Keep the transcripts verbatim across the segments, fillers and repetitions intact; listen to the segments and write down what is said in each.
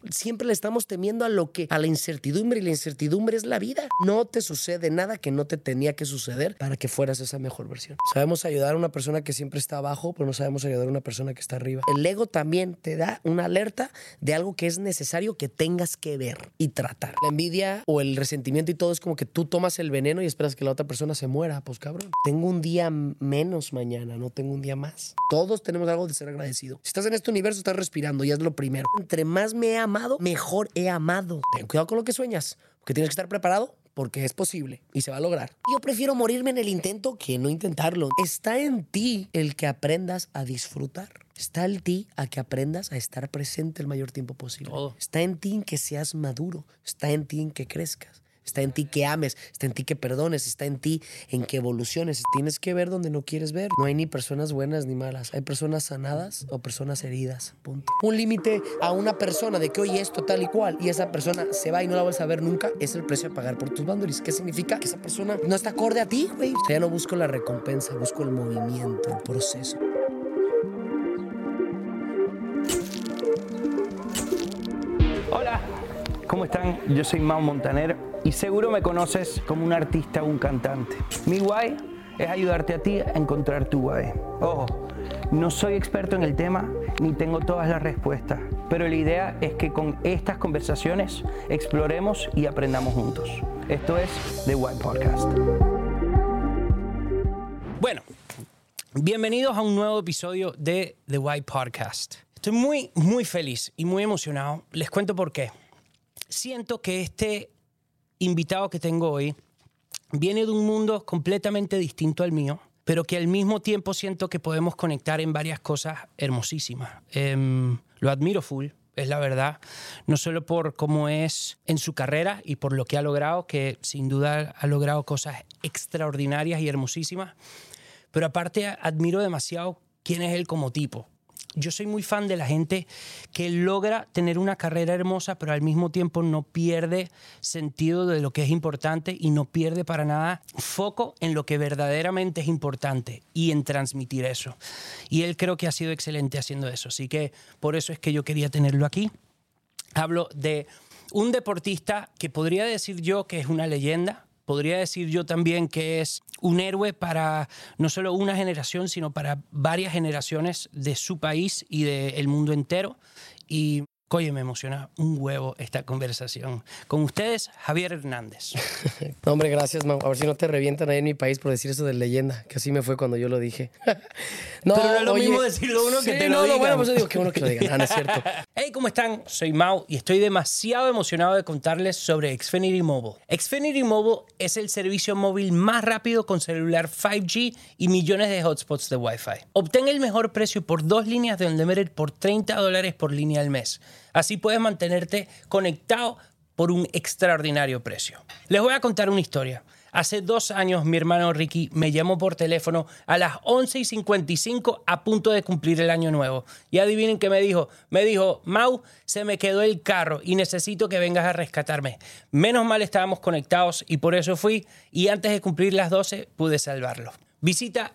siempre le estamos temiendo a lo que, a la incertidumbre, y la incertidumbre es la vida. No te sucede nada que no te tenía que suceder para que fueras esa mejor versión. Sabemos ayudar a una persona que siempre está abajo, pero no sabemos ayudar a una persona que está arriba. El ego también te da una alerta de algo que es necesario que tengas que ver y tratar. La envidia o el resentimiento y todo es como que tú tomas el veneno y esperas que la otra persona se muera. Pues cabrón, tengo un día menos mañana, no tengo un día más. Todos tenemos algo de ser agradecido. Si estás en este universo, estás respirando y es lo primero. Entre más me he amado, mejor he amado. Ten cuidado con lo que sueñas, porque tienes que estar preparado, porque es posible y se va a lograr. Yo prefiero morirme en el intento que no intentarlo. Está en ti el que aprendas a disfrutar. Está en ti a que aprendas a estar presente el mayor tiempo posible. Todo. Está en ti en que seas maduro. Está en ti en que crezcas. Está en ti que ames, está en ti que perdones, está en ti en que evoluciones. Tienes que ver donde no quieres ver. No hay ni personas buenas ni malas. Hay personas sanadas o personas heridas. Punto. Un límite a una persona de que oye esto tal y cual y esa persona se va y no la vas a ver nunca es el precio a pagar por tus boundaries. ¿Qué significa? Que esa persona no está acorde a ti, güey. O sea, ya no busco la recompensa, busco el movimiento, el proceso. Hola, ¿cómo están? Yo soy Mau Montaner y seguro me conoces como un artista o un cantante. Mi why es ayudarte a ti a encontrar tu why. Ojo, no soy experto en el tema ni tengo todas las respuestas, pero la idea es que con estas conversaciones exploremos y aprendamos juntos. Esto es The Why Podcast. Bueno, bienvenidos a un nuevo episodio de The Why Podcast. Estoy muy, muy feliz y muy emocionado. Les cuento por qué. Siento que este invitado que tengo hoy viene de un mundo completamente distinto al mío, pero que al mismo tiempo siento que podemos conectar en varias cosas hermosísimas. Eh, lo admiro full, es la verdad, no solo por cómo es en su carrera y por lo que ha logrado, que sin duda ha logrado cosas extraordinarias y hermosísimas, pero aparte admiro demasiado quién es él como tipo. Yo soy muy fan de la gente que logra tener una carrera hermosa, pero al mismo tiempo no pierde sentido de lo que es importante y no pierde para nada foco en lo que verdaderamente es importante y en transmitir eso. Y él creo que ha sido excelente haciendo eso. Así que por eso es que yo quería tenerlo aquí. Hablo de un deportista que podría decir yo que es una leyenda. Podría decir yo también que es un héroe para no solo una generación, sino para varias generaciones de su país y del mundo entero. Y, oye, me emociona un huevo esta conversación. Con ustedes, Javier Hernández. No, hombre, gracias, Mau. A ver si no te revientan ahí en mi país por decir eso de leyenda, que así me fue cuando yo lo dije. No, pero no es lo oye, mismo decirlo uno que sí, te no, lo digan. No, bueno, pues yo digo que uno que lo digan. Ah, no es cierto. Hey, ¿cómo están? Soy Mau y estoy demasiado emocionado de contarles sobre Xfinity Mobile. Xfinity Mobile es el servicio móvil más rápido con celular cinco G y millones de hotspots de Wi-Fi. Obtén el mejor precio por dos líneas de Unlimited por treinta dólares por línea al mes. Así puedes mantenerte conectado por un extraordinario precio. Les voy a contar una historia. Hace dos años mi hermano Ricky me llamó por teléfono a las once y cincuenta y cinco a punto de cumplir el año nuevo. Y adivinen qué me dijo. Me dijo, Mau, se me quedó el carro y necesito que vengas a rescatarme. Menos mal estábamos conectados y por eso fui y antes de cumplir las doce pude salvarlo. Visita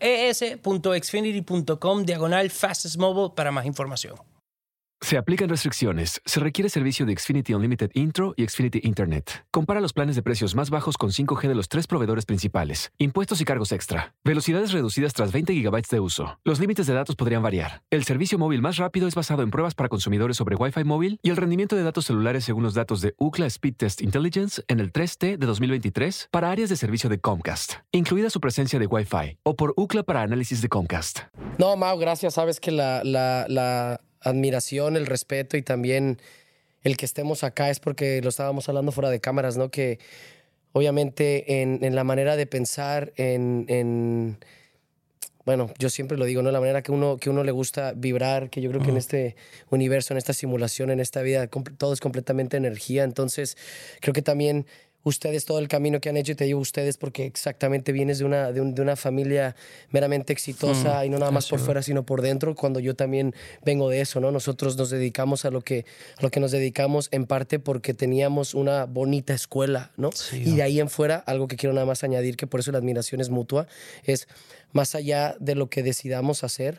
es.xfinity.com diagonal fastest mobile para más información. Se aplican restricciones. Se requiere servicio de Xfinity Unlimited Intro y Xfinity Internet. Compara los planes de precios más bajos con cinco G de los tres proveedores principales. Impuestos y cargos extra. Velocidades reducidas tras veinte gigabytes de uso. Los límites de datos podrían variar. El servicio móvil más rápido es basado en pruebas para consumidores sobre Wi-Fi móvil y el rendimiento de datos celulares según los datos de Ookla Speed Test Intelligence en el tres T de dos mil veintitrés para áreas de servicio de Comcast, incluida su presencia de Wi-Fi, o por Ookla para análisis de Comcast. No, Mau, gracias. Sabes que la... la, la... admiración, el respeto y también el que estemos acá es porque lo estábamos hablando fuera de cámaras, ¿no? Que obviamente en, en la manera de pensar, en, en... Bueno, yo siempre lo digo, ¿no? La manera que uno, que uno le gusta vibrar, que yo creo que en este universo, en esta simulación, en esta vida, todo es completamente energía. Entonces, creo que también ustedes, todo el camino que han hecho, y te digo ustedes porque exactamente vienes de una, de, un, de una familia meramente exitosa mm, y no nada más por fuera, sino por dentro, cuando yo también vengo de eso, ¿no? Nosotros nos dedicamos a lo que, a lo que nos dedicamos en parte porque teníamos una bonita escuela, ¿no? Sí, y de ahí en fuera, algo que quiero nada más añadir, que por eso la admiración es mutua, es más allá de lo que decidamos hacer,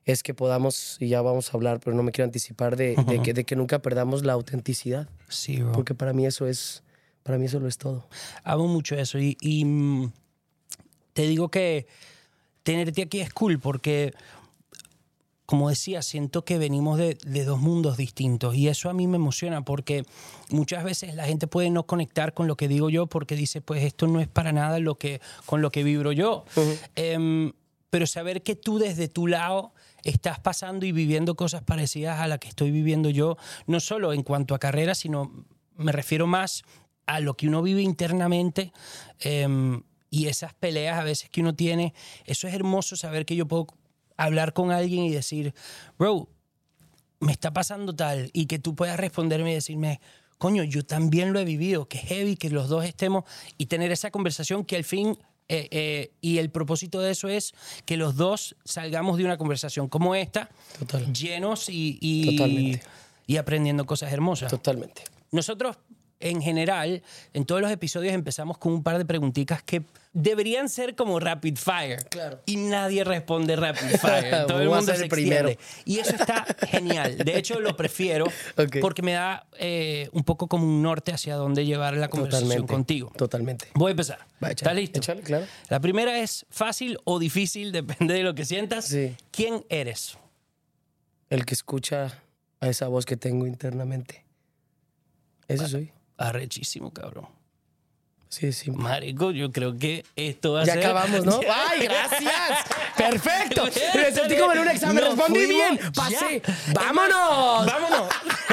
es que podamos, y ya vamos a hablar, pero no me quiero anticipar, de, uh-huh. de, que, de que nunca perdamos la autenticidad. Sí, bro. Porque para mí eso es, para mí eso lo es todo. Amo mucho eso y, y mm, te digo que tenerte aquí es cool porque, como decía, siento que venimos de, de dos mundos distintos y eso a mí me emociona porque muchas veces la gente puede no conectar con lo que digo yo porque dice, pues esto no es para nada lo que, con lo que vibro yo. Uh-huh. Um, pero saber que tú desde tu lado estás pasando y viviendo cosas parecidas a las que estoy viviendo yo, no solo en cuanto a carrera, sino me refiero más a lo que uno vive internamente um, y esas peleas a veces que uno tiene. Eso es hermoso, saber que yo puedo hablar con alguien y decir, bro, me está pasando tal, y que tú puedas responderme y decirme, coño, yo también lo he vivido, que heavy, que los dos estemos, y tener esa conversación que al fin, eh, eh, y el propósito de eso es que los dos salgamos de una conversación como esta, Total. llenos y, y, y aprendiendo cosas hermosas. Totalmente. Nosotros, en general, en todos los episodios empezamos con un par de preguntitas que deberían ser como rapid fire. Claro. Y nadie responde rapid fire. Todo el mundo se primero. extiende. Y eso está genial. De hecho, lo prefiero okay. porque me da eh, un poco como un norte hacia dónde llevar la conversación Totalmente. contigo. Totalmente. Voy a empezar. Va, ¿Estás listo? Échale, claro. La primera es fácil o difícil, depende de lo que sientas. Sí. ¿Quién eres? El que escucha a esa voz que tengo internamente. Ese soy. Arrechísimo, cabrón. Sí, sí. Marico, yo creo que esto va a ya ser... Ya acabamos, ¿no? ¡Ay, gracias! ¡Perfecto! Me sentí como en un examen. No Respondí bien. Pasé. Ya. ¡Vámonos! ¡Vámonos!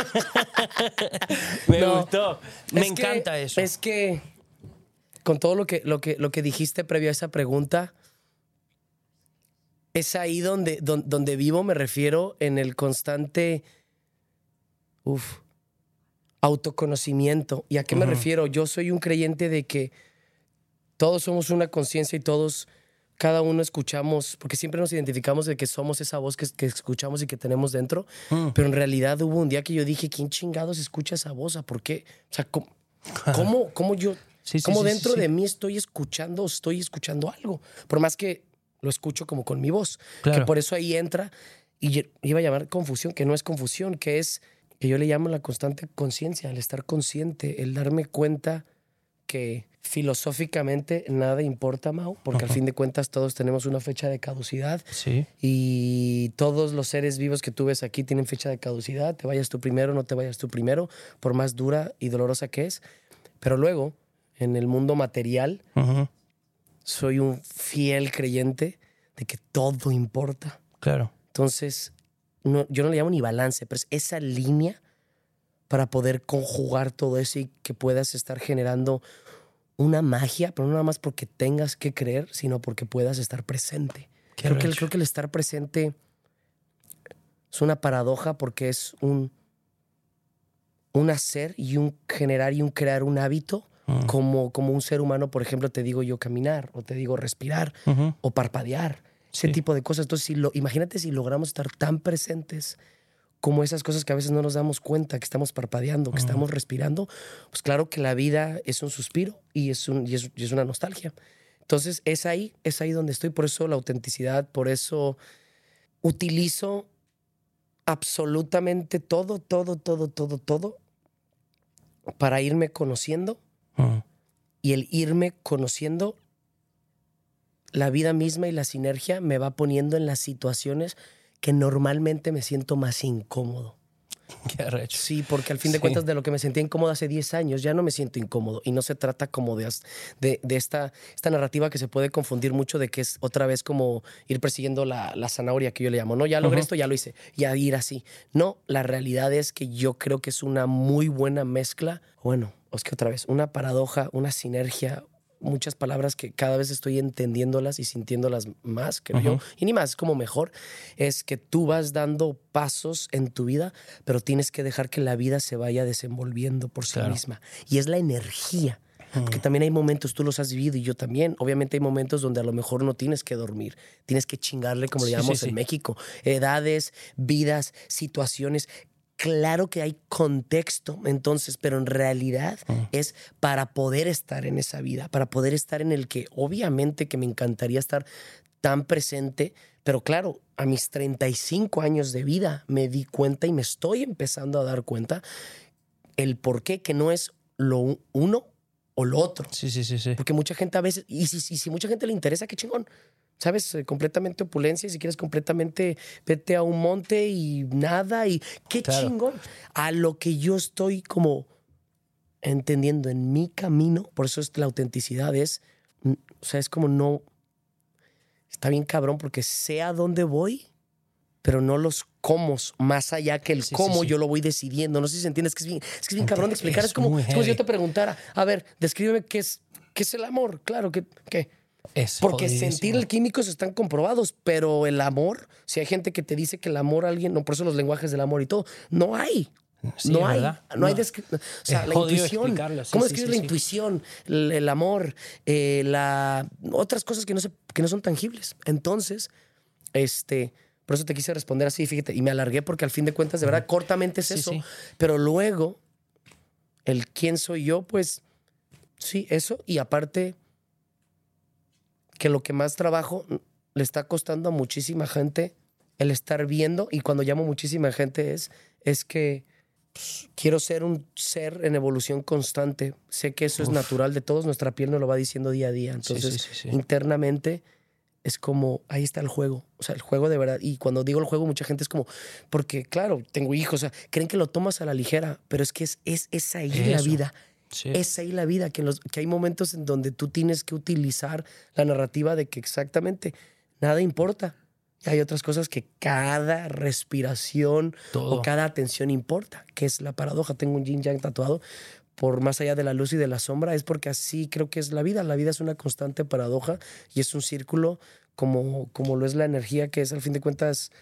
Me no, gustó. Me es encanta que, eso. Es que con todo lo que, lo, que, lo que dijiste previo a esa pregunta, es ahí donde, donde, donde vivo, me refiero, en el constante... Uf... autoconocimiento. ¿Y a qué uh-huh. me refiero? Yo soy un creyente de que todos somos una conciencia y todos, cada uno escuchamos, porque siempre nos identificamos de que somos esa voz que, que escuchamos y que tenemos dentro, uh-huh. pero en realidad hubo un día que yo dije, ¿quién chingados escucha esa voz? ¿Por qué? O sea, ¿cómo, cómo, cómo yo, sí, sí, cómo sí, dentro sí, sí. de mí estoy escuchando, estoy escuchando algo? Por más que lo escucho como con mi voz, claro. que por eso ahí entra, y iba a llamar confusión, que no es confusión, que es... que yo le llamo la constante conciencia, el estar consciente, el darme cuenta que filosóficamente nada importa, Mau, porque uh-huh. al fin de cuentas todos tenemos una fecha de caducidad. Sí. Y todos los seres vivos que tú ves aquí tienen fecha de caducidad. Te vayas tú primero, no te vayas tú primero, por más dura y dolorosa que es. Pero luego, en el mundo material, uh-huh. soy un fiel creyente de que todo importa. Claro. Entonces... No, yo no le llamo ni balance, pero es esa línea para poder conjugar todo eso y que puedas estar generando una magia, pero no nada más porque tengas que creer, sino porque puedas estar presente. Creo que, el, creo que el estar presente es una paradoja porque es un, un hacer y un generar y un crear un hábito uh-huh. como, como un ser humano, por ejemplo, te digo yo caminar o te digo respirar uh-huh. o parpadear. Ese sí. tipo de cosas. Entonces, si lo, imagínate si logramos estar tan presentes como esas cosas que a veces no nos damos cuenta, que estamos parpadeando, que uh-huh. estamos respirando, pues claro que la vida es un suspiro y es, un, y, es, y es una nostalgia. Entonces, es ahí, es ahí donde estoy. Por eso la autenticidad, por eso utilizo absolutamente todo, todo, todo, todo, todo para irme conociendo uh-huh. y el irme conociendo la vida misma y la sinergia me va poniendo en las situaciones que normalmente me siento más incómodo. Qué arrecho. Sí, porque al fin de sí. cuentas de lo que me sentía incómodo hace diez años ya no me siento incómodo y no se trata como de, de, de esta, esta narrativa que se puede confundir mucho de que es otra vez como ir persiguiendo la, la zanahoria que yo le llamo. No, ya logré uh-huh. esto, ya lo hice, ya ir así. No, la realidad es que yo creo que es una muy buena mezcla. Bueno, es que otra vez, una paradoja, una sinergia, muchas palabras que cada vez estoy entendiéndolas y sintiéndolas más, creo uh-huh. yo. Y ni más, es como mejor. Es que tú vas dando pasos en tu vida, pero tienes que dejar que la vida se vaya desenvolviendo por sí claro. misma. Y es la energía. Uh-huh. Porque también hay momentos, tú los has vivido y yo también. Obviamente hay momentos donde a lo mejor no tienes que dormir. Tienes que chingarle, como sí, le llamamos sí, en sí. México. Edades, vidas, situaciones. Claro que hay contexto, entonces, pero en realidad uh-huh. es para poder estar en esa vida, para poder estar en el que obviamente que me encantaría estar tan presente, Pero claro, a mis treinta y cinco años de vida me di cuenta y me estoy empezando a dar cuenta el por qué, que no es lo uno o lo otro. Sí, sí, sí, sí. Porque mucha gente a veces, y si, y si mucha gente le interesa, qué chingón. ¿Sabes? Eh, Completamente opulencia, y si quieres completamente vete a un monte y nada, y qué Claro. chingón. A lo que yo estoy como entendiendo en mi camino, por eso es la autenticidad, es, mm, o sea, es como no, está bien cabrón porque sé a dónde voy, pero no los cómo, más allá que el Sí, sí, cómo sí. yo lo voy decidiendo. No sé si se entiende, es que es bien, es que es bien cabrón de explicar. Es Es como, muy es como si yo heavy. te preguntara, a ver, descríbeme qué es, qué es el amor. Claro, que, ¿qué? Es Porque jodidísimo. sentir el químicos están comprobados, pero el amor, si hay gente que te dice que el amor a alguien, no, por eso los lenguajes del amor y todo, no hay. Sí, no hay, ¿verdad? no hay, No. descri- o sea, Es la jodido intuición. explicarlo, sí, ¿Cómo sí, describes sí, la sí. intuición, el, el amor, eh, la, otras cosas que no, se, que no son tangibles? Entonces, este, por eso te quise responder así, fíjate, y me alargué porque al fin de cuentas, de verdad, cortamente es Sí, eso. sí. Pero luego, el quién soy yo, pues, sí, eso, y aparte que lo que más trabajo le está costando a muchísima gente el estar viendo, y cuando llamo muchísima gente es, es que pues, quiero ser un ser en evolución constante. Sé que eso es natural de todos, nuestra piel nos lo va diciendo día a día. Entonces, sí, sí, sí. internamente es como, ahí está el juego. O sea, el juego de verdad. Y cuando digo el juego, mucha gente es como, porque claro, tengo hijos, o sea, creen que lo tomas a la ligera, pero es que es, es, es ahí la Eso. vida. Sí. Es ahí la vida, que, en los, que hay momentos en donde tú tienes que utilizar la narrativa de que exactamente nada importa. Y hay otras cosas que cada respiración Todo. o cada atención importa, que es la paradoja. Tengo un yin yang tatuado por más allá de la luz y de la sombra, es porque así creo que es la vida. La vida es una constante paradoja y es un círculo como, como lo es la energía, que es al fin de cuentas...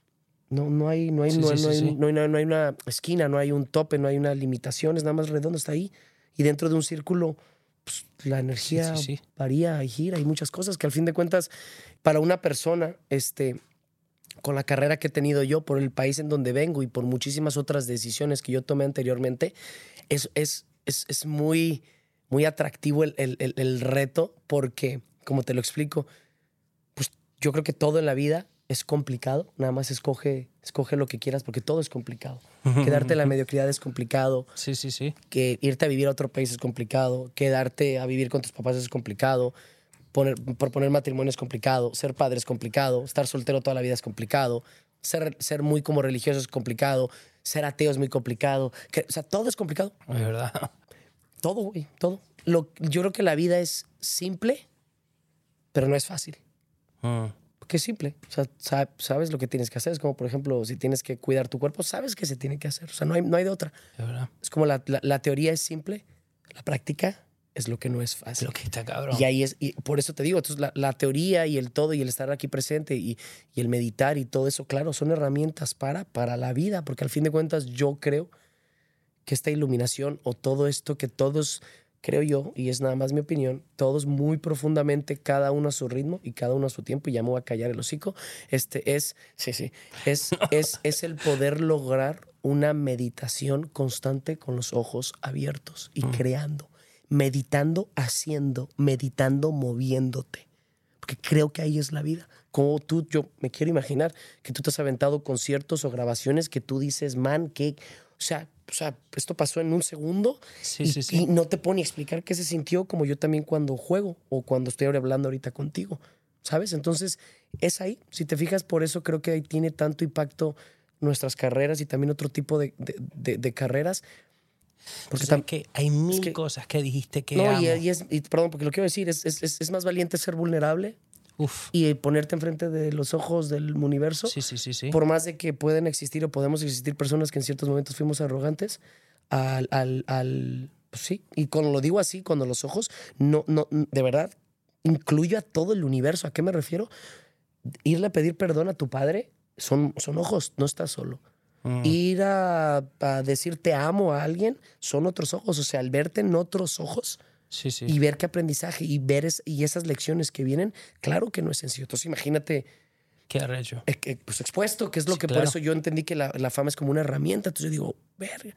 No, no, hay, no, hay, Sí, no, sí, hay, sí, no, hay, sí. no, hay, una- no hay una esquina, no hay un tope, no hay una limitación, es nada más redondo, está ahí. Y dentro de un círculo, pues, la energía Sí, sí, sí. varía y gira, hay muchas cosas que al fin de cuentas, para una persona, este, con la carrera que he tenido yo, por el país en donde vengo y por muchísimas otras decisiones que yo tomé anteriormente, es, es, es, es muy, muy atractivo el, el, el, el reto porque, como te lo explico, pues yo creo que todo en la vida es complicado. Nada más escoge, escoge lo que quieras porque todo es complicado. Quedarte en la mediocridad es complicado. Sí, sí, sí. Que irte a vivir a otro país es complicado. Quedarte a vivir con tus papás es complicado. Poner, proponer matrimonio es complicado. Ser padre es complicado. Estar soltero toda la vida es complicado. Ser, ser muy como religioso es complicado. Ser ateo es muy complicado. Que, o sea, todo es complicado. Es verdad. Todo, güey, todo. Lo, yo creo que la vida es simple, pero no es fácil. Mm. Porque es simple. O sea, sab- sabes lo que tienes que hacer. Es como, por ejemplo, si tienes que cuidar tu cuerpo, sabes que se tiene que hacer. O sea, no hay, no hay de otra. Es verdad. Es como la, la, la teoría es simple, la práctica es lo que no es fácil. Lo que está cabrón. Y ahí es, y por eso te digo, entonces la, la teoría y el todo y el estar aquí presente y, y el meditar y todo eso, claro, son herramientas para, para la vida, porque al fin de cuentas yo creo que esta iluminación o todo esto que todos, creo yo, y es nada más mi opinión, todos muy profundamente, cada uno a su ritmo y cada uno a su tiempo, y ya me voy a callar el hocico, este es, sí, sí, es, es, es el poder lograr una meditación constante con los ojos abiertos y creando, meditando, haciendo, meditando, moviéndote. Porque creo que ahí es la vida. Como tú, yo me quiero imaginar que tú te has aventado conciertos o grabaciones que tú dices, man, que, o sea, o sea, esto pasó en un segundo Sí, y, sí, sí. y no te puedo ni explicar qué se sintió, como yo también cuando juego o cuando estoy ahora hablando ahorita contigo, ¿sabes? Entonces, es ahí. Si te fijas, por eso creo que ahí tiene tanto impacto nuestras carreras y también otro tipo de, de, de, de carreras. Porque O sea, tam- que hay mil que- cosas que dijiste que no, amo. y, y es, y perdón, porque lo quiero decir, es, es, es es más valiente ser vulnerable Uf. y ponerte enfrente de los ojos del universo. Sí, sí, sí, sí. Por más de que pueden existir o podemos existir personas que en ciertos momentos fuimos arrogantes, al, al, al pues sí, y cuando lo digo así, cuando los ojos, no, no, de verdad, incluyo a todo el universo. ¿A qué me refiero? Irle a pedir perdón a tu padre son, son ojos, no estás solo. Mm. Ir a, a decir te amo a alguien son otros ojos. O sea, al verte en otros ojos Sí, sí. y ver qué aprendizaje y ver es, y esas lecciones que vienen, claro que no es sencillo. Entonces imagínate Qué arrecho. eh, que, pues expuesto, que es lo Sí, que claro. por eso yo entendí que la, la fama es como una herramienta. Entonces yo digo, verga,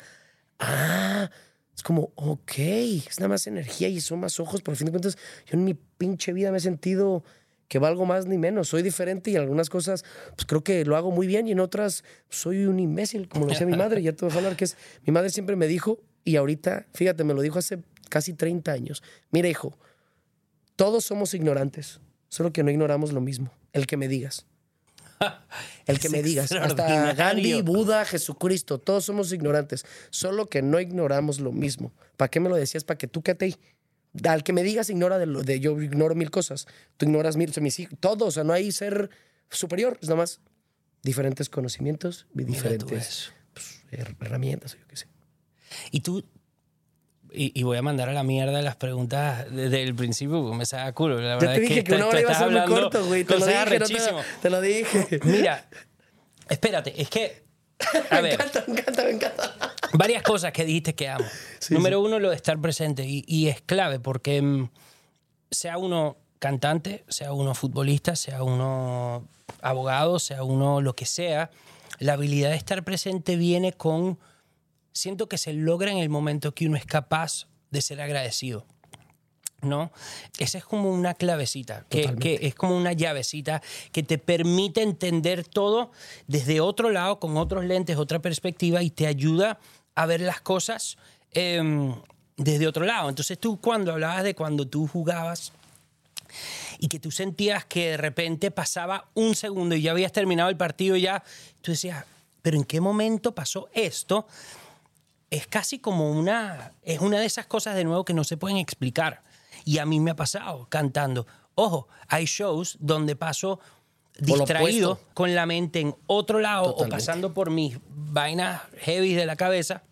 ah, es como, ok, es nada más energía y son más ojos, pero al fin de cuentas yo en mi pinche vida me he sentido que valgo más ni menos. Soy diferente y en algunas cosas pues creo que lo hago muy bien y en otras soy un imbécil, como lo decía mi madre. Ya te voy a hablar que es... Mi madre siempre me dijo, y ahorita, fíjate, me lo dijo hace casi treinta años. Mira, hijo, todos somos ignorantes, solo que no ignoramos lo mismo. El que me digas. El que Es me digas. Hasta Gandhi, Buda, Jesucristo, todos somos ignorantes, solo que no ignoramos lo mismo. ¿Para qué me lo decías? Para que tú quédate ahí. Al que me digas, ignora de, lo, de yo ignoro mil cosas. Tú ignoras mil, o sea, mis hijos, todo. O sea, no hay ser superior. Es nada más diferentes conocimientos y diferentes pues, herramientas, yo qué sé. Y tú, y, y voy a mandar a la mierda las preguntas desde el principio porque me saca culo. La verdad yo te dije es que, que una hora iba a ser muy corto, güey. Te lo dije, no te, te lo dije. Mira, espérate, es que... A me ver, encanta, me encanta, me encanta. Varias cosas que dijiste que amo. Sí, Número sí. uno, lo de estar presente. Y, y es clave porque mm, sea uno cantante, sea uno futbolista, sea uno abogado, sea uno lo que sea, la habilidad de estar presente viene con... Siento que se logra en el momento que uno es capaz de ser agradecido, ¿no? Esa es como una clavecita, que, que es como una llavecita que te permite entender todo desde otro lado, con otros lentes, otra perspectiva, y te ayuda a ver las cosas eh, desde otro lado. Entonces tú cuando hablabas de cuando tú jugabas y que tú sentías que de repente pasaba un segundo y ya habías terminado el partido y ya, tú decías, ¿pero en qué momento pasó esto? Es casi como una... Es una de esas cosas, de nuevo, que no se pueden explicar. Y a mí me ha pasado cantando. Ojo, hay shows donde paso distraído con la mente en otro lado. Totalmente. O pasando por mis vainas heavy de la cabeza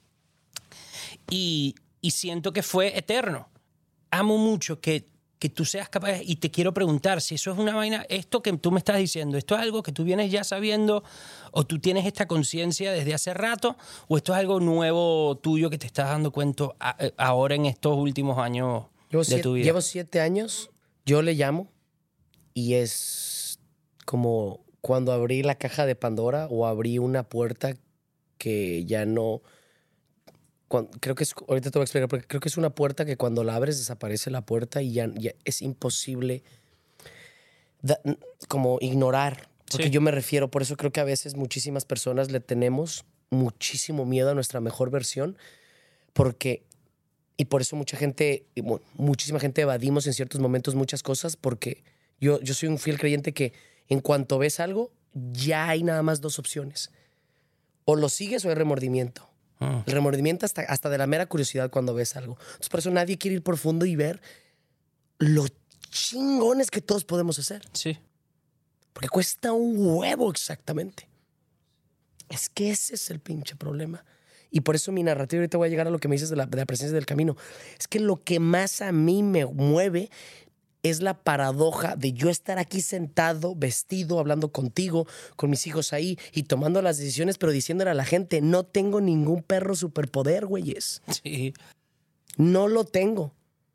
y, y siento que fue eterno. Amo mucho que, que tú seas capaz, y te quiero preguntar si eso es una vaina, esto que tú me estás diciendo, ¿esto es algo que tú vienes ya sabiendo o tú tienes esta conciencia desde hace rato o esto es algo nuevo tuyo que te estás dando cuenta a, ahora en estos últimos años llevo de siete, tu vida? Llevo siete años, yo le llamo y es como cuando abrí la caja de Pandora o abrí una puerta que ya no... Cuando, creo que es, ahorita te voy a explicar, porque creo que es una puerta que cuando la abres desaparece la puerta y ya, ya es imposible da, como ignorar. Porque sí. Yo me refiero, por eso creo que a veces muchísimas personas le tenemos muchísimo miedo a nuestra mejor versión, porque, y por eso mucha gente, muchísima gente evadimos en ciertos momentos muchas cosas, porque yo, yo soy un fiel creyente que en cuanto ves algo, ya hay nada más dos opciones. O lo sigues o hay remordimiento. Ah. El remordimiento hasta, hasta de la mera curiosidad cuando ves algo. Entonces, por eso nadie quiere ir profundo y ver lo chingones que todos podemos hacer. Sí. Porque cuesta un huevo exactamente. Es que ese es el pinche problema. Y por eso mi narrativa, ahorita voy a llegar a lo que me dices de la, de la presencia del camino. Es que lo que más a mí me mueve es la paradoja de yo estar aquí sentado, vestido, hablando contigo, con mis hijos ahí y tomando las decisiones, pero diciéndole a la gente, no tengo ningún perro superpoder, güeyes. Sí. No lo tengo.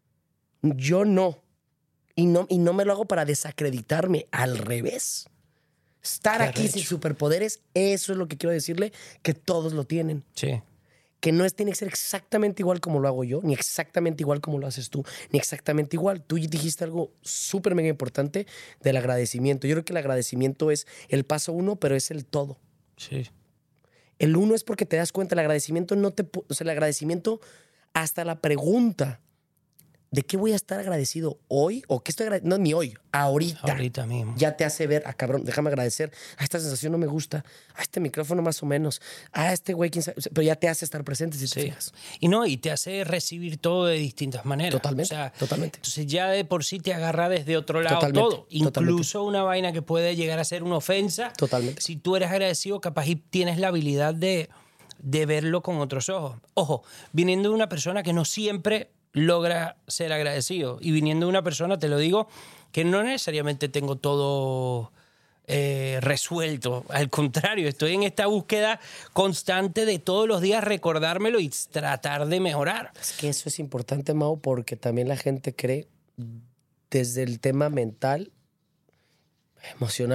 Yo no. Y no, y no me lo hago para desacreditarme. Al revés. Estar Qué aquí recho. Sin superpoderes, eso es lo que quiero decirle, que todos lo tienen. Sí. Que no es, tiene que ser exactamente igual como lo hago yo, ni exactamente igual como lo haces tú, ni exactamente igual. Tú dijiste algo súper mega importante del agradecimiento. Yo creo que el agradecimiento es el paso uno, pero es el todo. Sí. El uno es porque te das cuenta, el agradecimiento no te... O sea, el agradecimiento hasta la pregunta ¿de qué voy a estar agradecido hoy? ¿O qué estoy agradecido? No, ni hoy, ahorita. Ahorita mismo. Ya te hace ver, ah, cabrón, déjame agradecer. A esta sensación no me gusta. A este micrófono más o menos. A este güey, quién sabe. Pero ya te hace estar presente si sí. te fijas. Y no, y te hace recibir todo de distintas maneras. Totalmente, o sea, totalmente. Entonces ya de por sí te agarra desde otro lado totalmente, todo. Incluso totalmente. Una vaina que puede llegar a ser una ofensa. Totalmente. Si tú eres agradecido, capaz y tienes la habilidad de, de verlo con otros ojos. Ojo, viniendo de una persona que no siempre logra ser agradecido. Y viniendo de una persona, te lo digo, que no necesariamente tengo todo eh, resuelto. Al contrario, estoy en esta búsqueda constante de todos los días recordármelo y tratar de mejorar. Es que eso es importante, Mau, porque también la gente cree desde el tema mental, emocional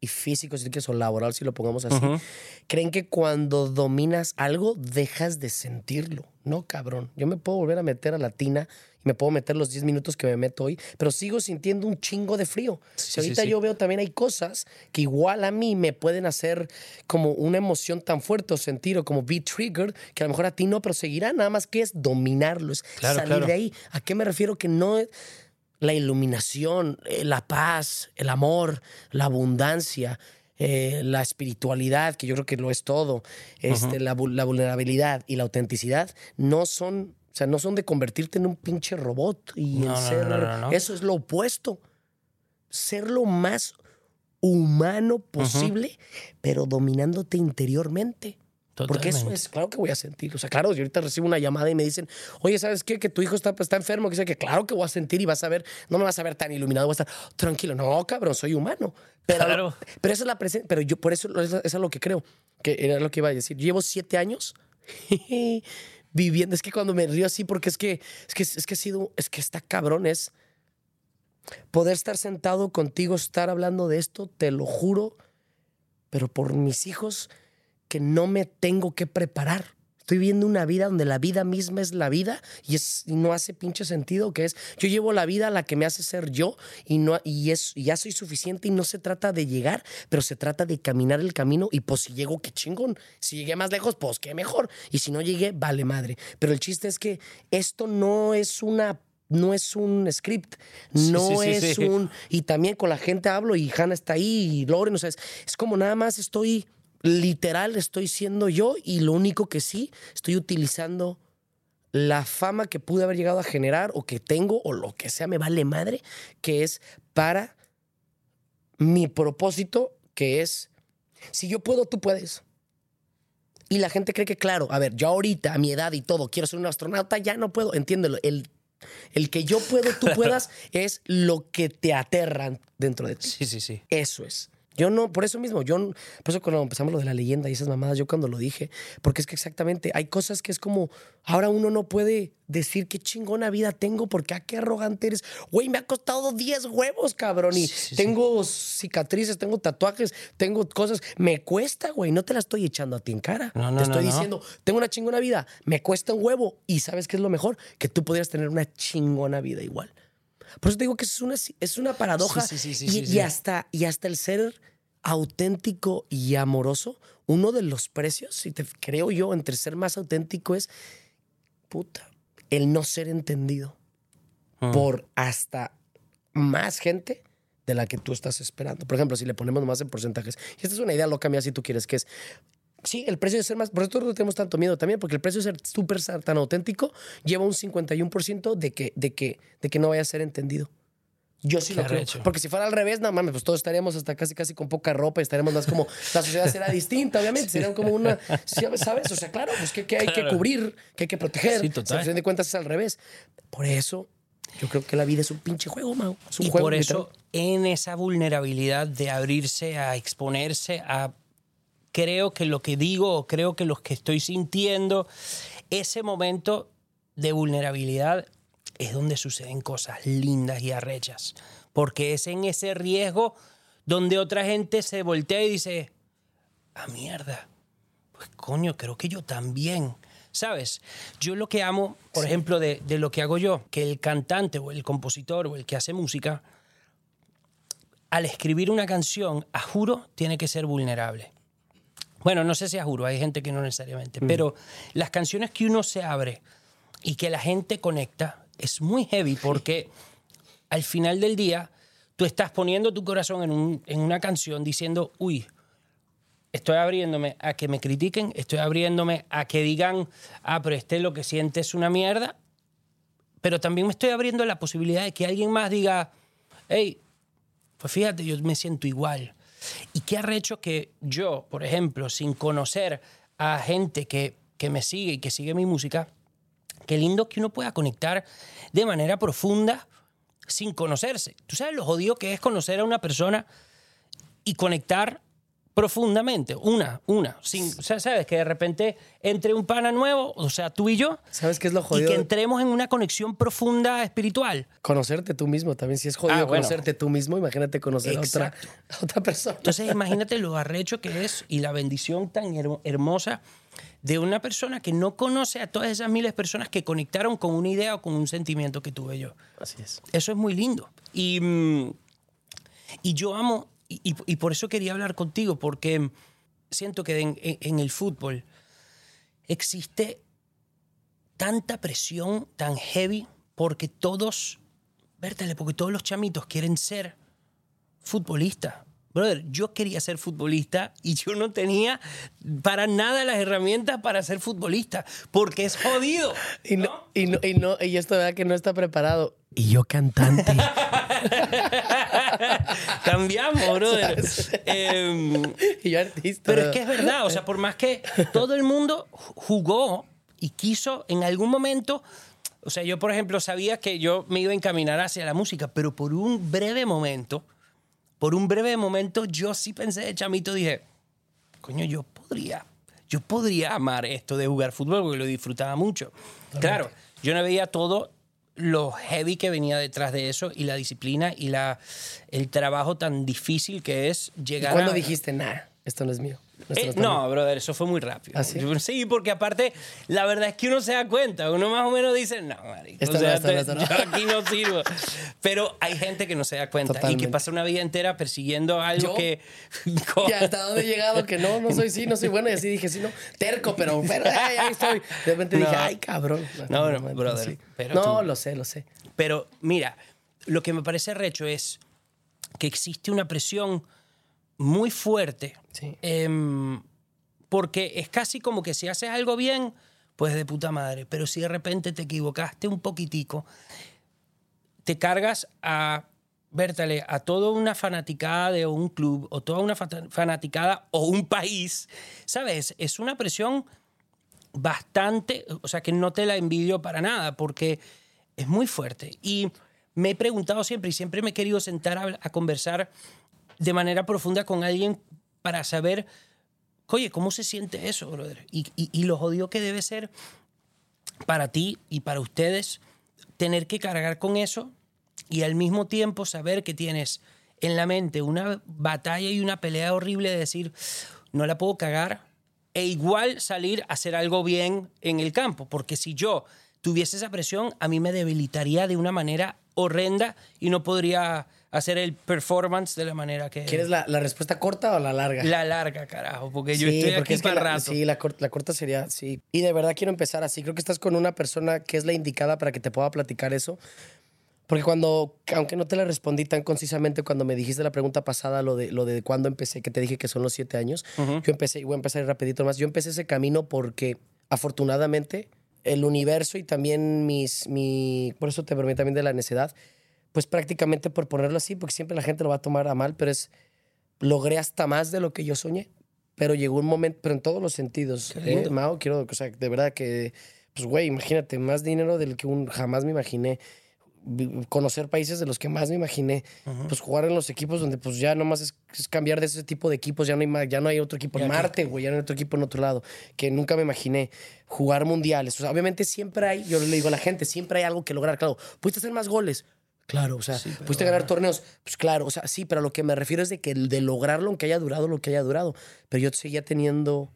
y físico, si tú quieres, o laboral, si lo pongamos así, Uh-huh. creen que cuando dominas algo, dejas de sentirlo. No, cabrón. Yo me puedo volver a meter a la tina y me puedo meter los diez minutos que me meto hoy, pero sigo sintiendo un chingo de frío. Sí, Si ahorita sí, sí. yo veo también hay cosas que igual a mí me pueden hacer como una emoción tan fuerte o sentir o como be triggered, que a lo mejor a ti no, pero seguirá. Nada más que es dominarlo, es Claro, salir claro. de ahí. ¿A qué me refiero? Que no es la iluminación, eh, la paz, el amor, la abundancia, eh, la espiritualidad, que yo creo que lo es todo, este, Uh-huh. la, vul- la vulnerabilidad y la autenticidad, no son, o sea, no son de convertirte en un pinche robot y No, en no, ser, no, no, no. eso es lo opuesto, ser lo más humano posible, pero dominándote interiormente. Porque eso Totalmente. es, claro que voy a sentir. O sea, claro, si ahorita recibo una llamada y me dicen, oye, ¿sabes qué? Que tu hijo está, está enfermo. Que, sea, que claro que voy a sentir y vas a ver, no me vas a ver tan iluminado, voy a estar tranquilo. No, cabrón, soy humano. Pero, Claro. pero esa es la presencia. Pero yo por eso, eso es lo que creo, que era lo que iba a decir. Llevo siete años viviendo. Es que cuando me río así, porque es que, es que, es que ha sido, es que está cabrón, es poder estar sentado contigo, estar hablando de esto, te lo juro, pero por mis hijos, que no me tengo que preparar. Estoy viviendo una vida donde la vida misma es la vida y, es, y no hace pinche sentido, que es, yo llevo la vida a la que me hace ser yo y, no, y, es, y ya soy suficiente y no se trata de llegar, pero se trata de caminar el camino y pues si llego, qué chingón. Si llegué más lejos, pues qué mejor. Y si no llegué, vale madre. Pero el chiste es que esto no es una... No es un script, no Sí, sí, sí, es sí. un... Y también con la gente hablo y Hannah está ahí y Lauren, o sea, es, es como nada más estoy... Literal, estoy siendo yo y lo único que sí, estoy utilizando la fama que pude haber llegado a generar o que tengo o lo que sea, me vale madre, que es para mi propósito, que es, si yo puedo, tú puedes. Y la gente cree que, claro, a ver, yo ahorita, a mi edad y todo, quiero ser un astronauta, ya no puedo, entiéndelo. El, el que yo puedo, tú puedas, es lo que te aterran dentro de ti. Sí, sí, sí. Eso es. Yo no, por eso mismo, yo, por eso cuando empezamos lo de la leyenda y esas mamadas, yo cuando lo dije, porque es que exactamente hay cosas que es como, ahora uno no puede decir qué chingona vida tengo porque, ah, qué arrogante eres. Güey, me ha costado diez huevos, cabrón, y Sí, sí, tengo cicatrices, tengo tatuajes, tengo cosas, me cuesta, güey, no te la estoy echando a ti en cara. No, no, te estoy no, no. diciendo, tengo una chingona vida, me cuesta un huevo, y ¿sabes qué es lo mejor? Que tú podrías tener una chingona vida igual. Por eso te digo que es una, es una paradoja. Sí, sí, sí, y, sí, y sí. Hasta, y hasta el ser auténtico y amoroso, uno de los precios, y te creo yo, entre ser más auténtico es, puta, el no ser entendido Mm. por hasta más gente de la que tú estás esperando. Por ejemplo, si le ponemos más en porcentajes, y esta es una idea loca mía si tú quieres, que es, sí, el precio de ser más, por eso no tenemos tanto miedo también, porque el precio de ser súper tan auténtico lleva un cincuenta y uno por ciento de que, de que, de que no vaya a ser entendido. Yo sí Qué lo creo. arrecho. Porque si fuera al revés, no mames, pues todos estaríamos hasta casi casi con poca ropa y estaríamos más como, la sociedad será distinta, obviamente, sería como una, ¿sabes? O sea, claro, pues que, que hay Claro. que cubrir, que hay que proteger. Sí, O sea, total. al fin de cuentas es al revés. Por eso, yo creo que la vida es un pinche juego, Mau. Es un Y juego. por literal. eso, en esa vulnerabilidad de abrirse a exponerse a, creo que lo que digo, o creo que lo que estoy sintiendo, ese momento de vulnerabilidad es donde suceden cosas lindas y arrechas. Porque es en ese riesgo donde otra gente se voltea y dice, ah, mierda, pues coño, creo que yo también. ¿Sabes? Yo lo que amo, por Sí. ejemplo, de, de lo que hago yo, que el cantante o el compositor o el que hace música, al escribir una canción, a juro, tiene que ser vulnerable. Bueno, no sé si a juro, hay gente que no necesariamente, Mm. pero las canciones que uno se abre y que la gente conecta es muy heavy porque al final del día tú estás poniendo tu corazón en, un, en una canción diciendo, uy, estoy abriéndome a que me critiquen, estoy abriéndome a que digan, ah, pero este lo que siente es una mierda, pero también me estoy abriendo a la posibilidad de que alguien más diga, hey, pues fíjate, yo me siento igual. Y qué arrecho que yo, por ejemplo, sin conocer a gente que, que me sigue y que sigue mi música, qué lindo que uno pueda conectar de manera profunda sin conocerse. ¿Tú sabes lo jodido que es conocer a una persona y conectar profundamente, una, una. Sin, o sea, sabes, que de repente entre un pana nuevo, o sea, tú y yo, ¿Sabes qué es lo y jodido? que entremos en una conexión profunda espiritual. Conocerte tú mismo también. Si es jodido Ah, bueno. conocerte tú mismo, imagínate conocer a otra, Exacto. a otra persona. Entonces, imagínate lo arrecho que es y la bendición tan her- hermosa de una persona que no conoce a todas esas miles de personas que conectaron con una idea o con un sentimiento que tuve yo. Así es. Eso es muy lindo. Y, mm, y yo amo, y, y- y por eso quería hablar contigo, porque siento que en, en- en el fútbol existe tanta presión tan heavy porque todos, vértale, porque todos los chamitos quieren ser futbolistas. Brother, yo quería ser futbolista y yo no tenía para nada las herramientas para ser futbolista porque es jodido. Y no, y no, y no, y esto verdad que no está preparado. Y yo cantante. Cambiamos, brother. Em, y yo artista. Pero es que es verdad, o sea, por más que todo el mundo jugó y quiso en algún momento, o sea, yo por ejemplo sabía que yo me iba a encaminar hacia la música, pero por un breve momento, por un breve momento yo sí pensé de chamito, dije, coño, yo podría, yo podría amar esto de jugar fútbol porque lo disfrutaba mucho. Claro, yo no veía todo lo heavy que venía detrás de eso y la disciplina y la, el trabajo tan difícil que es ¿Y llegar cuándo a... dijiste, nah, esto no es mío? Esto Eh, no está no, bien"? brother, eso fue muy rápido. ¿Ah, sí? Sí, porque aparte, la verdad es que uno se da cuenta. Uno más o menos dice, no, marico, Esto o no, sea, esto no, te- esto no. yo aquí no sirvo. Pero hay gente que no se da cuenta Totalmente. y que pasa una vida entera persiguiendo algo ¿Yo? que... Y hasta dónde he llegado que no, no soy sí, no soy bueno. Y así dije, sí, no, terco, pero, pero ay, ahí estoy. De repente dije, No. ay, cabrón. No, no, mames, brother, sí. pero no, tú- lo sé, lo sé. Pero mira, lo que me parece recho es que existe una presión muy fuerte. Sí. em, porque es casi como que si haces algo bien, pues de puta madre. Pero si de repente te equivocaste un poquitico, te cargas a, vértale, a toda una fanaticada de un club o toda una fata- fanaticada o un país, ¿sabes? Es una presión bastante, o sea, que no te la envidio para nada porque es muy fuerte. Y me he preguntado siempre y siempre me he querido sentar a, a conversar de manera profunda con alguien para saber, oye, ¿cómo se siente eso, brother? Y, y, y lo jodido que debe ser para ti y para ustedes tener que cargar con eso y al mismo tiempo saber que tienes en la mente una batalla y una pelea horrible de decir, no la puedo cagar, e igual salir a hacer algo bien en el campo. Porque si yo tuviese esa presión, a mí me debilitaría de una manera horrenda y no podría hacer el performance de la manera que... ¿Quieres la, la respuesta corta o la larga? La larga, carajo, porque yo Sí, estoy porque aquí es que para la, rato. sí, la, cor- la corta sería, sí. Y de verdad quiero empezar así. Creo que estás con una persona que es la indicada para que te pueda platicar eso. Porque cuando, aunque no te la respondí tan concisamente cuando me dijiste la pregunta pasada, lo de, lo de cuándo empecé, que te dije que son los siete años, Ujú. yo empecé, y voy a empezar rapidito más, yo empecé ese camino porque afortunadamente el universo y también mis, mi, por eso te permito también de la necedad, pues prácticamente por ponerlo así, porque siempre la gente lo va a tomar a mal, pero es, logré hasta más de lo que yo soñé, pero llegó un momento, pero en todos los sentidos, Qué ¿eh, lindo. Mao? Quiero, o sea, de verdad que, pues güey, imagínate, más dinero del que un, jamás me imaginé, vi- conocer países de los que más me imaginé, pues jugar en los equipos donde pues ya nomás es, es cambiar de ese tipo de equipos, ya no hay, ma- ya no hay otro equipo en Ya que- Marte, güey, ya no hay otro equipo en otro lado, que nunca me imaginé, jugar mundiales, o sea, obviamente siempre hay, yo le digo a la gente, siempre hay algo que lograr, claro, pudiste hacer más goles, claro, o sea, Sí, pero- pudiste ganar torneos, pues claro, o sea, sí, pero a lo que me refiero es de que el de lograrlo, aunque haya durado lo que haya durado, pero yo seguía teniendo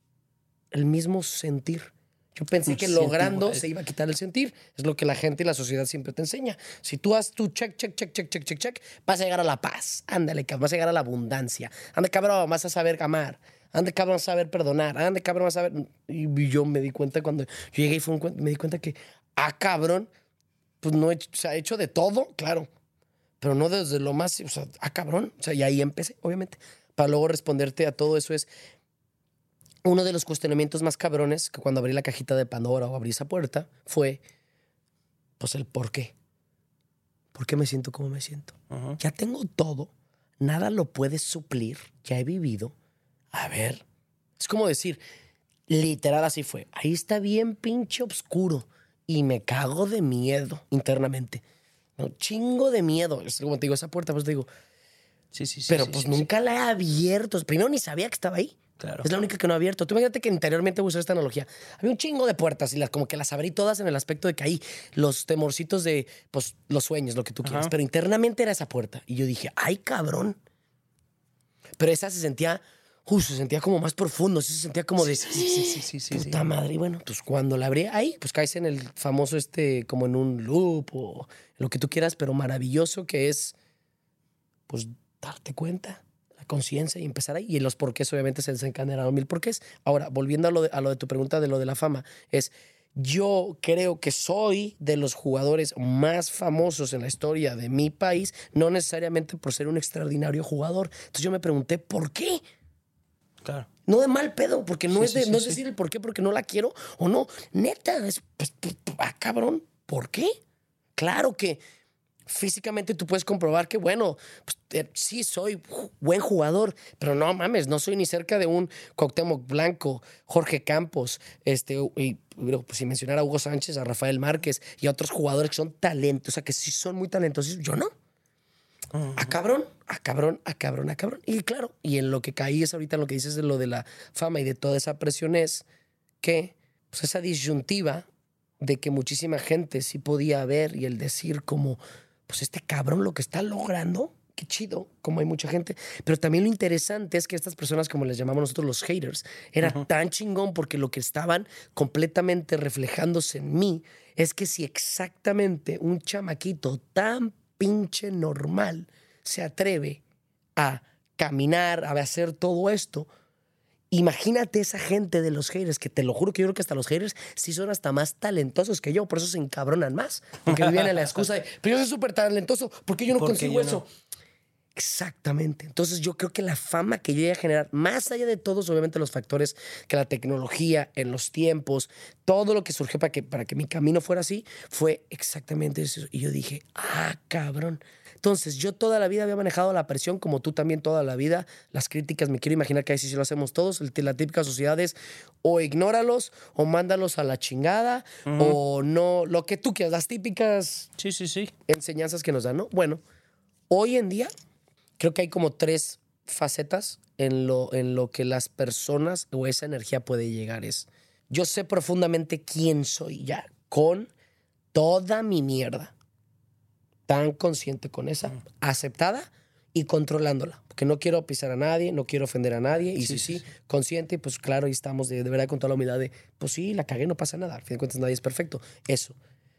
el mismo sentir. Yo pensé Un que siente logrando igual. se iba a quitar el sentir. Es lo que la gente y la sociedad siempre te enseña. Si tú haces tu check, check, check, check, check, check, check, vas a llegar a la paz. Ándale, cabrón, vas a llegar a la abundancia. Ande, cabrón, vas a saber amar. Ande, cabrón, vas a saber perdonar. Ande, cabrón, vas a saber... Y yo me di cuenta cuando yo llegué y fue un cuen- me di cuenta que, ah, cabrón, pues no he hecho, o sea, he hecho de todo, claro. Pero no desde lo más, o sea, ah, cabrón. O sea, y ahí empecé, obviamente. Para luego responderte a todo eso es... Uno de los cuestionamientos más cabrones que cuando abrí la cajita de Pandora o abrí esa puerta fue, pues, el por qué. ¿Por qué me siento como me siento? Ujú. Ya tengo todo, nada lo puede suplir, ya he vivido. A ver, es como decir, literal así fue. Ahí está bien pinche oscuro y me cago de miedo internamente. No, chingo de miedo. Es como te digo, esa puerta, pues te digo, Sí, sí, sí. Pero sí, pues sí, nunca sí. la he abierto. Primero ni sabía que estaba ahí. Claro. Es la única que no he abierto. Tú imagínate que interiormente voy a usar esta analogía. Había un chingo de puertas y las, como que las abrí todas en el aspecto de que ahí los temorcitos de pues, los sueños, lo que tú quieras. Ajá. Pero internamente era esa puerta. Y yo dije, ay, cabrón. Pero esa se sentía, uh, se sentía como más profundo. Sí, se sentía como de, Sí, sí, sí, sí, sí, sí, puta sí. madre. Y bueno, pues cuando la abrí ahí, pues caes en el famoso este, como en un loop o lo que tú quieras, pero maravilloso que es, pues, darte cuenta, la conciencia y empezar ahí. Y en los porqués, obviamente, se desencadenaron mil porqués. Ahora, volviendo a lo, de, a lo de tu pregunta de lo de la fama, es, yo creo que soy de los jugadores más famosos en la historia de mi país, no necesariamente por ser un extraordinario jugador. Entonces yo me pregunté, ¿por qué? Claro. No de mal pedo, porque no Sí, es, de, sí, sí, no es sí. decir el por qué, porque no la quiero o no. Neta, es, pues, pues, ah, cabrón, ¿por qué? Claro que físicamente tú puedes comprobar que, bueno, pues, eh, sí soy ju- buen jugador, pero no mames, no soy ni cerca de un Cuauhtémoc Blanco, Jorge Campos, este, y bueno, pues, sin mencionar a Hugo Sánchez, a Rafael Márquez y a otros jugadores que son talentos, o sea, que sí son muy talentosos. Yo no. A cabrón, a cabrón, a cabrón, a cabrón. Y claro, y en lo que caí es ahorita en lo que dices de lo de la fama y de toda esa presión es que pues esa disyuntiva de que muchísima gente sí podía ver y el decir como, pues este cabrón lo que está logrando, qué chido, como hay mucha gente. Pero también lo interesante es que estas personas, como les llamamos nosotros los haters, era Ujú. tan chingón porque lo que estaban completamente reflejándose en mí es que si exactamente un chamaquito tan pinche normal se atreve a caminar, a hacer todo esto, imagínate esa gente de los haters, que te lo juro que yo creo que hasta los haters sí son hasta más talentosos que yo, por eso se encabronan más, porque vivían en la excusa de, pero yo soy súper talentoso, ¿por qué yo no ¿Por qué consigo yo eso? no? Exactamente. Entonces yo creo que la fama que yo llegué a generar, más allá de todos, obviamente los factores que la tecnología, en los tiempos, todo lo que surgió para que, para que mi camino fuera así, fue exactamente eso. Y yo dije, ah, cabrón. Entonces yo toda la vida había manejado la presión, como tú también toda la vida, las críticas, me quiero imaginar que ahí sí sí lo hacemos todos, el- la típica sociedad es o ignóralos o mándalos a la chingada o no, lo que tú quieras, las típicas Sí, sí, sí. enseñanzas que nos dan, ¿no? Bueno, hoy en día creo que hay como tres facetas en lo, en lo que las personas o esa energía puede llegar. Es, yo sé profundamente quién soy ya, con toda mi mierda, tan consciente con esa, aceptada y controlándola. Porque no quiero pisar a nadie, no quiero ofender a nadie. Y Sí, sí, sí, sí, sí. consciente, pues claro, ahí estamos de, de verdad con toda la humildad de, pues sí, la cagué, no pasa nada. Al fin de cuentas nadie es perfecto. Eso.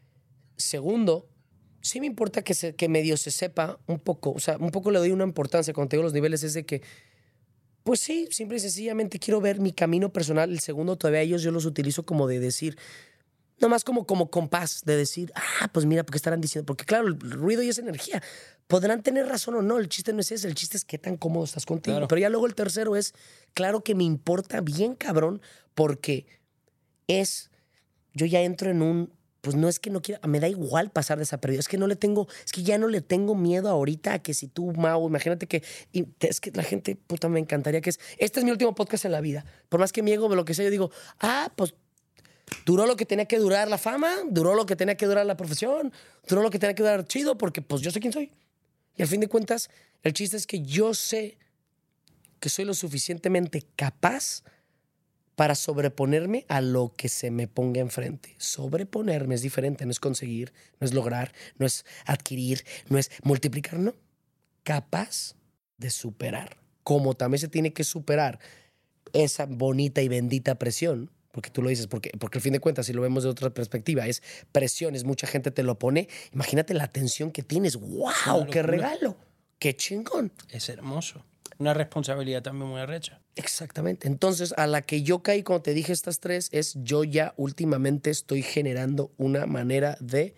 Segundo, sí me importa que, se, que medio se sepa un poco, o sea, un poco le doy una importancia cuando te digo los niveles, es de que, pues sí, simple y sencillamente quiero ver mi camino personal. El segundo, todavía ellos yo los utilizo como de decir, nomás como, como compás, de decir, ah, pues mira, ¿por qué estarán diciendo? Porque claro, el ruido y esa energía, podrán tener razón o no, el chiste no es ese, el chiste es qué tan cómodo estás contigo. Claro. Pero ya luego el tercero es, claro que me importa bien cabrón, porque es, yo ya entro en un, pues no es que no quiera, me da igual pasar desapercibido, es que no le tengo, es que ya no le tengo miedo ahorita a que si tú, Mau, imagínate que, y te- es que la gente, puta, me encantaría que es, este es mi último podcast en la vida, por más que mi ego, lo que sea, yo digo, ah, pues duró lo que tenía que durar la fama, duró lo que tenía que durar la profesión, duró lo que tenía que durar chido, porque pues yo sé quién soy. Y al fin de cuentas, el chiste es que yo sé que soy lo suficientemente capaz para sobreponerme a lo que se me ponga enfrente. Sobreponerme es diferente, no es conseguir, no es lograr, no es adquirir, no es multiplicar, no. Capaz de superar. Como también se tiene que superar esa bonita y bendita presión, porque tú lo dices, porque, porque al fin de cuentas, si lo vemos de otra perspectiva, es presión, es mucha gente te lo pone. Imagínate la atención que tienes. ¡Wow! Una ¡Qué locura. regalo! ¡Qué chingón! Es hermoso. Una responsabilidad también muy arrecha. Exactamente. Entonces, a la que yo caí cuando te dije estas tres es yo ya últimamente estoy generando una manera de,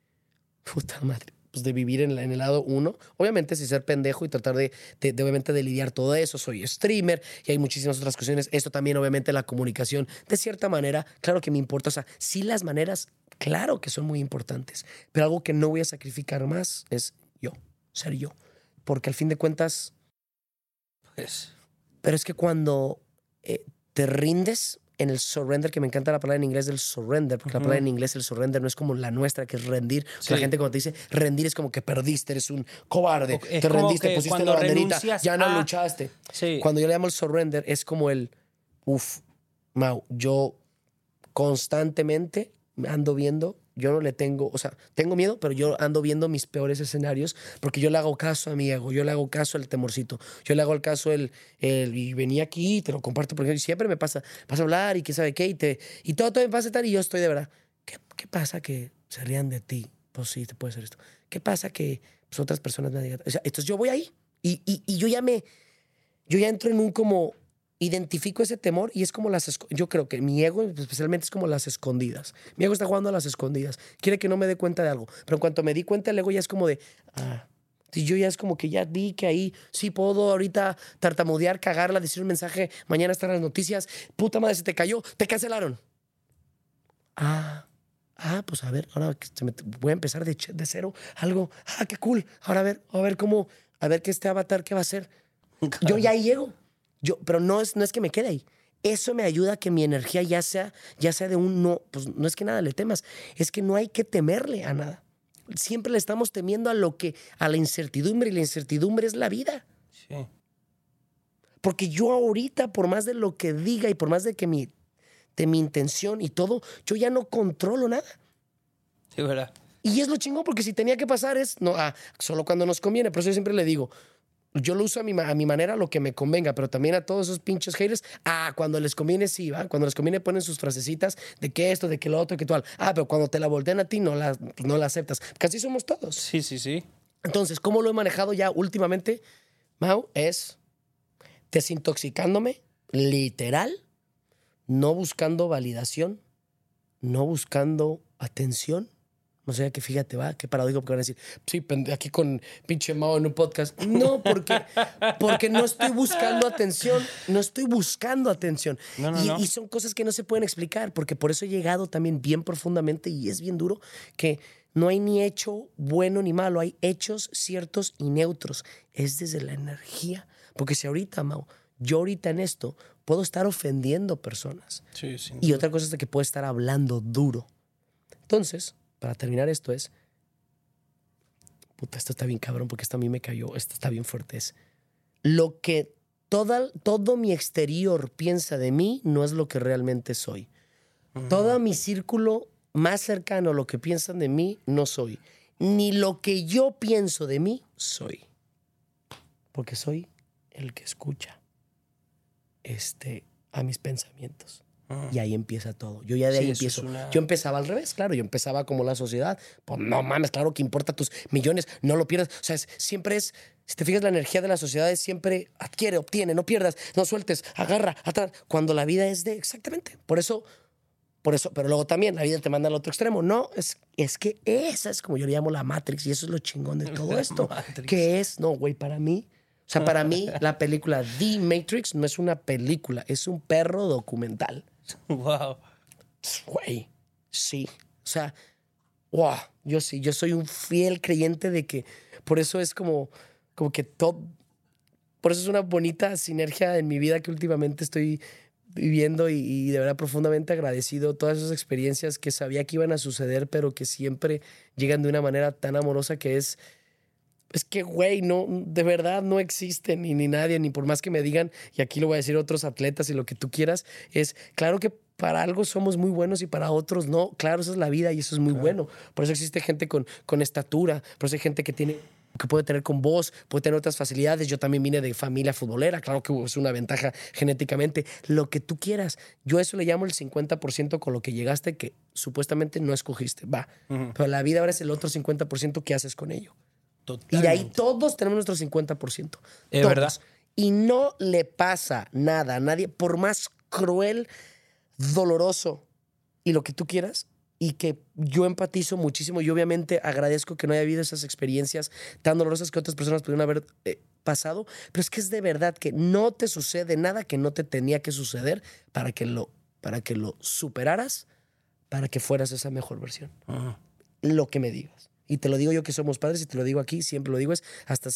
puta madre, pues de vivir en, la- en el lado uno. Obviamente sin ser pendejo y tratar de, de, de, obviamente de lidiar todo eso. Soy streamer y hay muchísimas otras cuestiones. Esto también obviamente la comunicación, de cierta manera, claro que me importa. O sea, sí las maneras, claro que son muy importantes, pero algo que no voy a sacrificar más es yo, ser yo. Porque al fin de cuentas... Pues, Pero es que cuando eh, te rindes en el surrender, que me encanta la palabra en inglés del surrender, porque uh-huh. la palabra en inglés el surrender no es como la nuestra, que es rendir. Sí. Que la gente cuando te dice rendir es como que perdiste, eres un cobarde, te rendiste, pusiste la banderita, ya no a... luchaste. Sí. Cuando yo le llamo el surrender es como el, uff, Mau, yo constantemente ando viendo, yo no le tengo, o sea, tengo miedo, pero yo ando viendo mis peores escenarios porque yo le hago caso a mi ego, yo le hago caso al temorcito, yo le hago el caso el, el y venía aquí y te lo comparto porque siempre me pasa, vas a hablar y qué sabe qué y, te, y todo, todo me pasa tal y yo estoy de verdad. ¿Qué, qué pasa que se rían de ti? Pues sí, te puede hacer esto. ¿Qué pasa que pues, otras personas me digan? O sea, entonces yo voy ahí y, y, y yo ya me, yo ya entro en un como... identifico ese temor y es como las... Yo creo que mi ego especialmente es como las escondidas. Mi ego está jugando a las escondidas. Quiere que no me dé cuenta de algo. Pero en cuanto me di cuenta, el ego ya es como de... Ah, y yo ya es como que ya vi que ahí sí puedo ahorita tartamudear, cagarla, decir un mensaje, mañana están las noticias. Puta madre, se te cayó, te cancelaron. Ah, ah, pues a ver, ahora voy a empezar de, de cero, algo. Ah, qué cool. Ahora a ver, a ver cómo... A ver qué este avatar, qué va a hacer. Yo ya ahí llego. Yo, pero no es, no es que me quede ahí. Eso me ayuda a que mi energía ya sea, ya sea de un no. Pues no es que nada le temas. Es que no hay que temerle a nada. Siempre le estamos temiendo a lo que, a la incertidumbre, y la incertidumbre es la vida. Sí. Porque yo ahorita, por más de lo que diga y por más de que mi, de mi intención y todo, yo ya no controlo nada. Sí, ¿verdad? Y es lo chingón, porque si tenía que pasar es, no, ah, solo cuando nos conviene. Por eso yo siempre le digo, yo lo uso a mi, a mi manera, lo que me convenga, pero también a todos esos pinches haters, ah, cuando les conviene sí, ¿va? Cuando les conviene ponen sus frasecitas de que esto, de que lo otro, que tal. Ah, pero cuando te la voltean a ti no la, pues no la aceptas. Casi somos todos. Sí, sí, sí. Entonces, ¿cómo lo he manejado ya últimamente, Mau? Es desintoxicándome, literal, no buscando validación, no buscando atención. No sé, que fíjate, va, qué paradójico, porque van a decir, sí, aquí con pinche Mao en un podcast. No, porque, porque no estoy buscando atención, no estoy buscando atención. No, no, y, no. y son cosas que no se pueden explicar, porque por eso he llegado también bien profundamente, y es bien duro, que no hay ni hecho bueno ni malo, hay hechos ciertos y neutros. Es desde la energía. Porque si ahorita, Mao, yo ahorita en esto puedo estar ofendiendo personas. Sí, sí. Y otra cosa es de que puedo estar hablando duro. Entonces, para terminar esto es... Puta, esto está bien cabrón porque esto a mí me cayó. Esto está bien fuerte. Es lo que toda, todo mi exterior piensa de mí no es lo que realmente soy. Uh-huh. Todo mi círculo más cercano, lo que piensan de mí, no soy. Ni lo que yo pienso de mí, soy. Porque soy el que escucha este, a mis pensamientos. Y ahí empieza todo. Yo ya de sí, ahí empiezo. Es una... Yo empezaba al revés, claro. Yo empezaba como la sociedad. Pues no mames, claro que importa tus millones. No lo pierdas. O sea, es, siempre es... Si te fijas, la energía de la sociedad es siempre adquiere, obtiene, no pierdas, no sueltes, agarra, atrás. Cuando la vida es de... Exactamente. Por eso... Por eso, pero luego también la vida te manda al otro extremo. No, es, es que esa es como yo le llamo la Matrix. Y eso es lo chingón de todo esto. ¿Qué es? No, güey, para mí... O sea, para mí, la película The Matrix no es una película. Es un perro documental. Wow. Güey, sí. O sea, wow, yo sí, yo soy un fiel creyente de que por eso es como, como que todo, por eso es una bonita sinergia en mi vida que últimamente estoy viviendo y, y de verdad profundamente agradecido todas esas experiencias que sabía que iban a suceder, pero que siempre llegan de una manera tan amorosa que es... Es que, güey, no, de verdad no existe ni, ni nadie, ni por más que me digan, y aquí lo voy a decir otros atletas y lo que tú quieras, es claro que para algo somos muy buenos y para otros no. Claro, esa es la vida y eso es muy claro. Bueno. Por eso existe gente con, con estatura, por eso hay gente que tiene... que puede tener con voz, puede tener otras facilidades. Yo también vine de familia futbolera, claro que es una ventaja genéticamente. Lo que tú quieras. Yo eso le llamo el cincuenta por ciento con lo que llegaste que supuestamente no escogiste. Va. Uh-huh. Pero la vida ahora es el otro cincuenta por ciento que haces con ello. Totalmente. Y de ahí todos tenemos nuestro cincuenta por ciento. Es todos. verdad. Y no le pasa nada a nadie, por más cruel, doloroso y lo que tú quieras, y que yo empatizo muchísimo y obviamente agradezco que no haya habido esas experiencias tan dolorosas que otras personas pudieron haber eh, pasado, pero es que es de verdad que no te sucede nada que no te tenía que suceder para que lo, para que lo superaras, para que fueras esa mejor versión. Uh-huh. Lo que me digas. Y te lo digo yo que somos padres y te lo digo aquí, siempre lo digo, es hasta si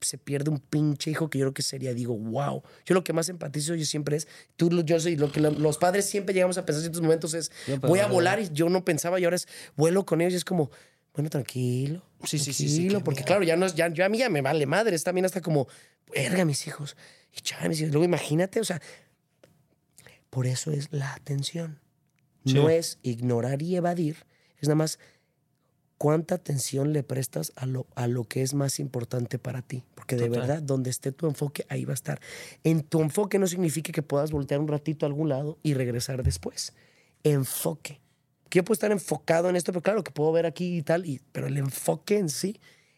se pierde un pinche hijo que yo creo que sería, digo, wow. Yo lo que más empatizo yo siempre es, tú, yo soy, lo que lo, los padres siempre llegamos a pensar en ciertos momentos es, Yo, voy a pero, volar y yo no pensaba y ahora es, vuelo con ellos y es como, bueno, tranquilo. Sí, sí, sí, tranquilo, sí, porque miedo. claro, ya no es, ya, ya a mí ya me vale madre, es también hasta como, verga, mis hijos. Y ya, mis hijos. Luego imagínate, o sea, por eso es la atención. Sí. No es ignorar y evadir, es nada más cuánta atención le prestas a lo, a lo que es más importante para ti. Porque de Total. verdad, donde esté tu enfoque, ahí va a estar. En tu enfoque no significa que puedas voltear un ratito a algún lado y regresar después. Enfoque. Que yo puedo estar enfocado en esto, pero claro que puedo ver aquí y tal, y, pero el enfoque en sí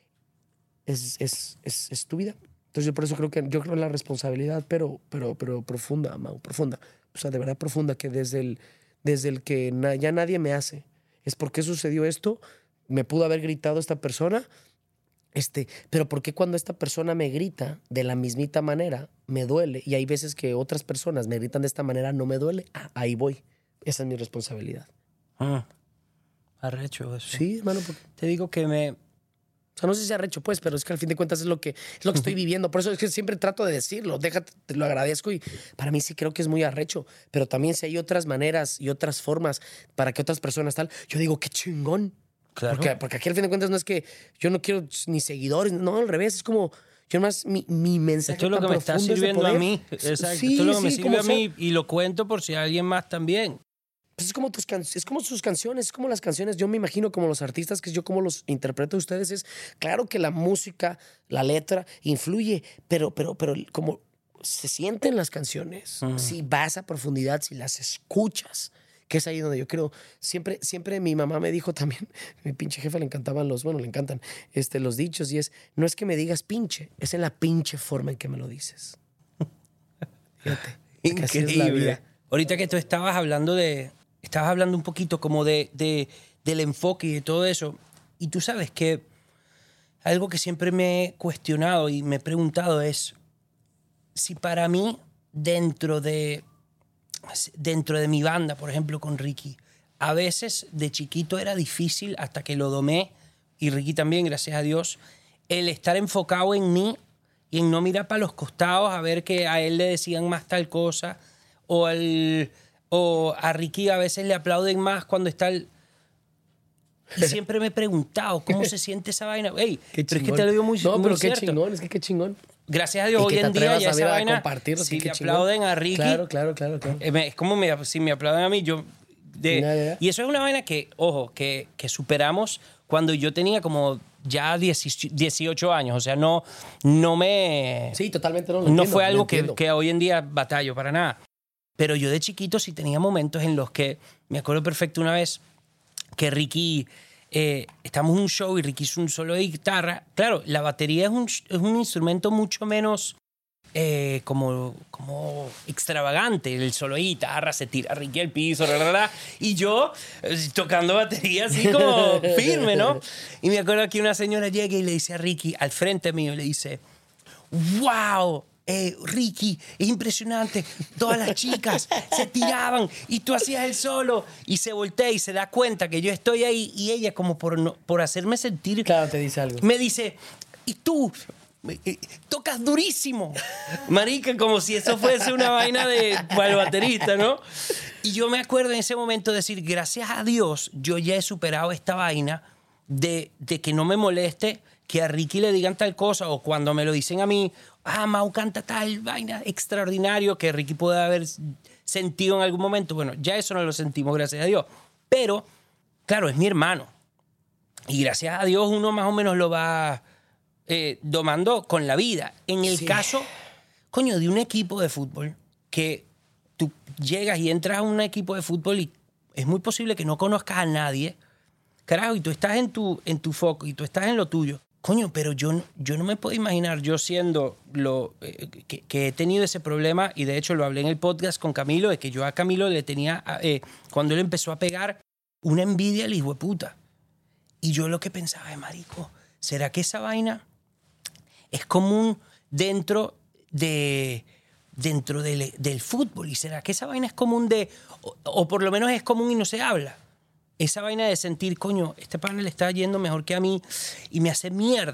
es, es, es, es tu vida. Entonces yo por eso creo que yo creo en la responsabilidad, pero, pero, pero profunda, Mau, profunda. O sea, de verdad profunda, que desde el, desde el que na, ya nadie me hace. Es por qué sucedió esto, me pudo haber gritado esta persona, este, pero por qué cuando esta persona me grita de la mismita manera, me duele. Y hay veces que otras personas me gritan de esta manera, no me duele. Ah, ahí voy. Esa es mi responsabilidad. Ah, arrecho eso. Sí, hermano, porque... Te digo que me... O sea, no sé si sea recho, pues, pero es que al fin de cuentas es lo que, es lo que estoy viviendo. Por eso es que siempre trato de decirlo. Déjate, te lo agradezco y para mí sí creo que es muy arrecho. Pero también si hay otras maneras y otras formas para que otras personas tal, yo digo, qué chingón. Claro. Porque, porque aquí al fin de cuentas no es que yo no quiero ni seguidores, no, al revés. Es como, yo más mi, mi mensaje Esto es lo tan que me está profundo es de sirviendo a poder. mí. Exacto. Sí, Esto es lo que me sí, sirve como a mí y lo cuento por si a alguien más también. Pues es como tus can es como sus canciones, es como las canciones. Yo me imagino como los artistas, que yo como los interpreto a ustedes, es claro que la música, la letra influye, pero, pero, pero como se sienten las canciones, Mm. si vas a profundidad, si las escuchas, que es ahí donde yo creo. Siempre, siempre mi mamá me dijo también, mi pinche jefa le encantaban los, bueno, le encantan este, los dichos, y es, no es que me digas pinche, es en la pinche forma en que me lo dices. Fíjate, que así es la vida. Ahorita que tú estabas hablando de... Estabas hablando un poquito como de, de, del enfoque y de todo eso. Y tú sabes que algo que siempre me he cuestionado y me he preguntado es si para mí dentro de, dentro de mi banda, por ejemplo, con Ricky, a veces de chiquito era difícil hasta que lo domé, y Ricky también, gracias a Dios, el estar enfocado en mí y en no mirar para los costados a ver que a él le decían más tal cosa, o, el, o a Ricky a veces le aplauden más cuando está el... Y siempre me he preguntado cómo se siente esa vaina. Ey, Qué pero es que chingón. te lo digo muy, No, muy pero qué cierto. chingón, es que qué chingón. Gracias a Dios, Y hoy que te en día atrevas ya a esa ver, a vaina, compartirlo, si qué le chingón. aplauden a Ricky, Claro, claro, claro, claro. eh, me- es como me- si me aplauden a mí, yo... de- Ya, ya, ya. Y eso es una vaina que, ojo, que, que superamos cuando yo tenía como ya dieciocho años. O sea, no, no me... Sí, totalmente no lo no entiendo, fue lo algo que, entiendo. que hoy en día batallo para nada. Pero yo de chiquito sí tenía momentos en los que, me acuerdo perfecto una vez que Ricky, eh, estamos en un show y Ricky hizo un solo de guitarra. Claro, la batería es un, es un instrumento mucho menos eh, como, como extravagante. El solo de guitarra, se tira Ricky al piso, bla, bla, bla, y yo eh, tocando batería así como firme, ¿no? Y me acuerdo que una señora llega y le dice a Ricky, al frente mío, le dice, ¡wow! Eh, Ricky, es impresionante. Todas las chicas se tiraban y tú hacías el solo. Y se voltea y se da cuenta que yo estoy ahí. Y ella, como por, no- por hacerme sentir, Claro, te dice algo. me dice, ¿y tú? Eh, tocas durísimo. Marica, como si eso fuese una vaina de para el baterista, ¿no? Y yo me acuerdo en ese momento decir, gracias a Dios, yo ya he superado esta vaina de, de que no me moleste que a Ricky le digan tal cosa, o cuando me lo dicen a mí, ah, Mau canta tal vaina extraordinario que Ricky puede haber sentido en algún momento. Bueno, ya eso no lo sentimos, gracias a Dios. Pero, claro, es mi hermano. Y gracias a Dios uno más o menos lo va eh, domando con la vida. En el Sí. caso, coño, de un equipo de fútbol, que tú llegas y entras a un equipo de fútbol y es muy posible que no conozcas a nadie, carajo, y tú estás en tu, en tu foco y tú estás en lo tuyo. Coño, pero yo, no- yo no me puedo imaginar, yo siendo lo eh, que, que he tenido ese problema, y de hecho lo hablé en el podcast con Camilo, de que yo a Camilo le tenía, eh, cuando él empezó a pegar, una envidia al hijo de puta. Y yo lo que pensaba es, marico, ¿será que esa vaina es común dentro de dentro del, del fútbol? ¿Y será que esa vaina es común de, o, o por lo menos es común y no se habla? Esa vaina de sentir, coño, este pana le está yendo mejor que a mí y me hace mierda.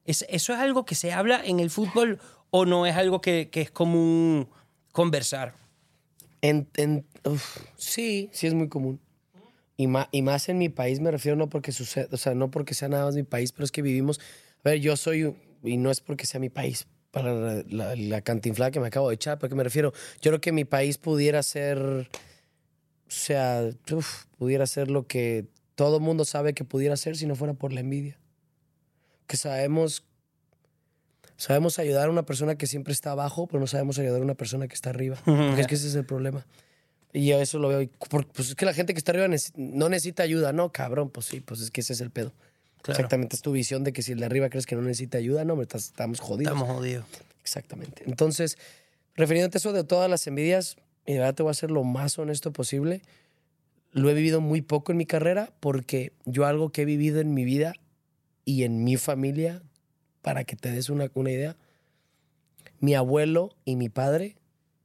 ¿Es, ¿Eso es algo que se habla en el fútbol o no es algo que, que es común conversar? En, en, uf, sí, sí es muy común. Y más, y más en mi país, me refiero no porque suceda, o sea, no porque sea nada más mi país, pero es que vivimos. A ver, yo soy, y no es porque sea mi país, para la, la, la cantinflada que me acabo de echar, porque me refiero, yo creo que mi país pudiera ser, o sea, uf, pudiera ser lo que todo el mundo sabe que pudiera ser si no fuera por la envidia. Que sabemos, sabemos ayudar a una persona que siempre está abajo, pero no sabemos ayudar a una persona que está arriba. Porque es que ese es el problema. Y yo eso lo veo. Y por- pues es que la gente que está arriba neces- no necesita ayuda. No, cabrón, pues sí, pues es que ese es el pedo. Claro. Exactamente, es tu visión de que si el de arriba crees que no necesita ayuda, no, hombre, estás- estamos jodidos. Estamos jodidos. Exactamente. Entonces, refiriéndote a eso de todas las envidias, y de verdad te voy a ser lo más honesto posible, lo he vivido muy poco en mi carrera porque yo algo que he vivido en mi vida y en mi familia, para que te des una, una idea, mi abuelo y mi padre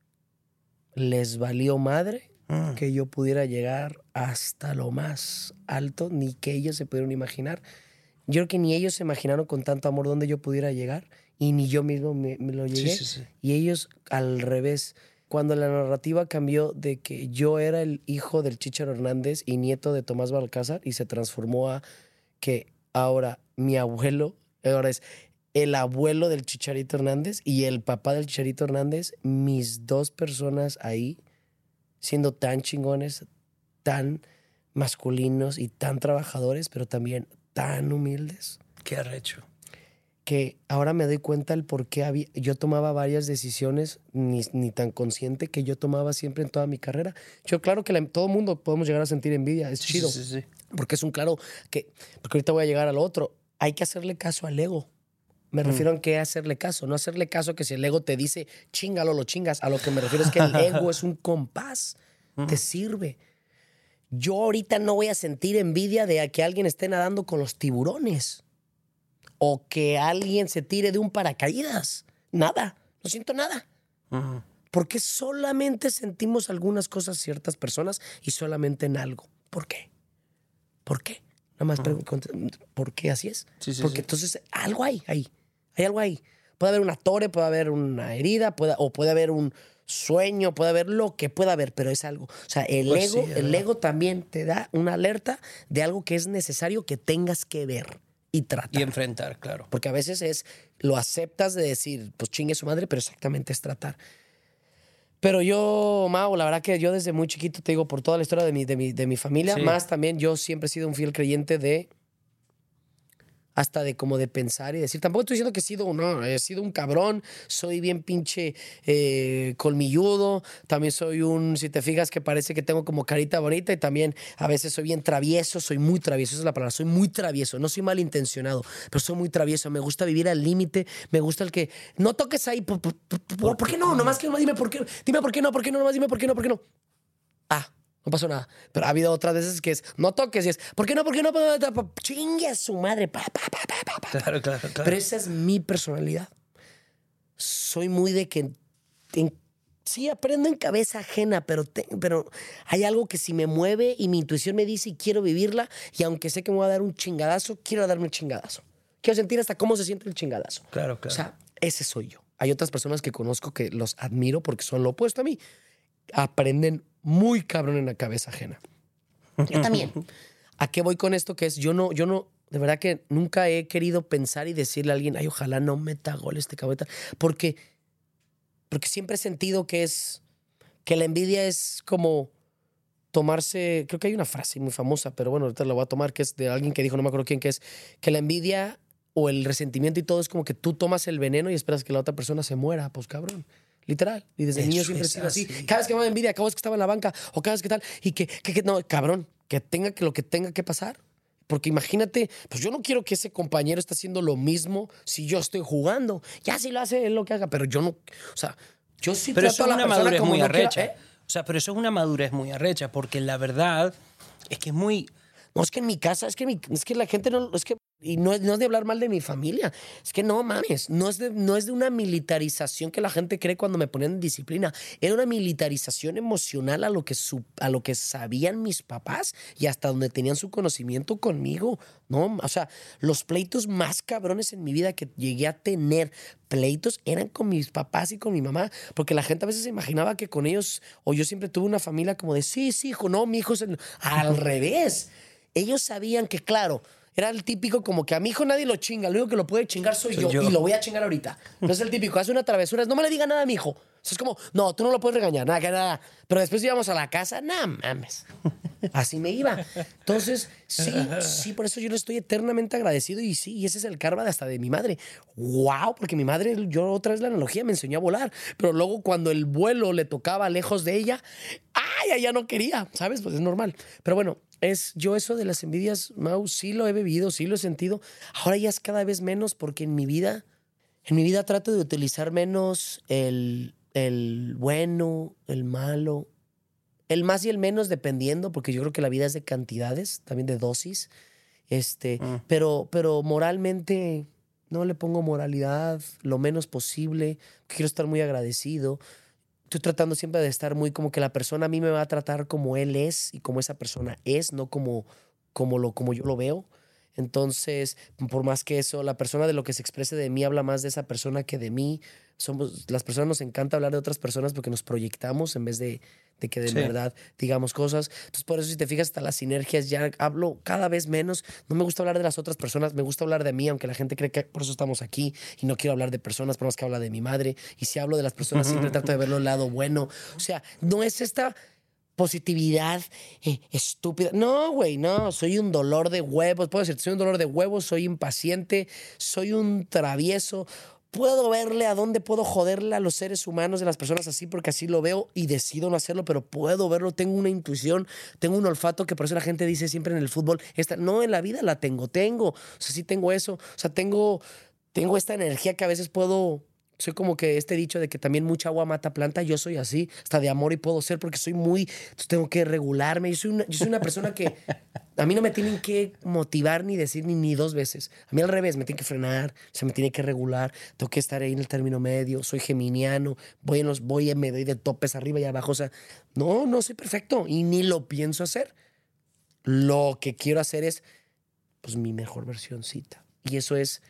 les valió madre Mm. que yo pudiera llegar hasta lo más alto, ni que ellos se pudieron imaginar. Yo creo que ni ellos se imaginaron con tanto amor dónde yo pudiera llegar y ni yo mismo me, me lo llegué. Sí, sí, sí. Y ellos al revés. Cuando la narrativa cambió de que yo era el hijo del Chícharo Hernández y nieto de Tomás Balcázar y se transformó a que ahora mi abuelo, ahora es el abuelo del Chicharito Hernández y el papá del Chicharito Hernández, mis dos personas ahí, siendo tan chingones, tan masculinos y tan trabajadores, pero también tan humildes, Qué arrecho. que ahora me doy cuenta el por qué había, yo tomaba varias decisiones ni, ni tan consciente que yo tomaba siempre en toda mi carrera. Yo claro que la, todo mundo podemos llegar a sentir envidia, es chido, Sí, sí, sí. porque es un claro que, porque ahorita voy a llegar al otro, hay que hacerle caso al ego. Me refiero a que hacerle caso, no hacerle caso que si el ego te dice chingalo, lo chingas. A lo que me refiero es que el ego es un compás, te sirve. Yo ahorita no voy a sentir envidia de que alguien esté nadando con los tiburones o que alguien se tire de un paracaídas. Nada, no siento nada. Ujú. Porque solamente sentimos algunas cosas ciertas personas y solamente en algo. ¿Por qué? ¿Por qué? Nada más pregunto, ¿por qué así es? Sí, sí, Porque sí. entonces algo hay ahí. Hay algo ahí. Puede haber una torre, puede haber una herida, puede, o puede haber un sueño, puede haber lo que pueda haber, pero es algo. O sea, el Pues ego, sí, el ¿verdad? ego también te da una alerta de algo que es necesario que tengas que ver y tratar. Y enfrentar, claro. Porque a veces es, lo aceptas de decir, pues chingue su madre, pero exactamente es tratar. Pero yo, Mau, la verdad que yo desde muy chiquito, te digo, por toda la historia de mi, de mi, de mi familia, Sí. más también yo siempre he sido un fiel creyente de, hasta de como de pensar y decir, tampoco estoy diciendo que he sido, no, he sido un cabrón, soy bien pinche eh, colmilludo, también soy un, si te fijas que parece que tengo como carita bonita y también a veces soy bien travieso, soy muy travieso, esa es la palabra, soy muy travieso, no soy malintencionado, pero soy muy travieso, me gusta vivir al límite, me gusta el que, no toques ahí, ¿por, por, por, por, ¿por qué no? Nomás que dime por qué, dime por qué no, por qué no, nomás dime por qué no, por qué no. Ah, no pasó nada. Pero ha habido otras veces que es, no toques y es, ¿por qué no? ¿Por qué no? Chingue a su madre. Pa, pa, pa, pa, pa, pa. Claro, claro, claro. Pero esa es mi personalidad. Soy muy de que, en- sí, aprendo en cabeza ajena, pero, te- pero hay algo que si me mueve y mi intuición me dice y quiero vivirla, y aunque sé que me voy a dar un chingadazo, quiero darme un chingadazo. Quiero sentir hasta cómo se siente el chingadazo. Claro, claro. O sea, ese soy yo. Hay otras personas que conozco que los admiro porque son lo opuesto a mí. Aprenden muy cabrón en la cabeza ajena. Yo también. ¿A qué voy con esto? Que es, yo no, yo no, de verdad que nunca he querido pensar y decirle a alguien, ay, ojalá no meta gol este cabrón. Porque, porque siempre he sentido que es, que la envidia es como tomarse, creo que hay una frase muy famosa, pero bueno, ahorita la voy a tomar, que es de alguien que dijo, no me acuerdo quién, que es que la envidia o el resentimiento y todo es como que tú tomas el veneno y esperas que la otra persona se muera. Pues cabrón. Literal. Y desde Eso niño siempre he es sido así. así. Cada vez que me da envidia, cada vez que estaba en la banca, o cada vez que tal, y que, que, que no, cabrón, que tenga que lo que tenga que pasar. Porque imagínate, pues yo no quiero que ese compañero esté haciendo lo mismo si yo estoy jugando. Ya si lo hace, él lo que haga, pero yo no, o sea, yo sí Pero trato eso a es la una persona madurez como muy no quiera, arrecha. ¿eh? O sea, pero eso es una madurez muy arrecha, porque la verdad es que es muy... No, es que en mi casa, es que, mi, es que la gente no, es que, y no es, no es de hablar mal de mi familia, es que no mames, no es, de, no es de una militarización que la gente cree cuando me ponían en disciplina, era una militarización emocional a lo que, su, a lo que sabían mis papás y hasta donde tenían su conocimiento conmigo, ¿no? O sea, los pleitos más cabrones en mi vida que llegué a tener, pleitos, eran con mis papás y con mi mamá, porque la gente a veces se imaginaba que con ellos, o yo siempre tuve una familia como de, sí, sí, hijo, no, mi hijo es el... Al revés. Ellos sabían que, claro, era el típico como que a mi hijo nadie lo chinga, lo único que lo puede chingar soy, soy yo, yo y lo voy a chingar ahorita. No es el típico, hace una travesura, no me le diga nada a mi hijo. O sea, es como, no, tú no lo puedes regañar, nada, que nada. Pero después íbamos a la casa, nada mames. Así me iba. Entonces, sí, sí, por eso yo le estoy eternamente agradecido y sí, y ese es el karma de hasta de mi madre. ¡Wow! Porque mi madre, yo otra vez la analogía, me enseñó a volar, pero luego cuando el vuelo le tocaba lejos de ella, ¡ay! Ella no quería, ¿sabes? Pues es normal. Pero bueno, es yo eso de las envidias, Mau, sí lo he bebido, sí lo he sentido. Ahora ya es cada vez menos porque en mi vida, en mi vida trato de utilizar menos el, el bueno, el malo, el más y el menos dependiendo, porque yo creo que la vida es de cantidades, también de dosis. Este, mm. pero, pero moralmente no le pongo moralidad lo menos posible. Quiero estar muy agradecido. Estoy tratando siempre de estar muy como que la persona a mí me va a tratar como él es y como esa persona es, no como, como, lo, como yo lo veo. Entonces, por más que eso, la persona de lo que se exprese de mí habla más de esa persona que de mí. Somos, las personas nos encanta hablar de otras personas porque nos proyectamos en vez de, de que de sí. verdad digamos cosas. Entonces, por eso, si te fijas, hasta las sinergias ya hablo cada vez menos. No me gusta hablar de las otras personas, me gusta hablar de mí, aunque la gente cree que por eso estamos aquí y no quiero hablar de personas, por más que habla de mi madre. Y si hablo de las personas, siempre trato de verlo el lado bueno. O sea, no es esta positividad eh, estúpida. No, güey, no. Soy un dolor de huevos. Puedo decirte, soy un dolor de huevos, soy impaciente, soy un travieso. Puedo verle a dónde puedo joderle a los seres humanos, de las personas así, porque así lo veo y decido no hacerlo, pero puedo verlo. Tengo una intuición, tengo un olfato que por eso la gente dice siempre en el fútbol, esta, no, en la vida la tengo, tengo. O sea, sí tengo eso. O sea, tengo, tengo esta energía que a veces puedo... Soy como que este dicho de que también mucha agua mata planta. Yo soy así, hasta de amor y puedo ser porque soy muy... Entonces tengo que regularme. Yo soy una, yo soy una persona que a mí no me tienen que motivar ni decir ni, ni dos veces. A mí al revés, me tienen que frenar, se me tiene que regular. Tengo que estar ahí en el término medio. Soy geminiano, voy en los, voy en, me doy de topes arriba y abajo. O sea, no, no soy perfecto y ni lo pienso hacer. Lo que quiero hacer es, pues, mi mejor versioncita. Y eso es,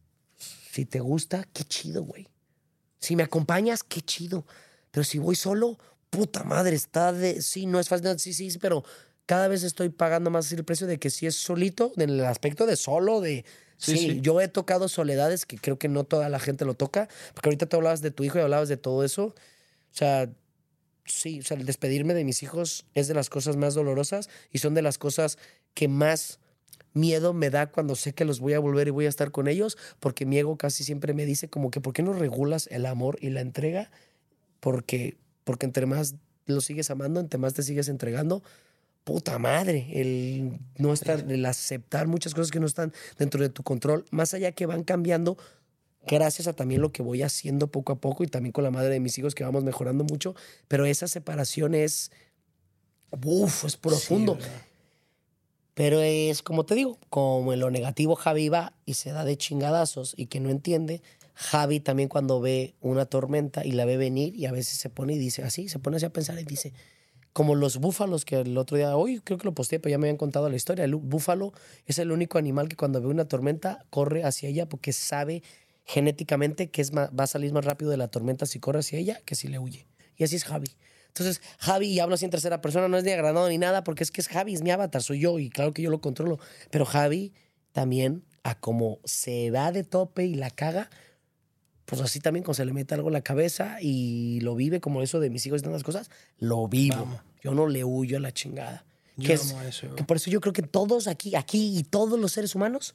si te gusta, qué chido, güey. Si me acompañas, qué chido. Pero si voy solo, puta madre, está de... Sí, no es fácil, sí, sí, pero cada vez estoy pagando más el precio de que si es solito, en el aspecto de solo, de... Sí, sí, sí, yo he tocado soledades que creo que no toda la gente lo toca, porque ahorita tú hablabas de tu hijo y hablabas de todo eso. O sea, sí, o sea, el despedirme de mis hijos es de las cosas más dolorosas y son de las cosas que más... miedo me da cuando sé que los voy a volver y voy a estar con ellos, porque mi ego casi siempre me dice como que ¿por qué no regulas el amor y la entrega? Porque, porque entre más lo sigues amando, entre más te sigues entregando, puta madre, el no estar, el aceptar muchas cosas que no están dentro de tu control, más allá que van cambiando, gracias a también lo que voy haciendo poco a poco y también con la madre de mis hijos que vamos mejorando mucho, pero esa separación es, uff, es profundo. Sí, pero es, como te digo, como en lo negativo Javi va y se da de chingadazos y que no entiende, Javi también cuando ve una tormenta y la ve venir y a veces se pone y dice así, se pone así a pensar y dice, como los búfalos que el otro día, hoy creo que lo posteé, pero ya me habían contado la historia, el búfalo es el único animal que cuando ve una tormenta corre hacia ella porque sabe genéticamente que es más, va a salir más rápido de la tormenta si corre hacia ella que si le huye. Y así es Javi. Entonces, Javi, y hablo así en tercera persona, no es ni agradado ni nada, porque es que es Javi, es mi avatar, soy yo, y claro que yo lo controlo. Pero Javi también, a como se va de tope y la caga, pues así también cuando se le mete algo en la cabeza y lo vive como eso de mis hijos y tantas cosas, lo vivo. Vamos. Yo no le huyo a la chingada. Yo que amo es, eso. Que por eso yo creo que todos aquí, aquí y todos los seres humanos,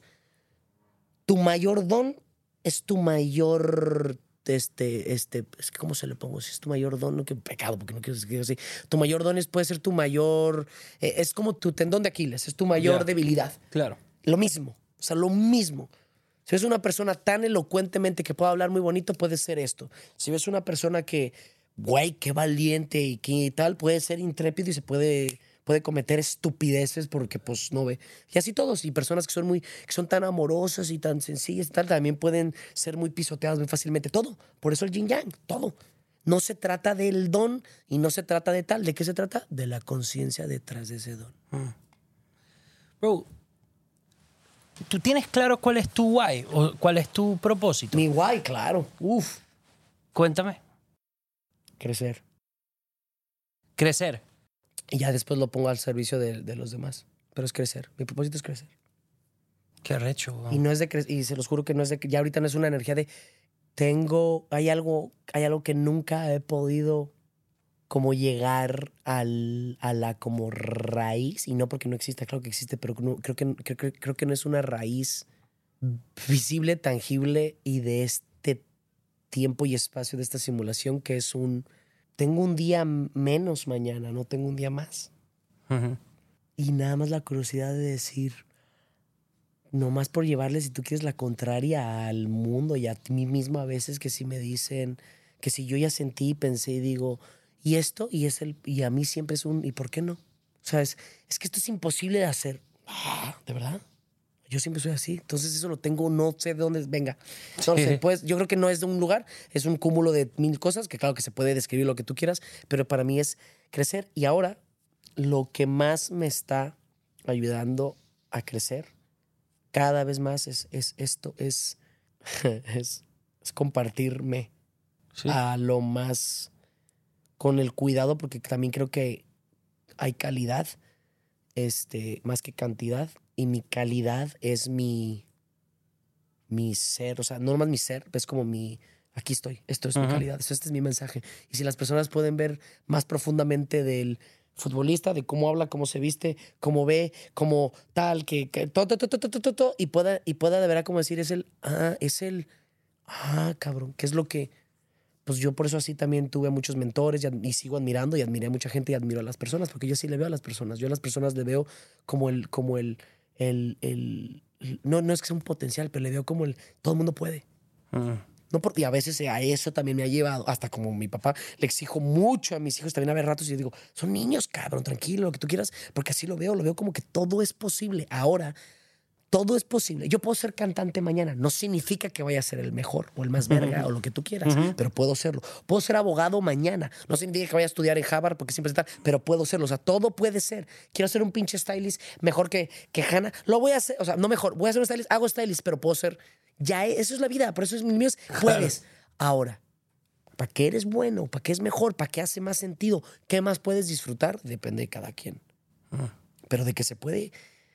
tu mayor don es tu mayor... Este, este, es que ¿cómo se le pongo? Si es tu mayor don, no que pecado, porque no quiero decir así. Tu mayor don es, puede ser tu mayor, eh, es como tu tendón de Aquiles, es tu mayor yeah. debilidad. Claro. Lo mismo, o sea, lo mismo. Si ves una persona tan elocuentemente que puede hablar muy bonito, puede ser esto. Si ves una persona que, güey, qué valiente y qué tal, puede ser intrépido y se puede, puede cometer estupideces porque pues no ve. Y así todos. Y personas que son muy, que son tan amorosas y tan sencillas y tal, también pueden ser muy pisoteadas muy fácilmente. Todo. Por eso el yin yang, todo. No se trata del don y no se trata de tal. ¿De qué se trata? De la conciencia detrás de ese don. Mm. Bro, ¿tú tienes claro cuál es tu why o cuál es tu propósito? Mi why, claro. Uf. Cuéntame. Crecer. Crecer. Y ya después lo pongo al servicio de, de los demás. Pero es crecer. Mi propósito es crecer. Qué recho. Bro. Y no es de cre- y se los juro que no es de que ya ahorita no es una energía de tengo, hay algo, hay algo que nunca he podido como llegar al, a la como raíz, y no porque no exista, claro que existe, pero no, creo, que, creo, creo, creo que no es una raíz visible, tangible y de este tiempo y espacio de esta simulación, que es un, tengo un día menos mañana, no tengo un día más. Uh-huh. Y nada más la curiosidad de decir, nomás por llevarle, si tú quieres, la contraria al mundo y a mí mismo a veces, que si me dicen, que si yo ya sentí y pensé y digo, y esto, y es el, y a mí siempre es un, ¿y por qué no? O sea, es, es que esto es imposible de hacer. Ah, ¿de verdad? Yo siempre soy así. Entonces eso lo tengo, no sé de dónde venga. No sé, pues yo creo que no es de un lugar, es un cúmulo de mil cosas, que claro que se puede describir lo que tú quieras, pero para mí es crecer. Y ahora, lo que más me está ayudando a crecer cada vez más es, es esto, es, es, es compartirme Sí. a lo más con el cuidado, porque también creo que hay calidad, este, más que cantidad, y mi calidad es mi, mi ser, o sea, no nomás mi ser, es como mi, aquí estoy, esto es Uh-huh. mi calidad, esto, este es mi mensaje. Y si las personas pueden ver más profundamente del futbolista, de cómo habla, cómo se viste, cómo ve, cómo tal, que, que todo, todo, todo, todo, todo, todo, y pueda, y pueda de verdad como decir, es el, ah, es el, ah, cabrón, ¿qué es lo que, pues yo por eso así también tuve muchos mentores y, ad- y sigo admirando y admiré a mucha gente y admiro a las personas, porque yo sí le veo a las personas, yo a las personas le veo como el, como el, el, el, el- no, no es que sea un potencial, pero le veo como el, todo el mundo puede. Uh-huh. No por, y a veces a eso también me ha llevado, hasta como mi papá, le exijo mucho a mis hijos también a ver ratos y yo digo, son niños, cabrón, tranquilo, lo que tú quieras, porque así lo veo, lo veo como que todo es posible. Ahora, todo es posible. Yo puedo ser cantante mañana, no significa que vaya a ser el mejor o el más verga o lo que tú quieras, Uh-huh. pero puedo serlo. Puedo ser abogado mañana, no significa que vaya a estudiar en Harvard porque siempre está, pero puedo serlo. O sea, todo puede ser. Quiero ser un pinche stylist mejor que, que Hannah, lo voy a hacer, o sea, no mejor, voy a ser un stylist, hago stylist, pero puedo ser, ya, eso es la vida, por eso es mi mío, es, puedes. Ahora, ¿para qué eres bueno? ¿Para qué es mejor? ¿Para qué hace más sentido? ¿Qué más puedes disfrutar? Depende de cada quien. Uh-huh. Pero de que se puede,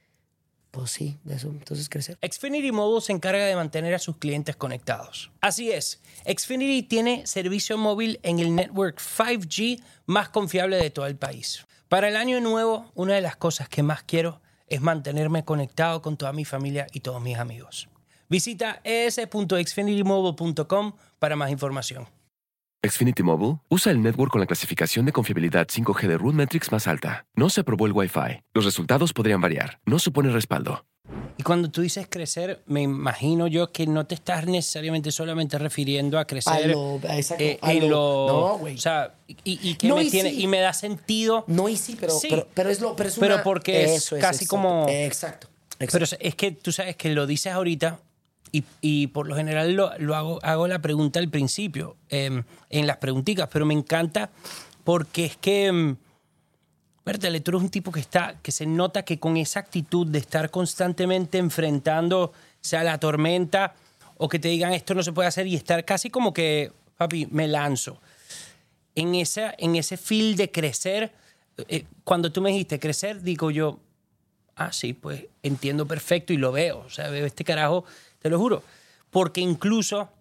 pues sí, de eso. Entonces crecer. Xfinity Mobile se encarga de mantener a sus clientes conectados. Así es, Xfinity tiene servicio móvil en el network cinco G más confiable de todo el país. Para el año nuevo, una de las cosas que más quiero es mantenerme conectado con toda mi familia y todos mis amigos. Visita e s punto xfinity mobile punto com para más información. Xfinity Mobile usa el network con la clasificación de confiabilidad cinco G de RootMetrics más alta. No se aprobó el Wi-Fi. Los resultados podrían variar. No supone respaldo. Y cuando tú dices crecer, me imagino yo que no te estás necesariamente solamente refiriendo a crecer A lo- exacto, eh, a en lo- lo... no, güey. O sea, y, y que No, me y tiene, sí. y me da sentido... No, y sí, pero, Sí. pero, pero es lo, pero es Pero una- porque es eso casi exacto, como- Exacto. exacto. Pero es que tú sabes que lo dices ahorita y, y por lo general lo, lo hago, hago la pregunta al principio, eh, en las preguntitas, pero me encanta porque es que, um, Bertale, tú eres un tipo que, está, que se nota que con esa actitud de estar constantemente enfrentando, sea la tormenta o que te digan esto no se puede hacer y estar casi como que, papi, me lanzo. En, esa, en ese feel de crecer, eh, cuando tú me dijiste crecer, digo yo, ah, sí, pues entiendo perfecto y lo veo. O sea, veo este carajo, te lo juro. Porque incluso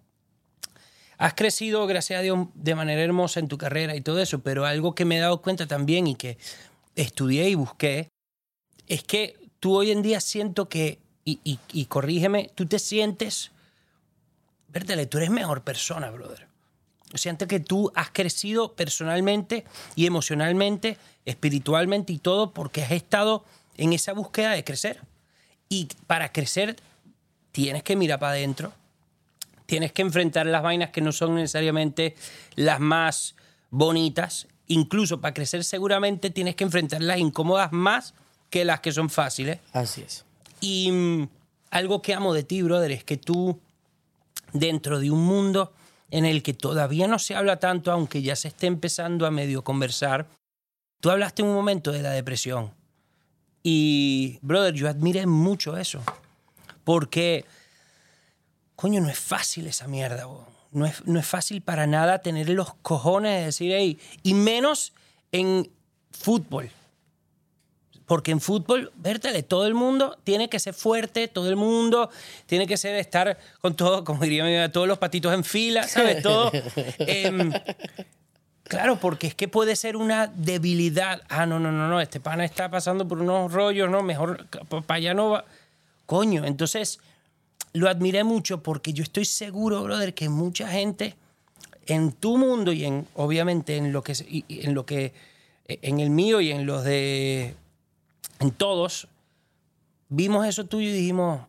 has crecido, gracias a Dios, de manera hermosa en tu carrera y todo eso, pero algo que me he dado cuenta también y que estudié y busqué, es que tú hoy en día siento que, y, y, y corrígeme, tú te sientes, Bertale, tú eres mejor persona, brother. Siento que tú has crecido personalmente y emocionalmente, espiritualmente y todo porque has estado en esa búsqueda de crecer. Y para crecer tienes que mirar para adentro, tienes que enfrentar las vainas que no son necesariamente las más bonitas incluso para crecer seguramente tienes que enfrentar las incómodas más que las que son fáciles. Así es. Y mm, algo que amo de ti, brother, es que tú, dentro de un mundo en el que todavía no se habla tanto, aunque ya se esté empezando a medio conversar, tú hablaste en un momento de la depresión. Y, brother, yo admiré mucho eso. Porque, coño, no es fácil esa mierda, bro. No es, no es fácil para nada tener los cojones de decir, hey, y menos en fútbol. Porque en fútbol, vértale, todo el mundo tiene que ser fuerte, todo el mundo tiene que ser estar con todo, como diría mi mamá, todos los patitos en fila, ¿sabes? Todo. eh, claro, porque es que puede ser una debilidad. Ah, no, no, no, no, este pana está pasando por unos rollos, no, mejor para allá no va. Coño, entonces lo admiré mucho porque yo estoy seguro, brother, que mucha gente en tu mundo y en, obviamente, en lo que, en lo que, en el mío y en los de... En todos, vimos eso tuyo y dijimos,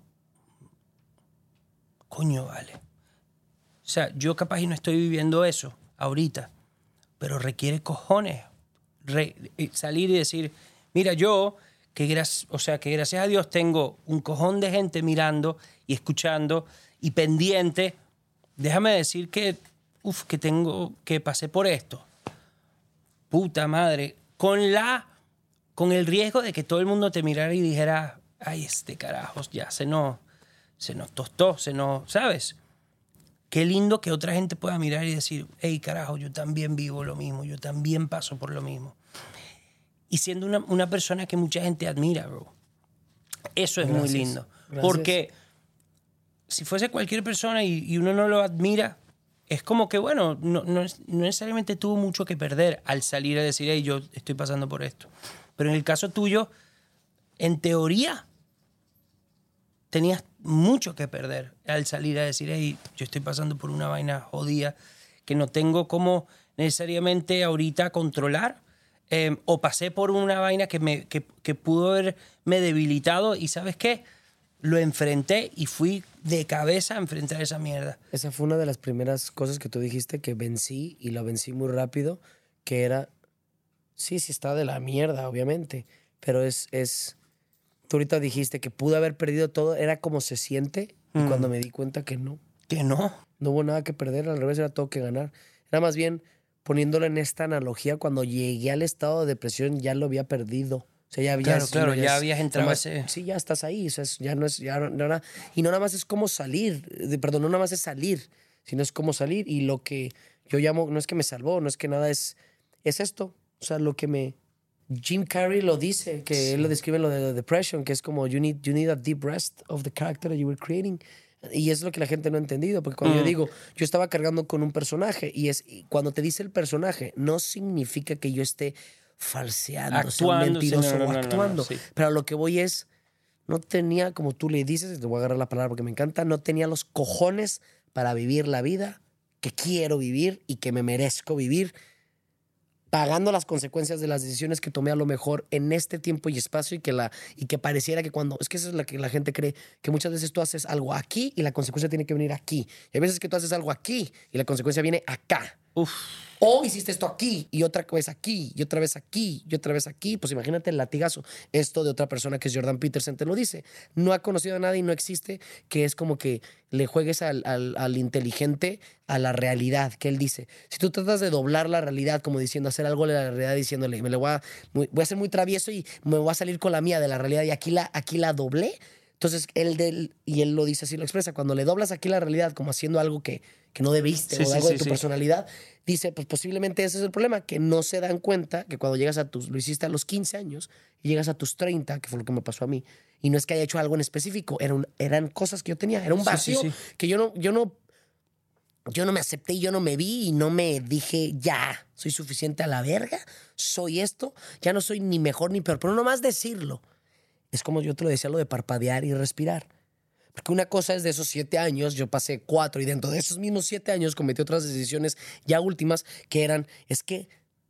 coño, vale. O sea, yo capaz y no estoy viviendo eso ahorita, pero requiere cojones re, salir y decir, mira, yo, que, gracias, o sea, que gracias a Dios tengo un cojón de gente mirando y escuchando y pendiente, déjame decir que, uf, que tengo, que pasé por esto. Puta madre, con la... con el riesgo de que todo el mundo te mirara y dijera, ay, este carajo, ya se nos, se nos tostó, se nos, ¿sabes? Qué lindo que otra gente pueda mirar y decir, hey, carajo, yo también vivo lo mismo, yo también paso por lo mismo. Y siendo una, una persona que mucha gente admira, bro. Eso es Gracias. muy lindo. Gracias. Porque si fuese cualquier persona y, y uno no lo admira, es como que, bueno, no, no, no necesariamente tuvo mucho que perder al salir a decir, hey, yo estoy pasando por esto. Pero en el caso tuyo, en teoría, tenías mucho que perder al salir a decir, hey, yo estoy pasando por una vaina jodida que no tengo cómo necesariamente ahorita controlar, eh, o pasé por una vaina que, me, que, que pudo haberme debilitado y ¿sabes qué? Lo enfrenté y fui de cabeza a enfrentar esa mierda. Esa fue una de las primeras cosas que tú dijiste que vencí, y lo vencí muy rápido, que era, sí, sí está de la mierda, obviamente, pero es, es, tú ahorita dijiste que pude haber perdido todo, era como se siente, y Mm. cuando me di cuenta que no, Que no. no hubo nada que perder, al revés, era todo que ganar. Era más bien, poniéndolo en esta analogía, cuando llegué al estado de depresión ya lo había perdido. O sea, ya había, Claro, claro, ya habías entrado a a ese... Sí, ya estás ahí. O sea, es- ya no es... Ya no, no era- y no nada más es cómo salir. de- Perdón, no nada más es salir, sino es cómo salir. Y lo que yo llamo, no es que me salvó, no es que nada, es, es esto. O sea, lo que me... Jim Carrey lo dice, que Sí. él lo describe en lo de depression, que es como you need, you need a deep rest of the character that you were creating. Y es lo que la gente no ha entendido, porque cuando Mm. yo digo, yo estaba cargando con un personaje, y es y cuando te dice el personaje, no significa que yo esté falseando, sea un Actuando, sí, mentiroso no, no, o no, no, actuando. no, sí. Pero a lo que voy es, no tenía, como tú le dices, te voy a agarrar la palabra porque me encanta, no tenía los cojones para vivir la vida que quiero vivir y que me merezco vivir, pagando las consecuencias de las decisiones que tomé a lo mejor en este tiempo y espacio, y que, la, y que pareciera que cuando... Es que eso es lo que la gente cree, que muchas veces tú haces algo aquí y la consecuencia tiene que venir aquí. Y hay veces que tú haces algo aquí y la consecuencia viene acá. Uf. O hiciste esto aquí y otra vez aquí y otra vez aquí y otra vez aquí. Pues imagínate el latigazo. Esto de otra persona que es Jordan Peterson te lo dice. No ha conocido a nadie y no existe, que es como que le juegues al, al, al inteligente a la realidad, que él dice. Si tú tratas de doblar la realidad, como diciendo, hacer algo de la realidad, diciéndole, me le voy a, muy- voy a ser muy travieso y me voy a salir con la mía de la realidad, y aquí la, aquí la doblé. Entonces, él, del, y él lo dice así, lo expresa, cuando le doblas aquí la realidad como haciendo algo que, que no debiste, Sí, o sí, algo sí, de tu sí. personalidad, dice, pues posiblemente ese es el problema, que no se dan cuenta que cuando llegas a tus, lo hiciste a los quince años, y llegas a tus treinta, que fue lo que me pasó a mí, y no es que haya hecho algo en específico, era un- eran cosas que yo tenía, era un Sí, sí, vacío sí. que yo no, yo no, yo no me acepté y yo no me vi y no me dije, ya, soy suficiente a la verga, soy esto, ya no soy ni mejor ni peor, pero no más decirlo. Es como yo te lo decía, lo de parpadear y respirar. Porque una cosa es de esos siete años, yo pasé cuatro, y dentro de esos mismos siete años cometí otras decisiones ya últimas que eran, es que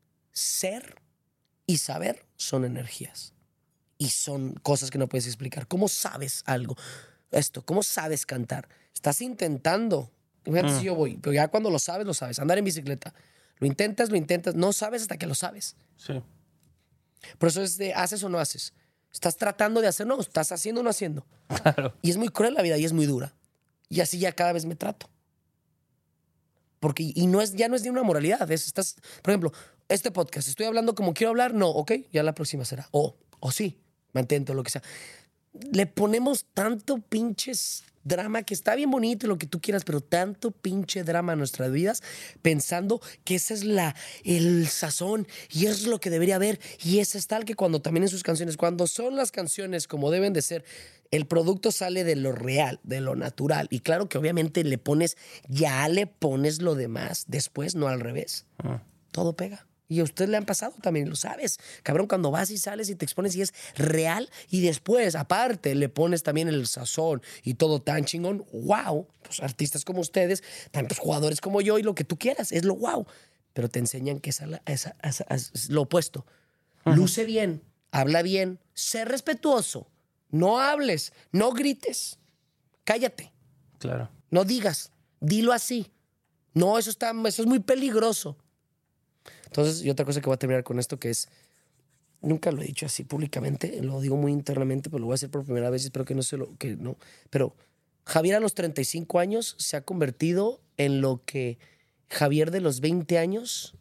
ser y saber son energías. Y son cosas que no puedes explicar. ¿Cómo sabes algo? Esto, ¿cómo sabes cantar? Estás intentando. Imagínate Mm. si yo voy, pero ya cuando lo sabes, lo sabes. Andar en bicicleta. Lo intentas, lo intentas. No sabes hasta que lo sabes. Sí. Por eso es de haces o no haces. Estás tratando de hacer, no, estás haciendo o no haciendo. Claro. Y es muy cruel la vida y es muy dura. Y así ya cada vez me trato. Porque, y no es, ya no es de una moralidad. Es, estás, por ejemplo, este podcast, estoy hablando como quiero hablar, no, ok, ya la próxima será. O, o sí, mantento, lo que sea. Le ponemos tanto pinches drama que está bien bonito y lo que tú quieras, pero tanto pinche drama a nuestras vidas pensando que ese es la, el sazón y eso es lo que debería haber. Y ese es tal que cuando también en sus canciones, cuando son las canciones como deben de ser, el producto sale de lo real, de lo natural. Y claro que obviamente le pones, ya le pones lo demás después, no al revés. Uh-huh. Todo pega. Y a usted le han pasado también, lo sabes. Cabrón, cuando vas y sales y te expones y es real y después, aparte, le pones también el sazón y todo tan chingón. ¡Wow! Pues artistas como ustedes, tantos jugadores como yo y lo que tú quieras, es lo wow. Pero te enseñan que es, la, esa, esa, es lo opuesto. Uh-huh. Luce bien, habla bien, sé respetuoso. No hables, no grites, cállate. Claro. No digas, dilo así. No, eso, está, eso es muy peligroso. Entonces, y otra cosa que voy a terminar con esto que es, nunca lo he dicho así públicamente, lo digo muy internamente, pero lo voy a hacer por primera vez y espero que no se lo, que no. Pero Javier a los treinta y cinco años se ha convertido en lo que Javier de los veinte años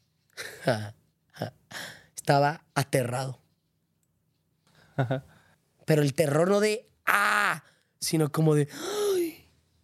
estaba aterrado. Ajá. Pero el terror no de ¡ah!, sino como de ¡ay!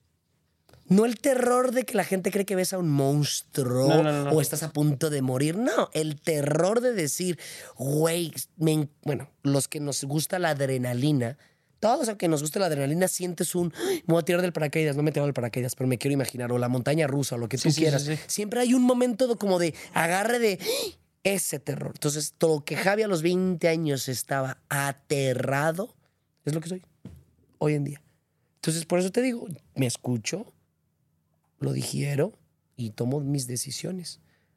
No el terror de que la gente cree que ves a un monstruo no, no, no, no. o estás a punto de morir. No, el terror de decir, güey, me... bueno, los que nos gusta la adrenalina, todos los que nos gusta la adrenalina sientes un, me voy a tirar del paracaídas, no me tiro del paracaídas, pero me quiero imaginar, o la montaña rusa, o lo que sí, tú sí, quieras. Sí, sí. Siempre hay un momento de, como de agarre de ese terror. Entonces, todo lo que Javi a los veinte años estaba aterrado, es lo que soy hoy en día. Entonces, por eso te digo, me escucho, lo digiero y tomo mis decisiones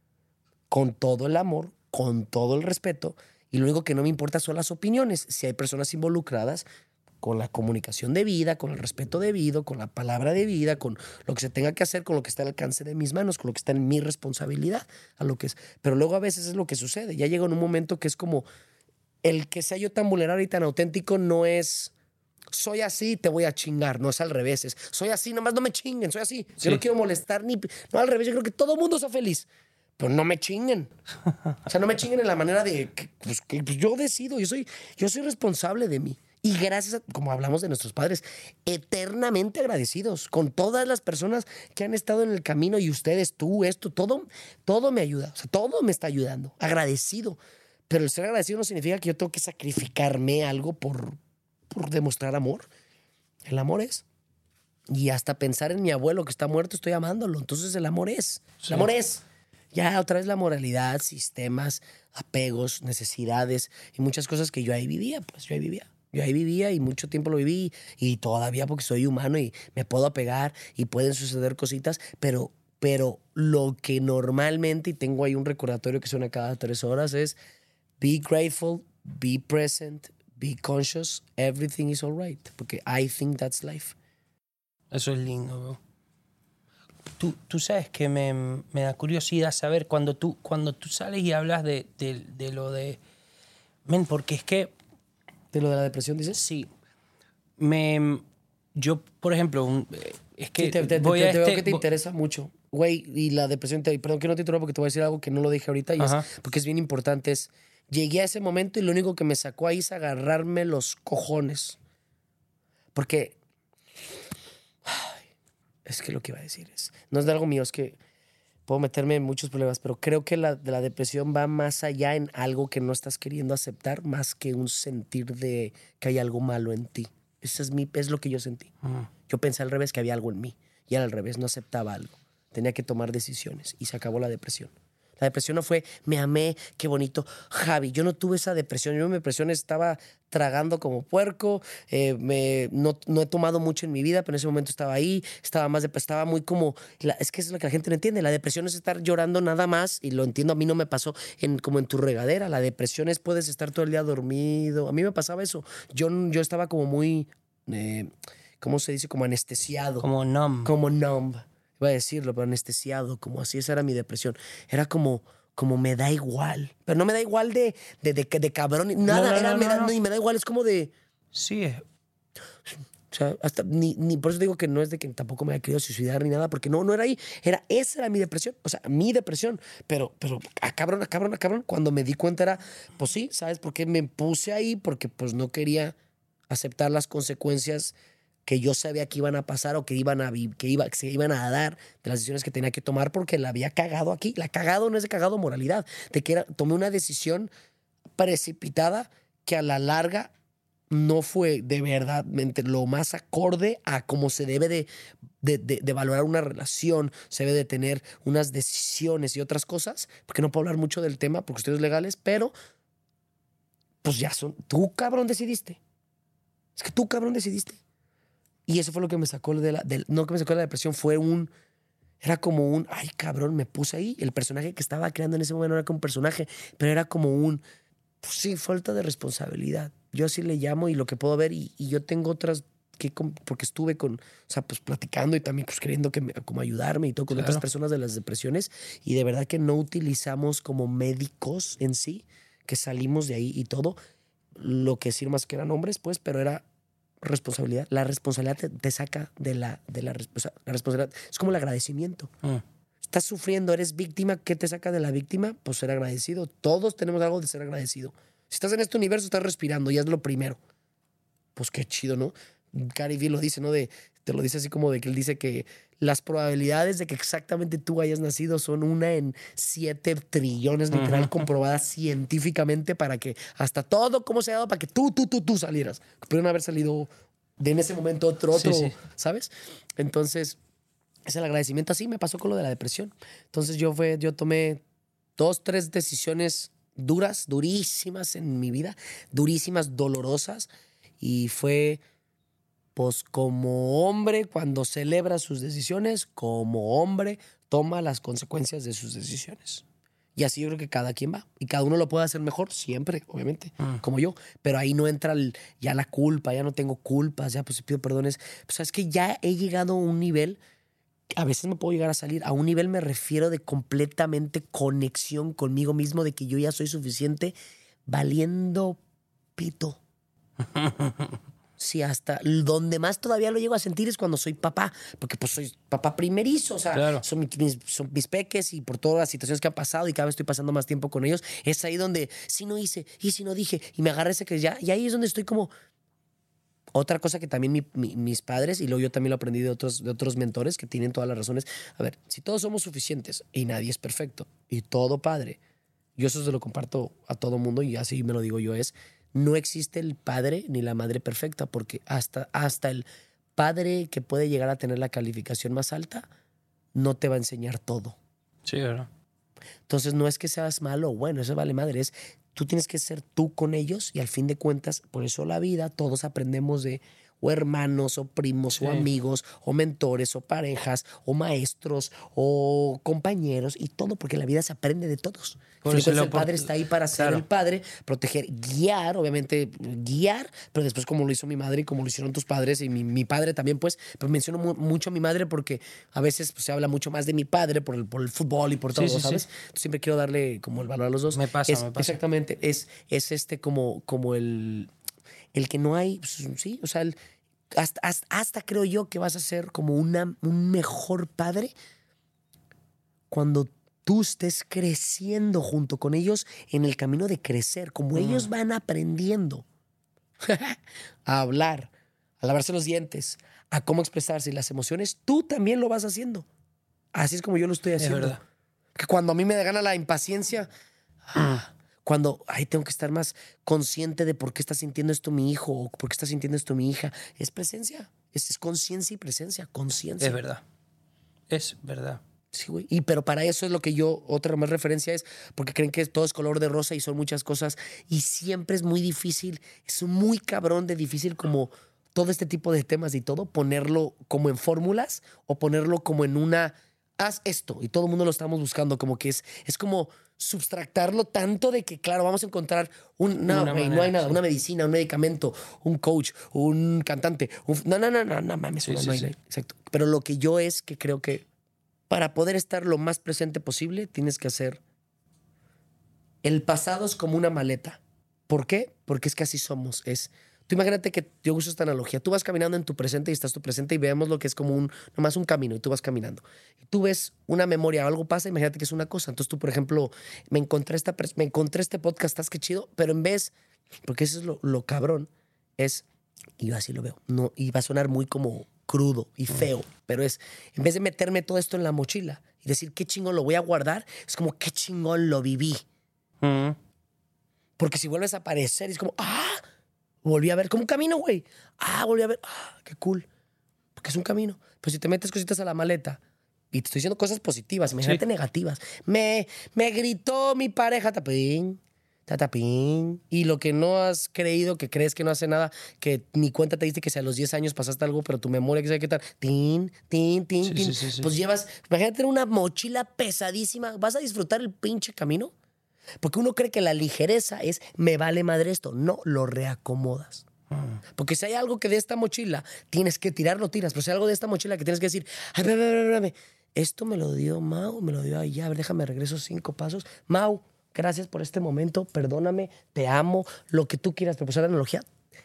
con todo el amor, con todo el respeto, y lo único que no me importa son las opiniones. Si hay personas involucradas, con la comunicación debida, con el respeto debido, con la palabra debida, con lo que se tenga que hacer, con lo que está al alcance de mis manos, con lo que está en mi responsabilidad, a lo que es. Pero luego a veces es lo que sucede. Ya llega en un momento que es como el que sea yo tan vulnerable y tan auténtico no es soy así, te voy a chingar, no es al revés, es soy así, nomás no me chinguen, soy así, sí. Yo no quiero molestar ni, no al revés, yo creo que todo el mundo sea feliz, pero no me chinguen, o sea, no me chinguen en la manera de que, pues, que pues yo decido, yo soy, yo soy responsable de mí. Y gracias a, como hablamos de nuestros padres, eternamente agradecidos con todas las personas que han estado en el camino y ustedes, tú, esto, todo, todo me ayuda, o sea, todo me está ayudando, agradecido. Pero el ser agradecido no significa que yo tengo que sacrificarme algo por, por demostrar amor. El amor es. Y hasta pensar en mi abuelo que está muerto, estoy amándolo. Entonces el amor es. Sí. El amor es. Ya otra vez la moralidad, sistemas, apegos, necesidades y muchas cosas que yo ahí vivía, pues yo ahí vivía. Yo ahí vivía y mucho tiempo lo viví y todavía porque soy humano y me puedo apegar y pueden suceder cositas, pero, pero lo que normalmente, y tengo ahí un recordatorio que suena cada tres horas, es be grateful, be present, be conscious, everything is all right. Porque I think that's life. Eso es lindo, bro. Tú, tú sabes que me, me da curiosidad saber cuando tú, cuando tú sales y hablas de, de, de lo de... Men, porque es que... ¿De lo de la depresión dices? Sí. Me, yo, por ejemplo, un, es que sí, te, te, voy te, a te este, veo que te interesa mucho. Güey, y la depresión, te, perdón que no te interrumpa porque te voy a decir algo que no lo dije ahorita y es, porque es bien importante, es... Llegué a ese momento y lo único que me sacó ahí es agarrarme los cojones. Porque... Ay, es que lo que iba a decir es... No es de algo mío, es que puedo meterme en muchos problemas, pero creo que la, la depresión va más allá en algo que no estás queriendo aceptar, más que un sentir de que hay algo malo en ti. Eso es, mi, es lo que yo sentí. Uh-huh. Yo pensé al revés que había algo en mí y al revés no aceptaba algo. Tenía que tomar decisiones y se acabó la depresión. La depresión no fue, me amé, qué bonito. Javi, yo no tuve esa depresión. Yo en mi depresión estaba tragando como puerco. Eh, me, no, no he tomado mucho en mi vida, pero en ese momento estaba ahí. Estaba más de, estaba muy como... La, es que eso es lo que la gente no entiende. La depresión es estar llorando nada más. Y lo entiendo, a mí no me pasó en, como en tu regadera. La depresión es puedes estar todo el día dormido. A mí me pasaba eso. Yo, yo estaba como muy... Eh, ¿cómo se dice? Como anestesiado. Como numb. Como numb. iba a decirlo, pero anestesiado, como así, esa era mi depresión. Era como, como me da igual. Pero no me da igual de, de, de, de cabrón, nada, No, no, era, no, me no, da, no. no, y me da igual, es como de... Sí, es... O sea, hasta ni, ni por eso digo que no es de que tampoco me haya querido suicidar ni nada, porque no, no era ahí. Era, esa era mi depresión. O sea, mi depresión. Pero, pero a cabrón, a cabrón, a cabrón. Cuando me di cuenta era, pues sí, ¿sabes por qué me puse ahí? Porque pues no quería aceptar las consecuencias que yo sabía que iban a pasar o que iban a vi- que, iba, que se iban a dar de las decisiones que tenía que tomar porque la había cagado aquí. La cagado no es de cagado moralidad, de que era, tomé una decisión precipitada que a la larga no fue de verdad lo más acorde a cómo se debe de, de, de, de valorar una relación, se debe de tener unas decisiones y otras cosas, porque no puedo hablar mucho del tema por cuestiones legales, pero pues ya son, tú cabrón decidiste. Es que tú cabrón decidiste. Y eso fue lo que me sacó de la, del, no que me sacó de la depresión, fue un, era como un, ay cabrón, me puse ahí. El personaje que estaba creando en ese momento no era como un personaje, pero era como un, pues sí, falta de responsabilidad. Yo así le llamo y lo que puedo ver, y, y yo tengo otras que, porque estuve con, o sea, pues platicando y también pues queriendo que me, como ayudarme y todo con Claro. otras personas de las depresiones, y de verdad que no utilizamos como médicos en sí, que salimos de ahí y todo, lo que decir más que eran hombres, pues, pero era responsabilidad. La responsabilidad te, te saca de la, de la, o sea, la responsabilidad, es como el agradecimiento. Mm. Estás sufriendo, eres víctima, ¿qué te saca de la víctima? Pues ser agradecido. Todos tenemos algo de ser agradecido. Si estás en este universo, estás respirando y es lo primero. Pues qué chido, ¿no? Gary Vee lo dice, ¿no? De, te lo dice así como de que él dice que las probabilidades de que exactamente tú hayas nacido son una en siete trillones, literal, uh-huh. comprobadas científicamente para que hasta todo, cómo se ha dado para que tú, tú, tú, tú salieras. Pudieron haber salido de en ese momento otro, otro, sí, sí. ¿sabes? Entonces, es el agradecimiento. Así me pasó con lo de la depresión. Entonces yo, fue, yo tomé dos, tres decisiones duras, durísimas en mi vida, durísimas, dolorosas, y fue, pues como hombre, cuando celebra sus decisiones, como hombre, toma las consecuencias de sus decisiones. Y así yo creo que cada quien va. Y cada uno lo puede hacer mejor siempre, obviamente, mm. como yo. Pero ahí no entra el, ya la culpa, ya no tengo culpas, ya pues pido perdones. Pues es que ya he llegado a un nivel, a veces me puedo llegar a salir, a un nivel me refiero de completamente conexión conmigo mismo, de que yo ya soy suficiente, valiendo pito. Sí, hasta donde más todavía lo llego a sentir es cuando soy papá, porque pues soy papá primerizo, o sea, claro. son, mis, son mis peques, y por todas las situaciones que han pasado y cada vez estoy pasando más tiempo con ellos, es ahí donde si no hice y si no dije y me agarra ese que ya, y ahí es donde estoy como... Otra cosa que también mi, mi, mis padres, y luego yo también lo aprendí de otros, de otros mentores que tienen todas las razones, a ver, si todos somos suficientes y nadie es perfecto y todo padre, yo eso se lo comparto a todo mundo y así me lo digo yo, es... No existe el padre ni la madre perfecta, porque hasta, hasta el padre que puede llegar a tener la calificación más alta no te va a enseñar todo. Sí, ¿verdad? Entonces no es que seas malo o bueno, eso vale madre, es tú tienes que ser tú con ellos, y al fin de cuentas, por eso la vida, todos aprendemos de o hermanos, o primos, sí. o amigos, o mentores, o parejas, o maestros, o compañeros, y todo, porque la vida se aprende de todos. Entonces el padre está ahí para ser claro. el padre, proteger, guiar, obviamente guiar, pero después como lo hizo mi madre y como lo hicieron tus padres y mi, mi padre también, pues, pero menciono mu mucho a mi madre porque a veces pues, se habla mucho más de mi padre por el, por el fútbol y por todo, sí, sí, ¿sabes? Sí. Siempre quiero darle como el valor a los dos. Me pasa, es, me pasa. Exactamente, es, es este como, como el... El que no hay, pues, sí, o sea, el, hasta, hasta, hasta creo yo que vas a ser como una, un mejor padre cuando tú estés creciendo junto con ellos en el camino de crecer, como mm. ellos van aprendiendo a hablar, a lavarse los dientes, a cómo expresarse y las emociones, tú también lo vas haciendo. Así es como yo lo estoy haciendo. Es verdad. Que cuando a mí me gana la impaciencia... Ah, cuando ay, tengo que estar más consciente de por qué está sintiendo esto mi hijo o por qué está sintiendo esto mi hija. Es presencia. Es, es conciencia y presencia. Conciencia. Es verdad. Es verdad. Sí, güey. Y pero para eso es lo que yo, otra más referencia es, porque creen que todo es color de rosa y son muchas cosas. Y siempre es muy difícil, es muy cabrón de difícil como todo este tipo de temas y todo, ponerlo como en fórmulas o ponerlo como en una... Haz esto, y todo el mundo lo estamos buscando, como que es, es como subtractarlo tanto de que, claro, vamos a encontrar un, no, wey, no hay nada, sí. una medicina, un medicamento, un coach, un cantante, un, no, no, no, no, no mames, sí, no, sí, no hay, sí. exacto. Pero lo que yo es que creo que para poder estar lo más presente posible, tienes que hacer... El pasado es como una maleta. ¿Por qué? Porque es que así somos. Es... Tú imagínate que yo uso esta analogía. Tú vas caminando en tu presente y estás tu presente y vemos lo que es como un, nomás un camino y tú vas caminando. Y tú ves una memoria, algo pasa, imagínate que es una cosa. Entonces tú, por ejemplo, me encontré, esta, me encontré este podcast, estás que chido, pero en vez, porque eso es lo, lo cabrón, es, y yo así lo veo, no, y va a sonar muy como crudo y feo, pero es, en vez de meterme todo esto en la mochila y decir qué chingón lo voy a guardar, es como qué chingón lo viví. Mm. Porque si vuelves a aparecer, es como, ¡ah! Volví a ver, como un camino, güey. Ah, volví a ver, ah, qué cool. Porque es un camino. Pero si te metes cositas a la maleta y te estoy diciendo cosas positivas, imagínate sí. negativas. Me, me gritó mi pareja, tapín, tatapín. Y lo que no has creído, que crees que no hace nada, que ni cuenta te diste que si a los diez años pasaste algo, pero tu memoria, que sabe qué tal, tin, tin, tin, sí, tin. Sí, sí, sí. Pues llevas, imagínate una mochila pesadísima. ¿Vas a disfrutar el pinche camino? Porque uno cree que la ligereza es, me vale madre esto. No, lo reacomodas. Mm. Porque si hay algo que de esta mochila tienes que tirar, lo tiras. Pero si hay algo de esta mochila que tienes que decir, ay, espérame, espérame, esto me lo dio Mau, me lo dio allá, a ver, déjame regreso cinco pasos. Mau, gracias por este momento, perdóname, te amo, lo que tú quieras. Pero pues la analogía,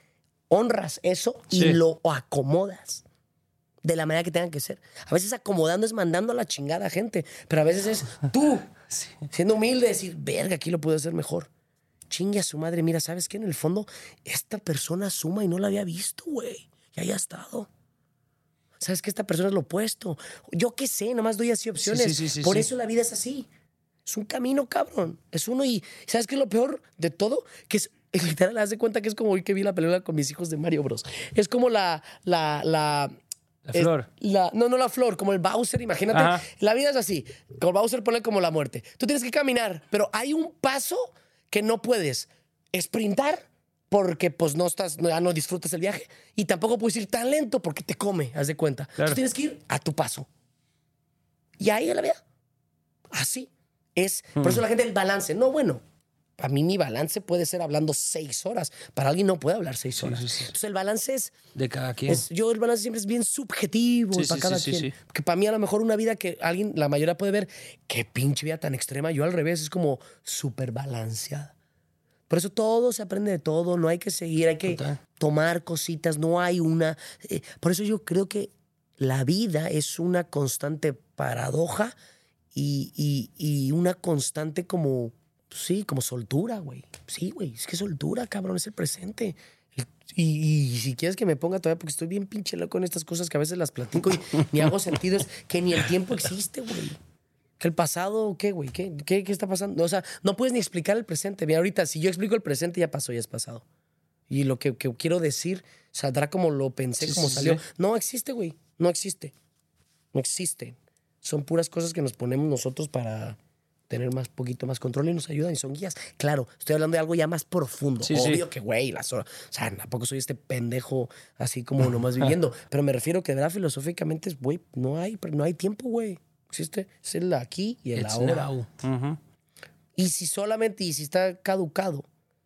honras eso y sí. lo acomodas de la manera que tengan que ser. A veces acomodando es mandando a la chingada a gente, pero a veces es tú, sí. siendo humilde, decir, verga, aquí lo puedo hacer mejor. Chingue a su madre, mira, ¿sabes qué? En el fondo, esta persona suma y no la había visto, güey. Y ahí ha estado. ¿Sabes qué? Esta persona es lo opuesto. Yo qué sé, nomás doy así opciones. Sí, sí, sí, Por sí. eso la vida es así. Es un camino, cabrón. Es uno y... ¿Sabes qué es lo peor de todo? Que es... Literal, haz de cuenta que es como hoy que vi la película con mis hijos de Mario Bros. Es como la... la, la La flor. La, no, no la flor, como el Bowser, imagínate. Ajá. La vida es así. Con el Bowser ponle como la muerte. Tú tienes que caminar, pero hay un paso que no puedes sprintar porque pues no estás, ya no disfrutas el viaje. Y tampoco puedes ir tan lento porque te come, haz de cuenta. Claro. Tú tienes que ir a tu paso. Y ahí es la vida. Así. Es, mm. Por eso la gente, el balance. No, bueno, a mí mi balance puede ser hablando seis horas. Para alguien no puede hablar seis horas. Sí, sí, sí. Entonces el balance es... De cada quien. Es, yo el balance siempre es bien subjetivo sí, para sí, cada sí, quien. Sí, sí. Porque para mí a lo mejor una vida que alguien, la mayoría puede ver, qué pinche vida tan extrema. Yo al revés, es como súper balanceada. Por eso todo se aprende de todo. No hay que seguir, hay que Total. tomar cositas. No hay una... Eh, por eso yo creo que la vida es una constante paradoja y, y, y una constante como... Sí, como soltura, güey. Sí, güey, es que soltura, cabrón, es el presente. Y, y, y si quieres que me ponga todavía, porque estoy bien pinche loco en estas cosas que a veces las platico y ni hago sentido, es que ni el tiempo existe, güey. Que el pasado, ¿qué, güey? ¿Qué, qué, ¿Qué está pasando? O sea, no puedes ni explicar el presente. Mira, ahorita, si yo explico el presente, ya pasó, ya es pasado. Y lo que, que quiero decir saldrá como lo pensé, sí, como sí, salió. Sí. No existe, güey. No existe. No existe. Son puras cosas que nos ponemos nosotros para... tener más poquito más control y nos ayudan y son guías. Claro, estoy hablando de algo ya más profundo. Sí, Obvio sí. que, güey, las horas... O sea, tampoco soy este pendejo así como nomás viviendo. Pero me refiero que, de verdad, filosóficamente es, güey, no hay, no hay tiempo, güey. Existe, es el aquí y el It's ahora. Uh-huh. Y si solamente, y si está caducado,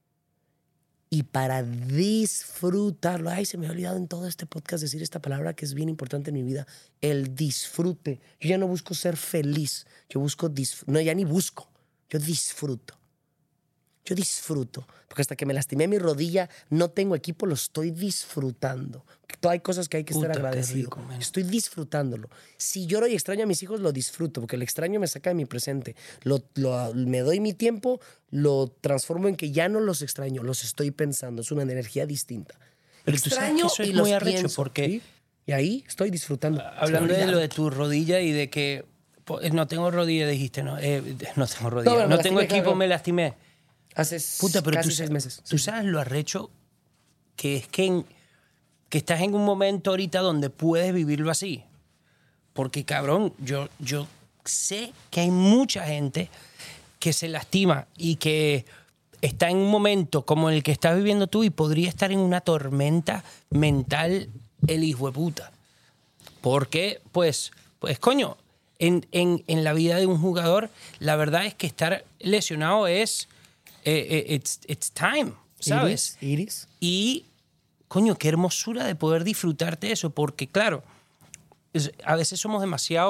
y para disfrutarlo, ay, se me ha olvidado en todo este podcast decir esta palabra que es bien importante en mi vida, el disfrute. Yo ya no busco ser feliz, yo busco disfrutar, no, ya ni busco, yo disfruto. Yo disfruto, porque hasta que me lastimé mi rodilla, no tengo equipo, lo estoy disfrutando. Hay cosas que hay que Puta, estar agradecido. Rico, estoy disfrutándolo. Si lloro y extraño a mis hijos, lo disfruto, porque el extraño me saca de mi presente. Lo, lo, me doy mi tiempo, lo transformo en que ya no los extraño, los estoy pensando. Es una energía distinta. Pero extraño tú sabes que eso es y muy arrecho pienso, porque... ¿sí? Y ahí estoy disfrutando. Hablando de lo de tu rodilla y de que no tengo rodilla, dijiste, no, eh, no tengo rodilla, no, no, no tengo equipo, claro. me lastimé. Hace Puta, pero casi tú, seis meses. Tú sabes lo arrecho que es que, en, que estás en un momento ahorita donde puedes vivirlo así. Porque, cabrón, yo, yo sé que hay mucha gente que se lastima y que está en un momento como el que estás viviendo tú y podría estar en una tormenta mental el hijo de puta. Porque, pues, pues coño, en, en, en la vida de un jugador, la verdad es que estar lesionado es... Eh, it's, it's time, ¿sabes? It is, it is. Y, coño, qué hermosura de poder disfrutarte eso, porque, claro, es, a veces somos demasiado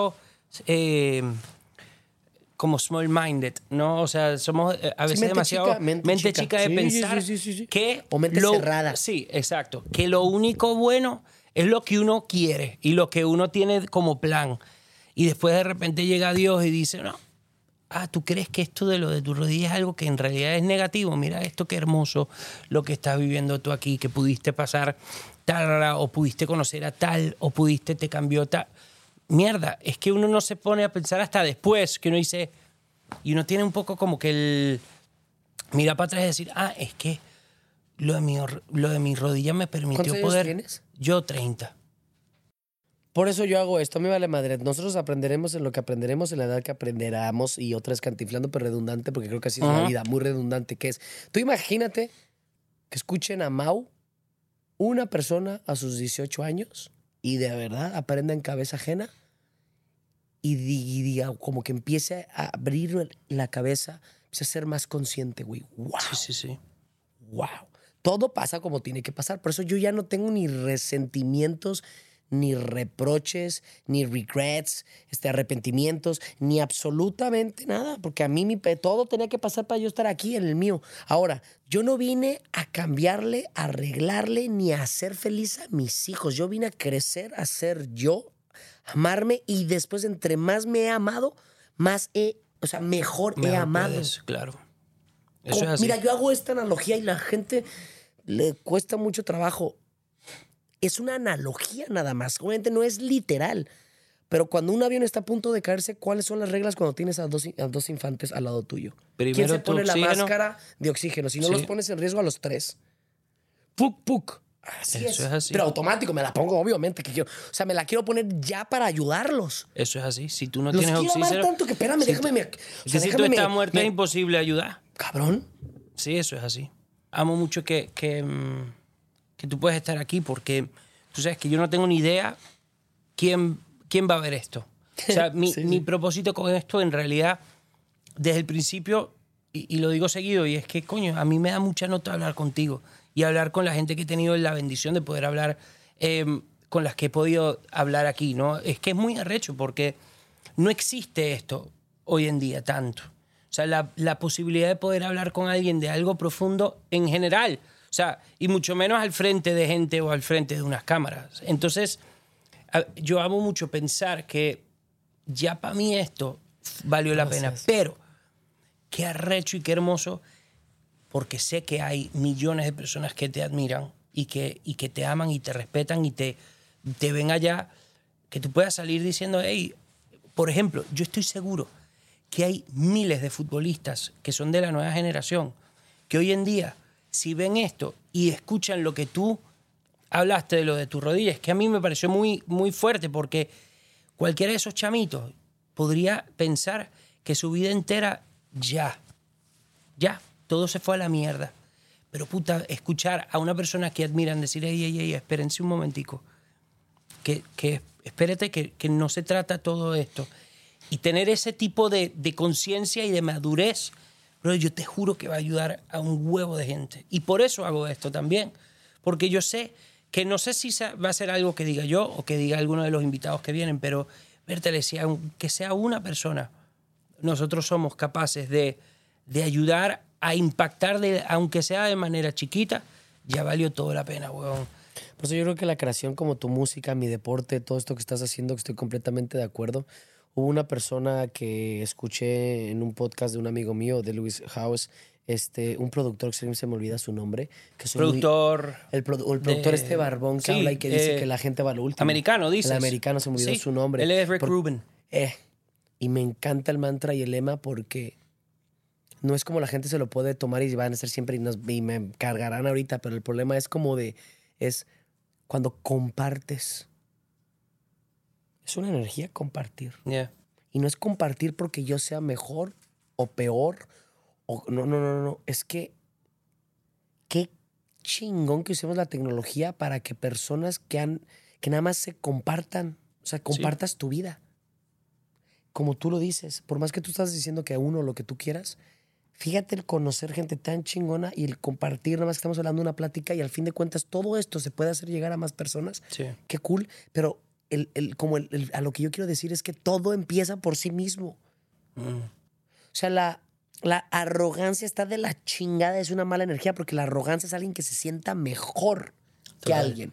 eh, como small-minded, ¿no? O sea, somos eh, a veces Sí, mente demasiado chica, mente mente chica. chica de Sí, pensar sí, sí, sí, sí. que... O mente lo- cerrada. Sí, exacto. Que lo único bueno es lo que uno quiere y lo que uno tiene como plan. Y después de repente llega Dios y dice, no, ah, ¿tú crees que esto de lo de tu rodilla es algo que en realidad es negativo? Mira esto qué hermoso lo que estás viviendo tú aquí, que pudiste pasar tal, o pudiste conocer a tal, o pudiste, te cambió tal. Mierda, es que uno no se pone a pensar hasta después, que uno dice, y uno tiene un poco como que el mira para atrás y decir, ah, es que lo de mi, lo de mi rodilla me permitió ¿Cuántos años poder... tienes? Yo treinta. Por eso yo hago esto, a mí vale madre. Nosotros aprenderemos en lo que aprenderemos, en la edad que aprenderamos, y otra es cantinflando, pero redundante, porque creo que así es Ajá. la vida, muy redundante que es. Tú imagínate que escuchen a Mau, una persona a sus dieciocho años, y de verdad aprenda en cabeza ajena, y, di- y diga, como que empiece a abrir la cabeza, empiece a ser más consciente, güey. ¡Wow! Sí, sí, sí. ¡Wow! Todo pasa como tiene que pasar. Por eso yo ya no tengo ni resentimientos, ni reproches, ni regrets, este, arrepentimientos, ni absolutamente nada, porque a mí mi, pe- todo tenía que pasar para yo estar aquí en el mío. Ahora, yo no vine a cambiarle, a arreglarle, ni a hacer feliz a mis hijos. Yo vine a crecer, a ser yo, amarme, y después, entre más me he amado, más he, o sea, mejor, he Mejor amado. puedes, claro. Eso Como- es así. Mira, yo hago esta analogía y la gente le cuesta mucho trabajo. Es una analogía nada más. Obviamente no es literal. Pero cuando un avión está a punto de caerse, ¿cuáles son las reglas cuando tienes a dos, a dos infantes al lado tuyo? ¿Quién Primero se tu pone la oxígeno. máscara de oxígeno? Si no Sí. los pones en riesgo a los tres. Puc, puc. Así Eso es. es así. Pero automático, me la pongo, obviamente. Que quiero, o sea, me la quiero poner ya para ayudarlos. Eso es así. Si tú no Los tienes quiero amar oxígeno... tanto que, espérame, si déjame... tú- me- o que sea, si tú déjame estás me- muerto me- es imposible ayudar. Cabrón. Sí, eso es así. Amo mucho que, que, mm, que tú puedes estar aquí porque tú sabes que yo no tengo ni idea quién, quién va a ver esto. O sea, mi, Sí, mi sí. propósito con esto en realidad, desde el principio, y, y lo digo seguido, y es que, coño, a mí me da mucha nota hablar contigo y hablar con la gente que he tenido la bendición de poder hablar, eh, con las que he podido hablar aquí, ¿no? Es que es muy arrecho porque no existe esto hoy en día tanto. O sea, la, la posibilidad de poder hablar con alguien de algo profundo en general. O sea, y mucho menos al frente de gente o al frente de unas cámaras. Entonces, a- yo amo mucho pensar que ya para mí esto valió la pena. Gracias. Pero qué arrecho y qué hermoso, porque sé que hay millones de personas que te admiran y que, y que te aman y te respetan y te, te ven allá, que tú puedas salir diciendo, hey, por ejemplo, yo estoy seguro que hay miles de futbolistas que son de la nueva generación, que hoy en día, si ven esto y escuchan lo que tú hablaste de lo de tus rodillas, que a mí me pareció muy, muy fuerte, porque cualquiera de esos chamitos podría pensar que su vida entera ya, ya, todo se fue a la mierda. Pero puta, escuchar a una persona que admiran decir, ey, ey, ey, espérense un momentico, que, que espérate que, que no se trata todo esto. Y tener ese tipo de, de conciencia y de madurez, bro, yo te juro que va a ayudar a un huevo de gente. Y por eso hago esto también. Porque yo sé que no sé si sa- va a ser algo que diga yo o que diga alguno de los invitados que vienen, pero, vértele, si aunque sea una persona, nosotros somos capaces de, de ayudar a impactar, de, aunque sea de manera chiquita, ya valió toda la pena, huevón. Por eso yo creo que la creación, como tu música, mi deporte, todo esto que estás haciendo, que estoy completamente de acuerdo. Hubo una persona que escuché en un podcast de un amigo mío, de Lewis House, este, un productor, que se me olvida su nombre. Que soy muy- Productor... el, produ- o el productor de- este barbón que sí, habla y que dice eh, que la gente va a lo último. americano, dices. El americano, se me olvidó Sí, su nombre. él es Rick Por- Rubin. Eh, y me encanta el mantra y el lema porque no es como la gente se lo puede tomar y van a ser siempre y, nos- y me cargarán ahorita, pero el problema es como de, es cuando compartes. Es una energía compartir. Yeah. Y no es compartir porque yo sea mejor o peor. O, no, no, no, no. Es que qué chingón que usemos la tecnología para que personas que han, que nada más se compartan. O sea, compartas tu vida. Como tú lo dices. Por más que tú estás diciendo que a uno lo que tú quieras, fíjate el conocer gente tan chingona y el compartir, nada más que estamos hablando de una plática y al fin de cuentas todo esto se puede hacer llegar a más personas. Sí. Qué cool. Pero el, el, como el, el, a lo que yo quiero decir es que todo empieza por sí mismo. Mm. O sea, la, la arrogancia está de la chingada, es una mala energía, porque la arrogancia es alguien que se sienta mejor Total. que alguien.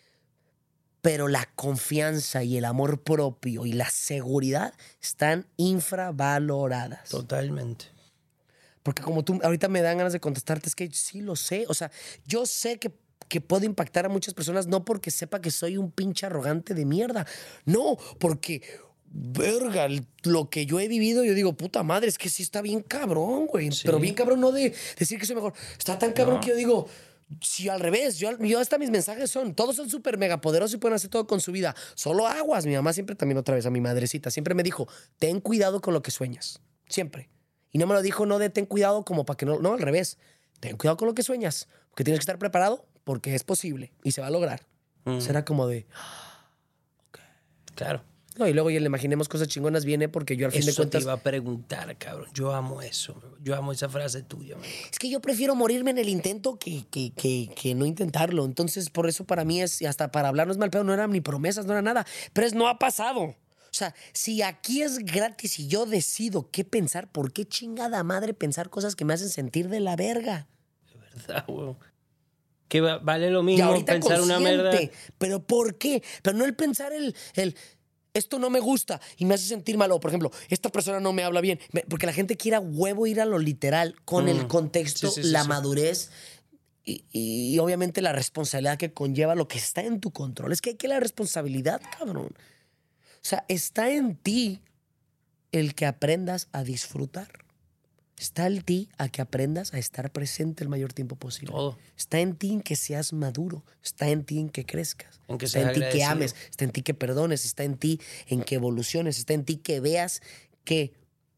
Pero la confianza y el amor propio y la seguridad están infravaloradas. Totalmente. Porque como tú ahorita me dan ganas de contestarte, es que sí lo sé. O sea, yo sé que, que puedo impactar a muchas personas, no porque sepa que soy un pinche arrogante de mierda. No, porque, verga, lo que yo he vivido, yo digo, puta madre, es que sí está bien cabrón, güey. Sí. Pero bien cabrón no de decir que soy mejor. Está tan cabrón no. que yo digo... Si al revés, yo, yo hasta mis mensajes son, todos son súper mega poderosos y pueden hacer todo con su vida. Solo aguas. Mi mamá siempre también otra vez, a mi madrecita, siempre me dijo, ten cuidado con lo que sueñas. Siempre. Y no me lo dijo no de ten cuidado como para que no, no, al revés. Ten cuidado con lo que sueñas, porque tienes que estar preparado porque es posible y se va a lograr. Mm. Será como de... Okay. Claro. No, y luego ya le imaginemos cosas chingonas viene porque yo al fin eso de cuentas... te iba a preguntar, cabrón. Yo amo eso. Yo amo esa frase tuya. Man. Es que yo prefiero morirme en el intento que, que, que, que no intentarlo. Entonces, por eso para mí es... Hasta para hablarnos mal pedo no eran ni promesas, no era nada. Pero es no ha pasado. O sea, si aquí es gratis y yo decido qué pensar, ¿por qué chingada madre pensar cosas que me hacen sentir de la verga? De verdad, güey. Que vale lo mismo pensar una mierda. ¿Pero por qué? Pero no el pensar el... el esto no me gusta y me hace sentir mal. O, por ejemplo, esta persona no me habla bien. Porque la gente quiere a huevo ir a lo literal con mm. el contexto, sí, sí, sí, la sí. madurez y, y, y obviamente la responsabilidad que conlleva lo que está en tu control. Es que hay que la responsabilidad, cabrón. O sea, está en ti el que aprendas a disfrutar. Está en ti a que aprendas a estar presente el mayor tiempo posible. Todo. Está en ti en que seas maduro. Está en ti en que crezcas. En que está en ti que ames. Está en ti que perdones. Está en ti en que evoluciones. Está en ti que veas que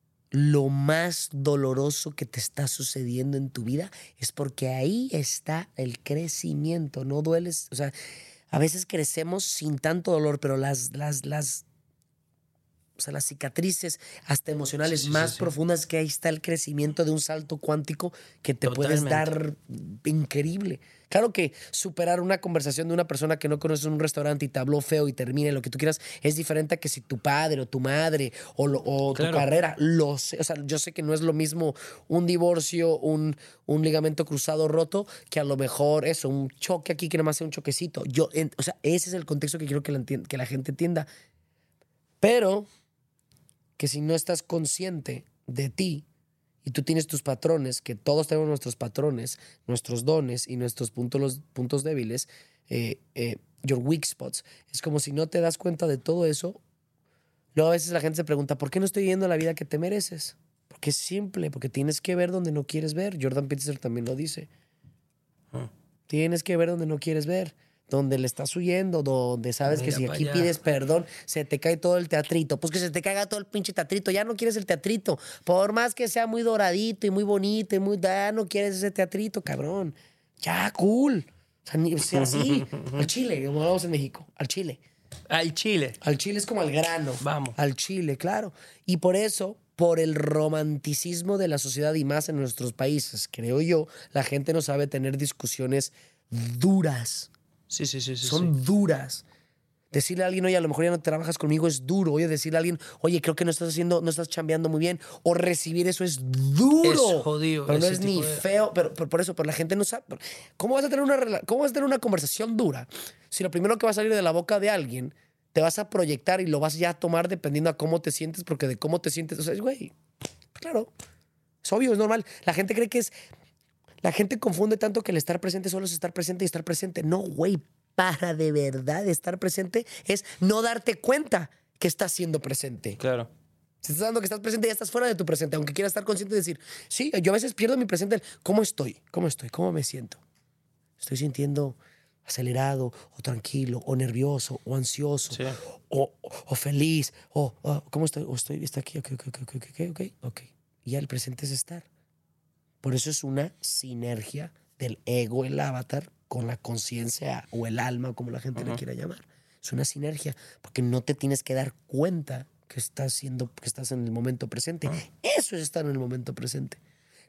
lo más doloroso que te está sucediendo en tu vida es porque ahí está el crecimiento. No dueles. O sea, a veces crecemos sin tanto dolor, pero las... las, las O sea, las cicatrices hasta emocionales sí, sí, más sí, sí. profundas, que ahí está el crecimiento de un salto cuántico que te Totalmente. puedes dar increíble. Claro que superar una conversación de una persona que no conoces en un restaurante y te habló feo y termine lo que tú quieras es diferente a que si tu padre o tu madre o, lo, o claro. tu carrera. Lo sé. O sea, yo sé que no es lo mismo un divorcio, un, un ligamento cruzado roto, que a lo mejor eso, un choque aquí que nada más sea un choquecito. Yo, en, o sea, ese es el contexto que quiero que la, que la gente entienda. Pero... que si no estás consciente de ti y tú tienes tus patrones, que todos tenemos nuestros patrones, nuestros dones y nuestros puntos, los puntos débiles, eh, eh, your weak spots, es como si no te das cuenta de todo eso. Luego a veces la gente se pregunta, ¿por qué no estoy viviendo la vida que te mereces? Porque es simple, porque tienes que ver donde no quieres ver. Jordan Peterson también lo dice. Hmm. Tienes que ver donde no quieres ver. Donde le estás huyendo, donde sabes Mira que si aquí allá. pides perdón, se te cae todo el teatrito. Pues que se te caiga todo el pinche teatrito. Ya no quieres el teatrito. Por más que sea muy doradito y muy bonito y muy... Ya no quieres ese teatrito, cabrón. Ya, cool. O sea, ni, o sea así. Al chile, como hablamos en México. Al chile. Al chile. Al chile es como al grano. Vamos. Al chile, claro. Y por eso, por el romanticismo de la sociedad y más en nuestros países, creo yo, la gente no sabe tener discusiones duras. Sí, sí, sí, sí. Son sí. duras. Decirle a alguien, oye, a lo mejor ya no trabajas conmigo es duro. Oye, decirle a alguien, oye, creo que no estás haciendo, no estás chambeando muy bien. O recibir eso es duro. Es jodido. Pero no es ni de... feo. Pero, pero por eso, pero la gente no sabe. ¿Cómo vas a tener una, cómo vas a tener una conversación dura si lo primero que va a salir de la boca de alguien te vas a proyectar y lo vas ya a tomar dependiendo a cómo te sientes? Porque de cómo te sientes, o sea, es güey, claro, es obvio, es normal. La gente cree que es... La gente confunde tanto que el estar presente solo es estar presente y estar presente. No, güey, para de verdad estar presente es no darte cuenta que estás siendo presente. Claro. Si estás dando que estás presente, ya estás fuera de tu presente, aunque quieras estar consciente y decir, sí, yo a veces pierdo mi presente. ¿Cómo estoy? ¿Cómo estoy? ¿Cómo me siento? Estoy sintiendo acelerado o tranquilo o nervioso o ansioso sí. o, o, o feliz o, o ¿cómo estoy? O estoy, está aquí, ok, ok, ok, ok, ok, ok, ok. Y ya el presente es estar. Por eso es una sinergia del ego, el avatar, con la conciencia o el alma, como la gente uh-huh. le quiera llamar. Es una sinergia, porque no te tienes que dar cuenta que estás, siendo, que estás en el momento presente. Uh-huh. Eso es estar en el momento presente.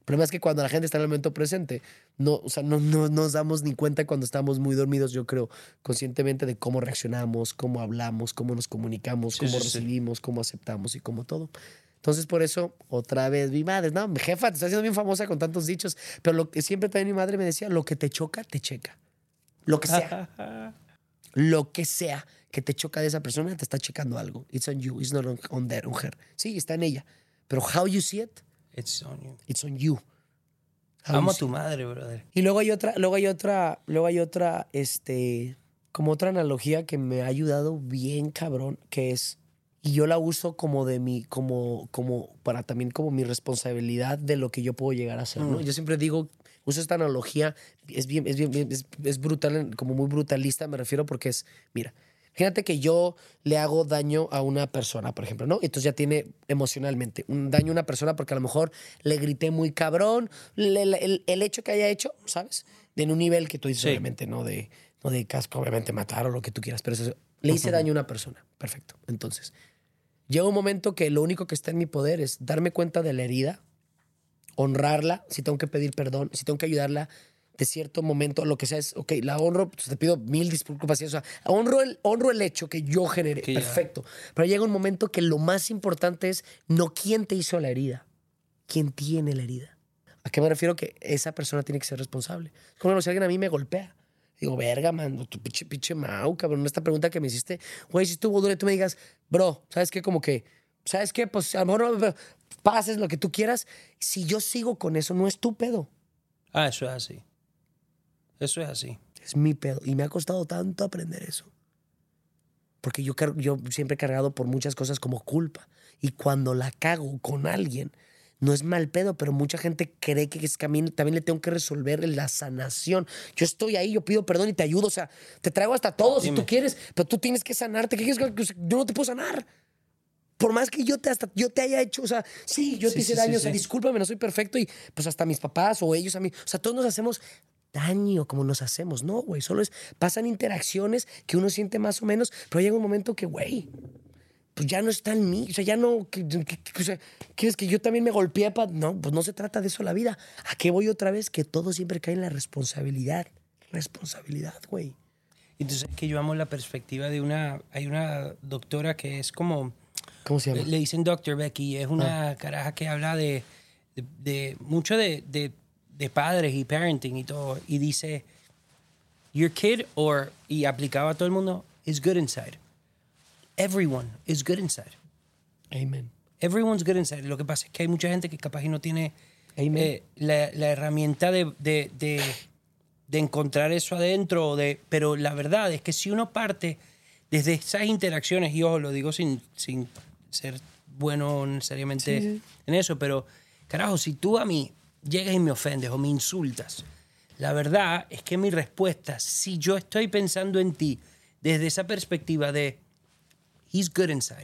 El problema es que cuando la gente está en el momento presente, no, o sea, no, no nos damos ni cuenta cuando estamos muy dormidos, yo creo, conscientemente de cómo reaccionamos, cómo hablamos, cómo nos comunicamos, Sí, cómo sí, sí. recibimos, cómo aceptamos y cómo todo. Entonces, por eso, otra vez, mi madre, no, mi jefa, te está haciendo bien famosa con tantos dichos, pero lo que siempre también mi madre me decía, lo que te choca, te checa. Lo que sea. Lo que sea que te choca de esa persona, te está checando algo. It's on you, it's not on, on there, on her. Sí, está en ella. Pero how you see it, It's on you. it's on you. How Amo you a tu see it. madre, brother. Y luego hay otra, luego hay otra, luego hay otra, este, como otra analogía que me ha ayudado bien cabrón, que es, y yo la uso como de mi, como, como, para también como mi responsabilidad de lo que yo puedo llegar a hacer, ¿no? Mm. Yo siempre digo, uso esta analogía, es bien, es bien, bien- es, es brutal, como muy brutalista me refiero porque es, mira, imagínate que yo le hago daño a una persona, por ejemplo, ¿no? Entonces ya tiene emocionalmente un daño a una persona porque a lo mejor le grité muy cabrón, le- le- el, el hecho que haya hecho, ¿sabes? En un nivel que tú dices, Sí. obviamente, no de, no de casco, obviamente matar o lo que tú quieras, pero eso, le hice daño a una persona. Perfecto. Entonces, llega un momento que lo único que está en mi poder es darme cuenta de la herida, honrarla, si tengo que pedir perdón, si tengo que ayudarla de cierto momento, lo que sea es, ok, la honro, pues te pido mil disculpas y eso. O sea, honro el, honro el hecho que yo generé, Que ya. perfecto. Pero llega un momento que lo más importante es no quién te hizo la herida, quién tiene la herida. ¿A qué me refiero? Que esa persona tiene que ser responsable. Como si alguien a mí me golpea. Digo, verga, man, tu pinche, pinche mau, cabrón. Esta pregunta que me hiciste, güey, si estuvo duro y tú me digas, bro, ¿sabes qué? Como que, ¿sabes qué? Pues a lo mejor no, pases lo que tú quieras. Si yo sigo con eso, no es tu pedo. Ah, eso es así. Eso es así. Es mi pedo. Y me ha costado tanto aprender eso. Porque yo, car- yo siempre he cargado por muchas cosas como culpa. Y cuando la cago con alguien, no es mal pedo, pero mucha gente cree que es que a mí también le tengo que resolver la sanación. Yo estoy ahí, yo pido perdón y te ayudo. O sea, te traigo hasta todo si Dime. tú quieres, pero tú tienes que sanarte. ¿Qué quieres que- yo no te puedo sanar? Por más que yo te, hasta, yo te haya hecho, o sea, sí, yo Sí, te hice sí, daño, sí, o sea, sí. discúlpame, no soy perfecto y pues hasta mis papás o ellos a mí, o sea, todos nos hacemos daño como nos hacemos, no, güey, solo es, pasan interacciones que uno siente más o menos, pero llega un momento que, güey, pues ya no está en mí, o sea, ya no, que, que- que- o sea, ¿quieres que yo también me golpee? Pa? No, pues no se trata de eso la vida. ¿A qué voy otra vez? Que todo siempre cae en la responsabilidad, responsabilidad, güey. Entonces es que yo amo la perspectiva de una... Hay una doctora que es como... ¿Cómo se llama? Le dicen doctor Becky. Es una caraja que habla de, de, de- mucho de, de, de padres y parenting y todo. Y dice, your kid, or, y aplicaba a todo el mundo, is good inside. Everyone is good inside. Amen. Everyone's good inside. Lo que pasa es que hay mucha gente que capaz y no tiene Amen. eh, la, la herramienta de, de, de, de encontrar eso adentro. o De, pero la verdad es que si uno parte desde esas interacciones, y ojo, lo digo sin, sin ser bueno necesariamente Sí, sí. en eso, pero carajo, si tú a mí llegas y me ofendes o me insultas, la verdad es que mi respuesta, si yo estoy pensando en ti desde esa perspectiva de he's good inside,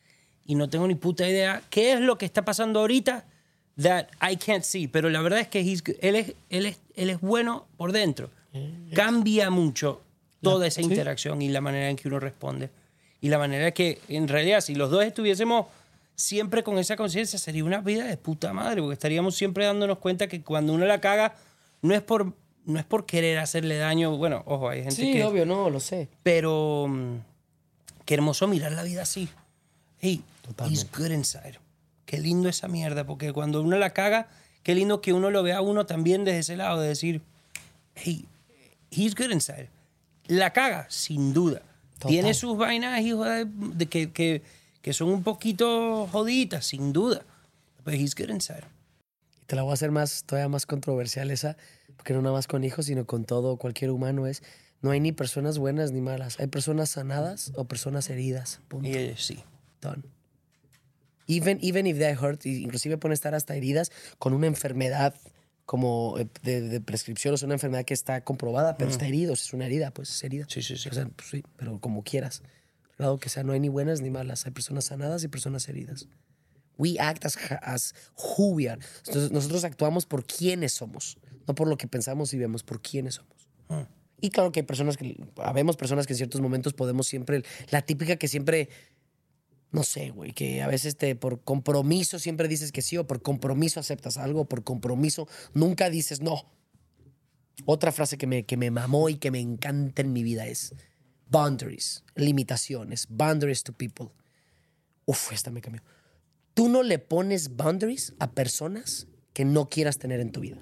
y no tengo ni puta idea qué es lo que está pasando ahorita that I can't see, pero la verdad es que he's good. Él, es, él, es, él es bueno por dentro. Cambia mucho toda esa sí. interacción y la manera en que uno responde. Y la manera que, en realidad, si los dos estuviésemos siempre con esa conciencia, sería una vida de puta madre, porque estaríamos siempre dándonos cuenta que cuando uno la caga, no es por, no es por querer hacerle daño. Bueno, ojo, hay gente Sí, que... obvio, no, lo sé. Pero mm, qué hermoso mirar la vida así. Hey, Totalmente. he's good inside. Qué lindo esa mierda, porque cuando uno la caga, qué lindo que uno lo vea a uno también desde ese lado, de decir, hey, he's good inside. La caga, sin duda. Total. Tiene sus vainas, hijo de, de que, que, que son un poquito jodidas, sin duda. Pero he's good inside. Y te la voy a hacer más, todavía más controversial esa, porque no nada más con hijos, sino con todo, cualquier humano es, no hay ni personas buenas ni malas, hay personas sanadas o personas heridas, punto. Y eh, sí. Done. Even, even if they hurt, y inclusive pueden estar hasta heridas con una enfermedad como eh, de, de prescripción, o sea, una enfermedad que está comprobada, pero está herido, es una herida, pues es herida. Sí, sí, sí. O sea, pues, sí, pero como quieras. Claro que sea, no hay ni buenas ni malas, hay personas sanadas y personas heridas. We act as, as who we are. Entonces, nosotros actuamos por quiénes somos, no por lo que pensamos y vemos, por quiénes somos. Mm. Y claro que hay personas que, habemos personas que en ciertos momentos podemos siempre, la típica que siempre no sé, güey, que a veces te por compromiso siempre dices que sí o por compromiso aceptas algo, por compromiso nunca dices no. Otra frase que me, que me mamó y que me encanta en mi vida es boundaries, limitaciones, boundaries to people. Uf, esta me cambió. Tú no le pones boundaries a personas que no quieras tener en tu vida.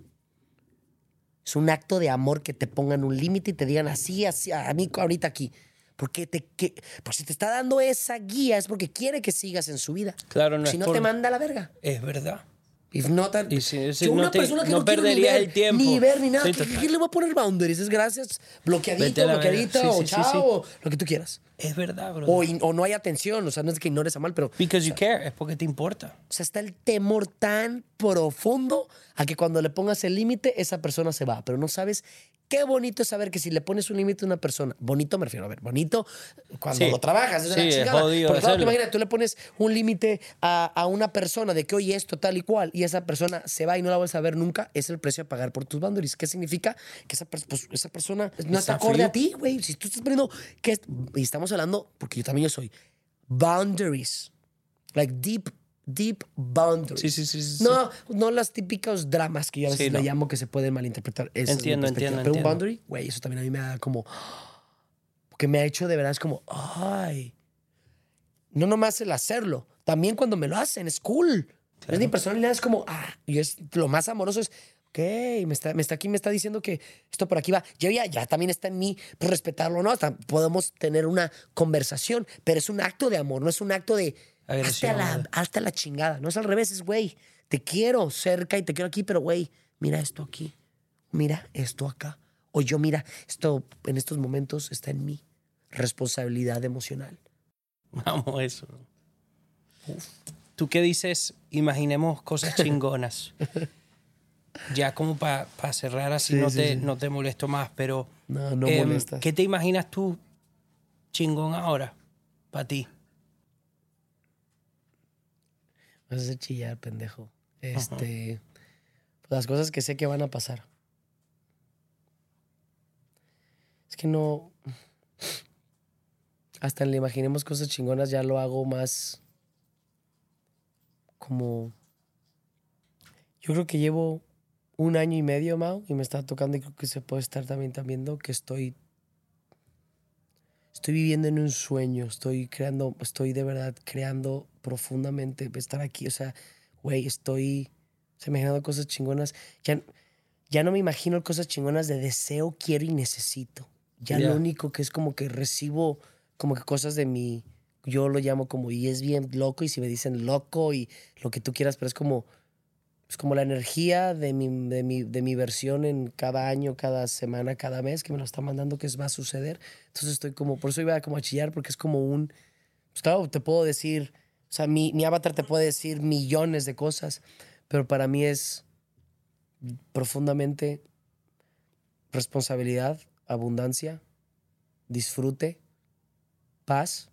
Es un acto de amor que te pongan un límite y te digan así, así, a mí ahorita aquí. Porque, te, que, porque si te está dando esa guía es porque quiere que sigas en su vida. Claro, no si es no por... te manda a la verga. Es verdad. If not, Y si, si yo no una te- persona que no no, quiero perderías ni ver, el tiempo. ni ver ni nada, Sí, ¿qué, total. qué le voy a poner boundaries? Es gracias, Vete a bloqueadito, la bloqueadita, verga. Sí, o sí, sí, chao, sí. o lo que tú quieras. Es verdad, bro. O, in- o no hay atención, o sea, no es que ignores a mal, pero... Because you care, es porque te importa. O sea, está el temor tan profundo a que cuando le pongas el límite, esa persona se va. Pero no sabes qué bonito es saber que si le pones un límite a una persona, bonito me refiero, a ver, bonito cuando Sí. lo trabajas, es de Sí, la es chingada. jodido Porque claro, hacerlo. tú imagínate, tú le pones un límite a, a una persona de que oye esto tal y cual, y esa persona se va y no la vas a ver nunca, es el precio a pagar por tus boundaries. ¿Qué significa? Que esa, per- pues, esa persona no está Está acorde frío. a ti, güey. Si tú estás poniendo, que es- y estamos hablando, porque yo también yo soy, boundaries, like deep, deep boundaries. Sí, sí, sí, sí, sí. No, no las típicos dramas que yo a veces Sí, le no. llamo que se pueden malinterpretar. Esa es mi Entiendo, perspectiva. entiendo, Pero un entiendo. boundary, güey, eso también a mí me da como... Porque me ha hecho de verdad, es como, ay. No nomás el hacerlo, también cuando me lo hacen, es cool. Es mi personalidad, es como, ah, y es lo más amoroso es, ok, me está, me está aquí, me está diciendo que esto por aquí va. Ya, ya, ya también está en mí pues, respetarlo, ¿no? Hasta podemos tener una conversación, pero es un acto de amor, no es un acto de hazte Agresión, a la, ¿verdad? hazte a la chingada. No es al revés, es, güey, te quiero cerca y te quiero aquí, pero, güey, mira esto aquí, mira esto acá. O yo, mira, esto en estos momentos está en mí. Responsabilidad emocional. Vamos, eso. Uf. ¿Tú qué dices? Imaginemos cosas chingonas. Ya como para cerrar así, Sí, no, sí, te, sí. no te molesto más, pero... No, no em, molestas. ¿Qué te imaginas tú chingón ahora para ti? Me hace chillar, pendejo. Este, pues, las cosas que sé que van a pasar. Es que no... Hasta en le imaginemos cosas chingonas ya lo hago más como... Yo creo que llevo un año y medio, Mau, y me está tocando y creo que se puede estar también, también viendo que estoy... Estoy viviendo en un sueño, estoy creando, estoy de verdad creando profundamente estar aquí. O sea, güey, estoy o sea, imaginando cosas chingonas. Ya, ya no me imagino cosas chingonas de deseo, quiero y necesito. Ya Ya. lo único que es como que recibo como que cosas de mi, yo lo llamo como, y es bien loco, y si me dicen loco y lo que tú quieras, pero es como, es como la energía de mi, de, mi, de mi versión en cada año, cada semana, cada mes que me lo está mandando que va a suceder. Entonces estoy como, por eso iba como a chillar, porque es como un, pues claro, te puedo decir, o sea, mi, mi avatar te puede decir millones de cosas, pero para mí es profundamente responsabilidad, abundancia, disfrute, paz,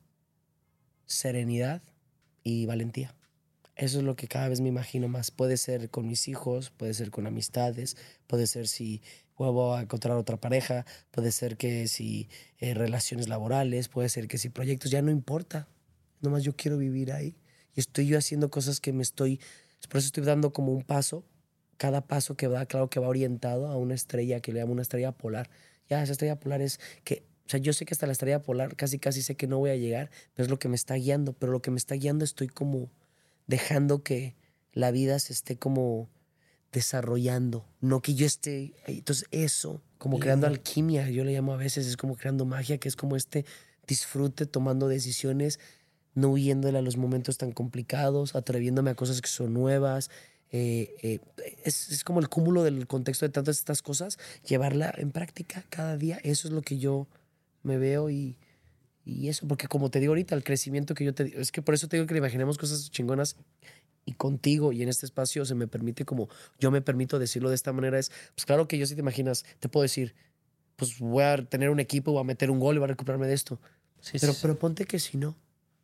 serenidad y valentía. Eso es lo que cada vez me imagino más. Puede ser con mis hijos, puede ser con amistades, puede ser si vuelvo a encontrar otra pareja, puede ser que si eh, relaciones laborales, puede ser que si proyectos, ya no importa. Nomás yo quiero vivir ahí. Y estoy yo haciendo cosas que me estoy... Por eso estoy dando como un paso. Cada paso que va, claro que va orientado a una estrella que le llamo una estrella polar. Ya, esa estrella polar es que... O sea, yo sé que hasta la estrella polar casi casi sé que no voy a llegar, pero es lo que me está guiando. Pero lo que me está guiando estoy como dejando que la vida se esté como desarrollando, no que yo esté ahí. Entonces eso, como creando alquimia, yo le llamo a veces, es como creando magia, que es como este disfrute tomando decisiones, no huyéndole a los momentos tan complicados, atreviéndome a cosas que son nuevas. Eh, eh, es, es como el cúmulo del contexto de tantas estas cosas, llevarla en práctica cada día. Eso es lo que yo me veo y, y eso, porque como te digo ahorita, el crecimiento que yo te digo, es que por eso te digo que le imaginemos cosas chingonas y contigo y en este espacio se me permite como, yo me permito decirlo de esta manera, es, pues claro que yo si te imaginas, te puedo decir, pues voy a tener un equipo, voy a meter un gol y voy a recuperarme de esto. Sí, Pero, sí, sí. pero ponte que si no,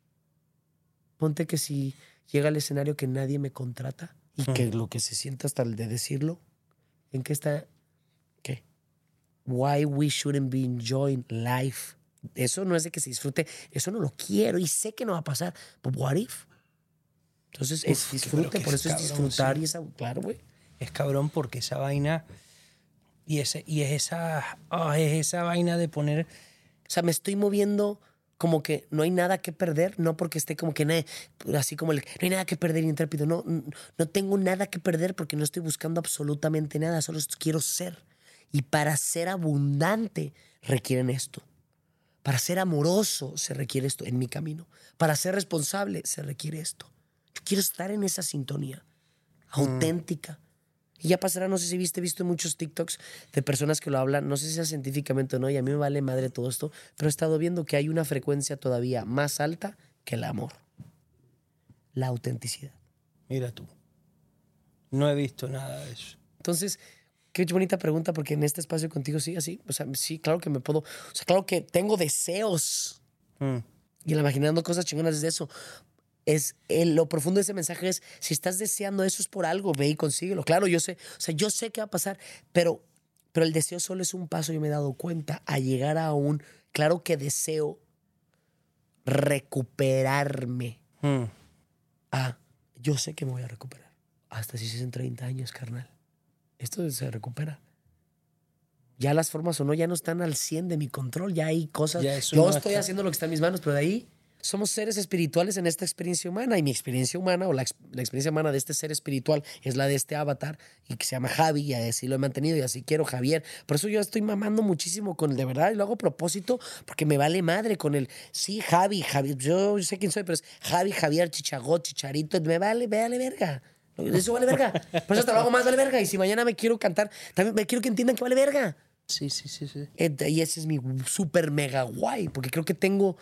ponte que si llega el escenario que nadie me contrata y que lo que se sienta hasta el de decirlo, ¿en qué está? ¿Qué? Why we shouldn't be enjoying life Eso no es de que se disfrute. Eso no lo quiero y sé que no va a pasar. But what if? Entonces, es Uf, disfrute. pero que Por es eso es cabrón, disfrutar sí. y esa... Claro, güey. Es cabrón porque esa vaina... Y, ese, y es, esa, oh, es esa vaina de poner... O sea, me estoy moviendo como que no hay nada que perder, no porque esté como que na- así como el no hay nada que perder intrépido, no, no tengo nada que perder porque no estoy buscando absolutamente nada, solo quiero ser. Y para ser abundante requieren esto. Para ser amoroso se requiere esto en mi camino. Para ser responsable se requiere esto. Yo quiero estar en esa sintonía auténtica. Y ya pasará, no sé si viste, he visto muchos TikToks de personas que lo hablan, no sé si sea científicamente o no, y a mí me vale madre todo esto, pero he estado viendo que hay una frecuencia todavía más alta que el amor. La autenticidad. Mira tú. No he visto nada de eso. Entonces, qué bonita pregunta, porque en este espacio contigo sí, así, o sea, sí, claro que me puedo, o sea, claro que tengo deseos. Mm. Y el imaginando cosas chingonas desde eso. Es el, lo profundo de ese mensaje es, si estás deseando eso es por algo, ve y consíguelo. Claro, yo sé, o sea, yo sé qué va a pasar, pero, pero el deseo solo es un paso, yo me he dado cuenta, a llegar a un, claro que deseo recuperarme. Mm. Ah, yo sé que me voy a recuperar. Hasta si es en treinta años, carnal. Esto se recupera. Ya las formas o no, ya no están al cien de mi control, ya hay cosas. Ya eso Yo no estoy está. haciendo lo que está en mis manos, pero de ahí somos seres espirituales en esta experiencia humana y mi experiencia humana o la, ex- la experiencia humana de este ser espiritual es la de este avatar y que se llama Javi y así lo he mantenido y así quiero Javier. Por eso yo estoy mamando muchísimo con el de verdad y lo hago a propósito porque me vale madre con el sí, Javi, Javi, yo sé quién soy, pero es Javi, Javier, Chichagot, Chicharito, me vale, me vale verga. Eso vale verga. Por eso hasta lo hago más, vale verga. Y si mañana me quiero cantar, también me quiero que entiendan que vale verga. Sí, sí, sí, sí. Y ese es mi súper mega guay, porque creo que tengo,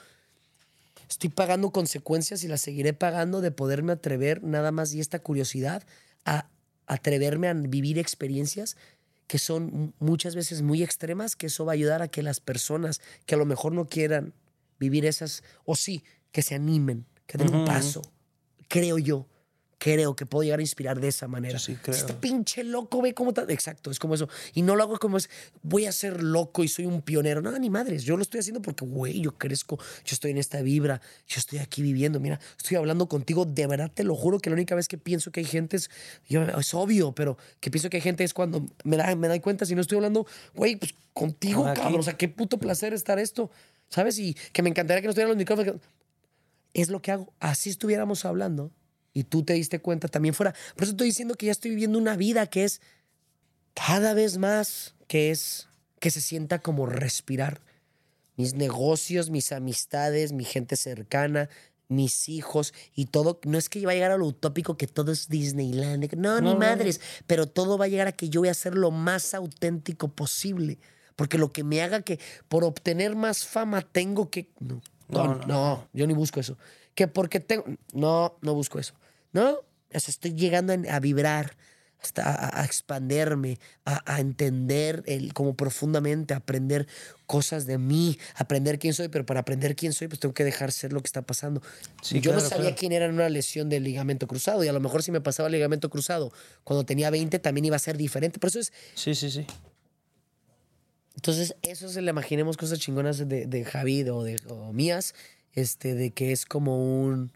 estoy pagando consecuencias y las seguiré pagando de poderme atrever nada más y esta curiosidad a atreverme a vivir experiencias que son muchas veces muy extremas, que eso va a ayudar a que las personas que a lo mejor no quieran vivir esas, o sí, que se animen, que den un paso, creo yo. Creo que puedo llegar a inspirar de esa manera. Yo sí creo. Este pinche loco, ve cómo está. Exacto, es como eso. Y no lo hago como es, voy a ser loco y soy un pionero. No, ni madres. Yo lo estoy haciendo porque, güey, yo crezco, yo estoy en esta vibra, yo estoy aquí viviendo. Mira, estoy hablando contigo. De verdad te lo juro que la única vez que pienso que hay gente es, yo, es obvio, pero que pienso que hay gente es cuando me da, me doy cuenta si no estoy hablando, güey, pues contigo, Aquí. cabrón. O sea, qué puto placer estar esto, ¿sabes? Y que me encantaría que no estuvieran los micrófonos. Es lo que hago. Así estuviéramos hablando. Y tú te diste cuenta también fuera. Por eso estoy diciendo que ya estoy viviendo una vida que es cada vez más, que es, que se sienta como respirar. Mis negocios, mis amistades, mi gente cercana, mis hijos y todo. No es que va a llegar a lo utópico que todo es Disneyland. No, No, ni no, madres. Pero todo va a llegar a que yo voy a ser lo más auténtico posible. Porque lo que me haga que por obtener más fama tengo que... No, no, No, no, no. yo ni busco eso. Que porque tengo... No, no busco eso. No, o sea, estoy llegando a, a vibrar, hasta a, a expanderme, a, a entender el, como profundamente, a aprender cosas de mí, aprender quién soy, pero para aprender quién soy, pues tengo que dejar ser lo que está pasando. Sí, Yo claro, no sabía claro. quién era en una lesión del ligamento cruzado y a lo mejor si me pasaba el ligamento cruzado cuando tenía veinte también iba a ser diferente. Por eso es, Sí, sí, sí. entonces eso se le imaginemos cosas chingonas de, de Javi o de o mías, este, de que es como un...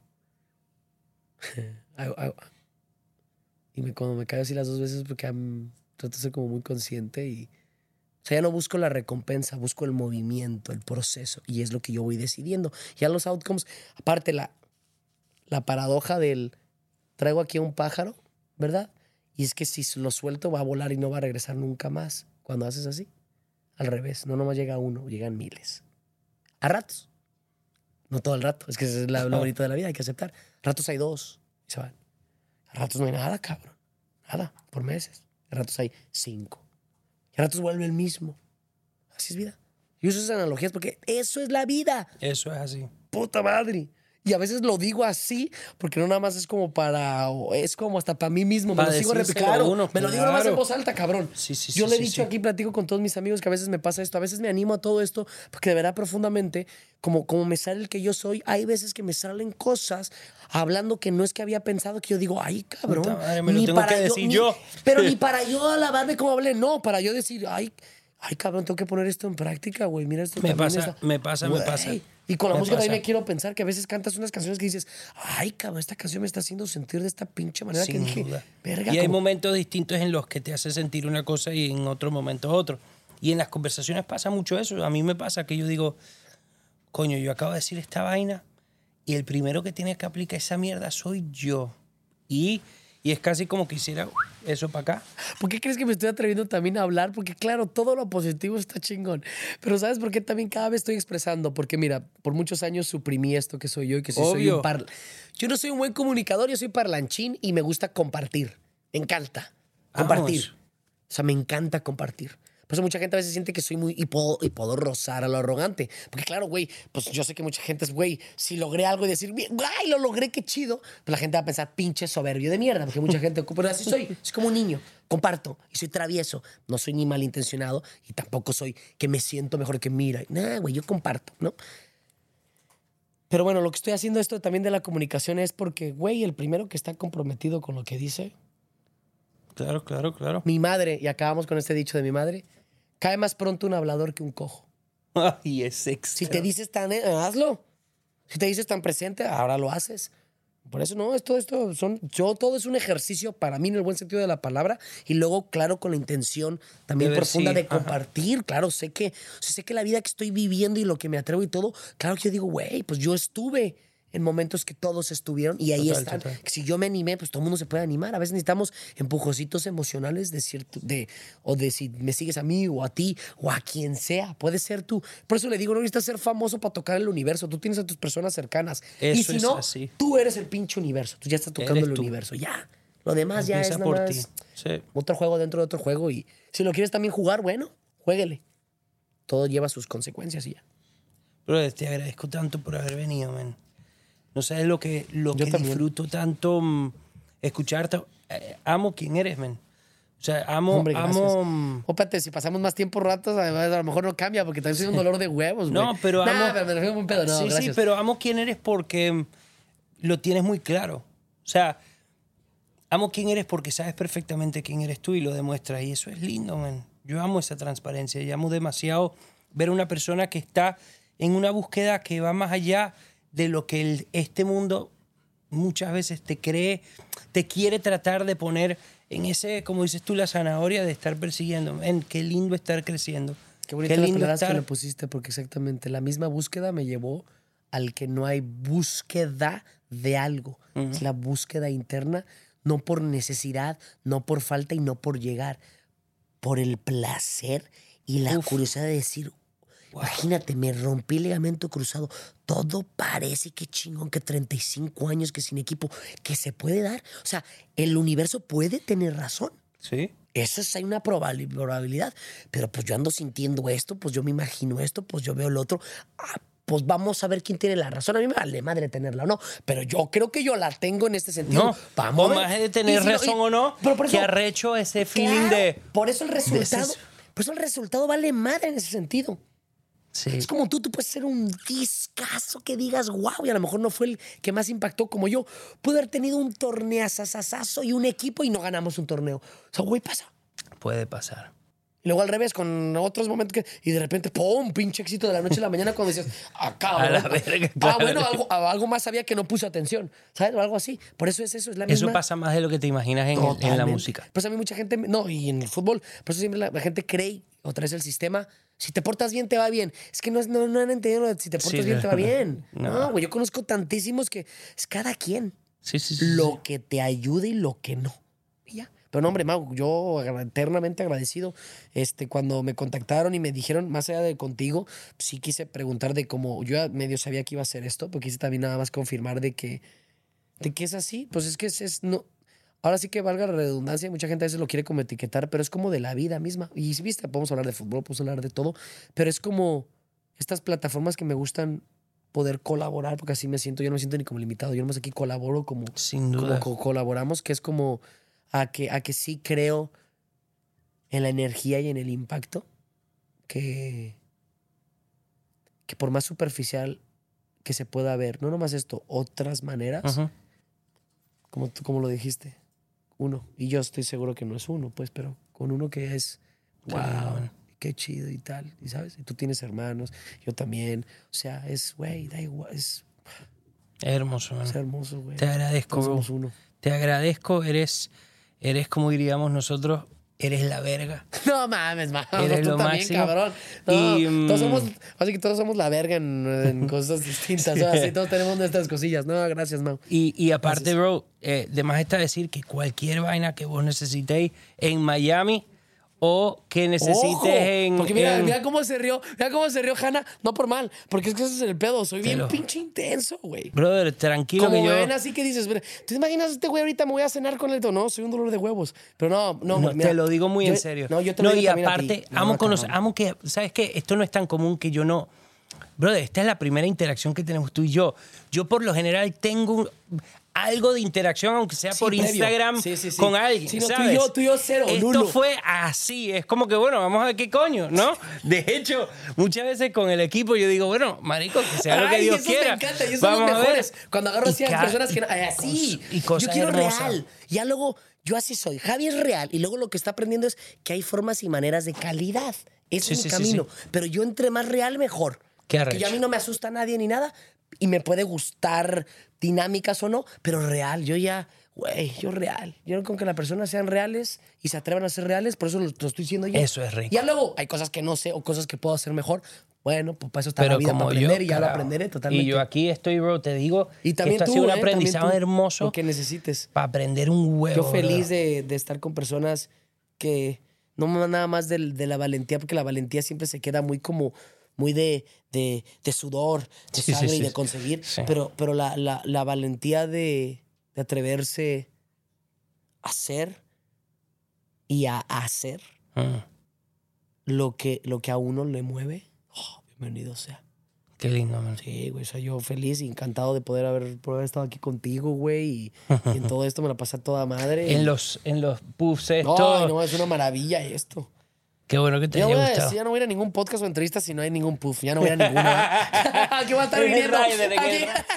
I- I- y me, cuando me caigo así las dos veces porque I'm- trato de ser como muy consciente y... O sea, ya no busco la recompensa, busco el movimiento, el proceso y es lo que yo voy decidiendo. Ya los outcomes, aparte la, la paradoja del traigo aquí a un pájaro, ¿verdad? Y es que si lo suelto va a volar y no va a regresar nunca más. Cuando haces así, al revés, no nomás llega uno, llegan miles. A ratos. No todo el rato, es que eso es la- lo bonito de la vida, hay que aceptar. Ratos hay dos y se van. A ratos no hay nada, cabrón. Nada, por meses. A ratos hay cinco. Y a ratos vuelve el mismo. Así es vida. Y uso esas analogías porque eso es la vida. Eso es así. Puta madre. Y a veces lo digo así porque no nada más es como para... o es como hasta para mí mismo. Me Para lo sigo decírselo replicando. a uno, Me lo digo nada más en claro. voz alta, cabrón. Sí, sí, Yo sí, le he sí, dicho sí. aquí, platico con todos mis amigos que a veces me pasa esto. A veces me animo a todo esto porque de verdad profundamente, como, como me sale el que yo soy, hay veces que me salen cosas hablando que no es que había pensado que yo digo, ay, cabrón. Puta madre, me lo tengo que decir ni- yo. Pero ni para yo alabarme como hablé, no. Para yo decir, ay... ay, cabrón, tengo que poner esto en práctica, güey. Mira esto. Me pasa, está... me pasa, güey. me pasa. Y con la me música pasa. también me quiero pensar que a veces cantas unas canciones que dices, ay, cabrón, esta canción me está haciendo sentir de esta pinche manera Sin que dije, duda. verga. Y hay como... momentos distintos en los que te hace sentir una cosa y en otro momento otro. Y en las conversaciones pasa mucho eso. A mí me pasa que yo digo, coño, yo acabo de decir esta vaina y el primero que tiene que aplicar esa mierda soy yo. Y, y es casi como que hiciera eso para acá. ¿Por qué crees que me estoy atreviendo también a hablar? Porque claro, todo lo positivo está chingón. Pero ¿sabes por qué también cada vez estoy expresando? Porque mira, por muchos años suprimí esto que soy yo y que sí soy Obvio. un par... Yo no soy un buen comunicador, yo soy parlanchín y me gusta compartir. Me encanta compartir. Vamos. O sea, me encanta compartir. Por eso mucha gente a veces siente que soy muy... Y puedo, y puedo rozar a lo arrogante. Porque claro, güey, pues yo sé que mucha gente es, güey, si logré algo y decir, güey, lo logré, qué chido. Pues la gente va a pensar, pinche soberbio de mierda. Porque mucha gente... Pero así soy. Soy como un niño. Comparto. Y soy travieso. No soy ni malintencionado. Y tampoco soy que me siento mejor que mira. Nada, güey, yo comparto, ¿no? Pero bueno, lo que estoy haciendo esto también de la comunicación es porque, güey, el primero que está comprometido con lo que dice... Claro, claro, claro. Mi madre, y acabamos con este dicho de mi madre, cae más pronto un hablador que un cojo. Ay, es extra. Si te dices tan, eh, hazlo. Si te dices tan presente, ahora lo haces. Por eso no, esto, esto son, yo todo es un ejercicio para mí en el buen sentido de la palabra y luego, claro, con la intención también Debe profunda ser, de compartir. Ajá. Claro, sé que, o sea, sé que la vida que estoy viviendo y lo que me atrevo y todo, claro que yo digo, güey, pues yo estuve en momentos que todos estuvieron y ahí Total, están. total. Si yo me animé, pues todo el mundo se puede animar. A veces necesitamos empujoncitos emocionales de cierto, de, o de si me sigues a mí o a ti o a quien sea. Puede ser tú. Por eso le digo, no necesitas ser famoso para tocar el universo. Tú tienes a tus personas cercanas. Eso y si es no, así. tú eres el pinche universo. Tú ya estás tocando Eres el tú. universo. Ya. Lo demás ya Empieza es nada por más ti. Sí. otro juego dentro de otro juego. Y si lo quieres también jugar, bueno, juéguele. Todo lleva sus consecuencias y ya. Bro, te agradezco tanto por haber venido, man. No sabes lo que, lo Yo que también. disfruto tanto mm, escucharte. Eh, amo quién eres, man. O sea, amo, Hombre, gracias. amo. mm, Ópate, si pasamos más tiempo ratos, a lo mejor no cambia, porque también soy un dolor de huevos, güey. No, pero Nah, amo. pero me refiero a un pedo, no, sí, gracias. sí, pero amo quién eres porque mm, lo tienes muy claro. O sea, amo quién eres porque sabes perfectamente quién eres tú y lo demuestras. Y eso es lindo, man. Yo amo esa transparencia y amo demasiado ver a una persona que está en una búsqueda que va más allá de lo que el, este mundo muchas veces te cree, te quiere tratar de poner en ese, como dices tú, la zanahoria de estar persiguiendo. Man, qué lindo estar creciendo. Qué bonito las lindo palabras estar. que le pusiste, porque exactamente la misma búsqueda me llevó al que no hay búsqueda de algo. Uh-huh. Es la búsqueda interna, no por necesidad, no por falta y no por llegar, por el placer y la Uf. curiosidad de decir, wow. Imagínate, me rompí el ligamento cruzado. Todo parece que chingón, que treinta y cinco años, que sin equipo, que se puede dar. O sea, el universo puede tener razón. Sí. Eso es, hay una probabilidad. Pero pues yo ando sintiendo esto, pues yo me imagino esto, pues yo veo el otro. Ah, pues vamos a ver quién tiene la razón. A mí me vale madre tenerla o no, pero yo creo que yo la tengo en este sentido. No, vamos o más de tener si razón no, y, o no, pero por eso, que arrecho ese feeling claro, de... Por eso el resultado, por eso el resultado vale madre en ese sentido. Sí. Es como tú, tú puedes ser un discazo que digas, wow, y a lo mejor no fue el que más impactó como yo. Pude haber tenido un torneazazazazo y un equipo y no ganamos un torneo. O sea, güey, pasa. Puede pasar. Y luego al revés, con otros momentos que... Y de repente, ¡pum! Pinche éxito de la noche a la mañana cuando dices, acá, a la verga, claro. Ah, bueno, algo, algo más sabía que no puse atención, ¿sabes? O algo así. Por eso es eso, es la misma... Eso pasa más de lo que te imaginas en, el, en la música. Pues a mí mucha gente... No, y en el fútbol. Por eso siempre la, la gente cree, otra vez el sistema... Si te portas bien, te va bien. Es que no, es, no, no han entendido lo de si te portas sí, bien, no. te va bien. No, güey, yo conozco tantísimos que es cada quien. Sí, sí, sí. Lo sí. que te ayude y lo que no. Y ya. Pero no, hombre, Mau, yo eternamente agradecido. Este, cuando me contactaron y me dijeron, más allá de contigo, sí quise preguntar de cómo... Yo medio sabía que iba a hacer esto, porque quise también nada más confirmar de que, de que es así. Pues es que es... es no, ahora sí que valga la redundancia, mucha gente a veces lo quiere como etiquetar, pero es como de la vida misma. Y si viste, podemos hablar de fútbol, podemos hablar de todo, pero es como estas plataformas que me gustan poder colaborar, porque así me siento, yo no me siento ni como limitado, yo nomás aquí colaboro como, Sin duda. como co colaboramos, que es como a que, a que sí creo en la energía y en el impacto, que, que por más superficial que se pueda ver, no nomás esto, otras maneras, uh-huh. como tú como lo dijiste, uno. Y yo estoy seguro que no es uno, pues, pero con uno que es wow, que qué chido y tal, y sabes, y tú tienes hermanos, yo también, o sea, es, güey, da igual, es, Es hermoso, man. es hermoso, güey. Te agradezco, Todos bro. somos uno. Te agradezco, eres, eres como diríamos nosotros, eres la verga. No mames, mames, Eres tú lo también, máximo. cabrón. No, Y, mm, todos somos, así que todos somos la verga en, en cosas distintas, ¿no? Así todos tenemos nuestras cosillas. No, gracias, Mau. Y, y aparte, Gracias. bro, eh, de más está decir que cualquier vaina que vos necesitéis en Miami o que necesites Ojo, en... porque mira, en- mira cómo se rió, mira cómo se rió Hanna, no por mal, porque es que ese es el pedo, soy bien lo- pinche intenso, güey. Brother, tranquilo Como que me yo... ven así que dices, "Mira, ¿tú te imaginas este güey ahorita me voy a cenar con él? No, soy un dolor de huevos. Pero no, no, No, mira, te lo digo muy yo- en serio. No, yo te lo y digo también a ti. aparte, No, amo conocer, cabrón. amo que, ¿sabes qué? Esto no es tan común que yo no... Brother, esta es la primera interacción que tenemos tú y yo. Yo por lo general tengo un- algo de interacción, aunque sea Sí, por previo. Instagram, Sí, sí, sí. con alguien, Sí, no, tú y ¿sabes? yo- tú y yo cero, Esto nulo. fue así. Es como que, bueno, vamos a ver qué coño, ¿no? De hecho, muchas veces con el equipo yo digo, bueno, marico, que sea lo que Ay, Dios esos quiera. me encanta, y esos Vamos son a los ver. mejores. Cuando agarro Y así a ca- personas que no, ay, así. y cosas yo quiero hermosas. real. Ya luego, yo así soy. Javi es real. Y luego lo que está aprendiendo es que hay formas y maneras de calidad. Ese Sí, es sí, mi sí, camino. sí. Pero yo entre más real, mejor. Qué Porque arrecho. yo a mí no me asusta a nadie ni nada. Y me puede gustar dinámicas o no, pero real. Yo ya, güey, yo real. Yo con que las personas sean reales y se atrevan a ser reales, por eso lo, lo estoy diciendo yo. Eso es rico. Ya luego hay cosas que no sé o cosas que puedo hacer mejor. Bueno, pues para eso está la Pero vida, como para aprender yo, y ya lo carajo. aprenderé totalmente. Y yo aquí estoy, bro, te digo, Y también esto tú, ha sido un ¿eh? También aprendizaje tú, hermoso lo que necesites. para aprender un huevo. Yo feliz brother. de, de estar con personas que no me nada más del- de, la valentía, porque la valentía siempre se queda muy como, muy de, de, de sudor, de Sí, sí, sangre sí, y de sí. conseguir. Sí. Pero, pero la, la, la valentía de, de atreverse a hacer y a hacer Mm, lo que, lo que a uno le mueve, oh, bienvenido sea. qué lindo, man. Sí, güey, soy yo feliz y encantado de poder haber, poder haber estado aquí contigo, güey. Y, y en todo esto me la pasé a toda madre. En y- los, en los puffs esto. No, no, es una maravilla esto. Qué bueno que te Ya, haya voy a gustado. decir, ya no voy a ir a ningún podcast o entrevista si no hay ningún puff. Ya no voy a ir a ninguna. Aquí voy a estar En el viniendo. rider, en el Aquí-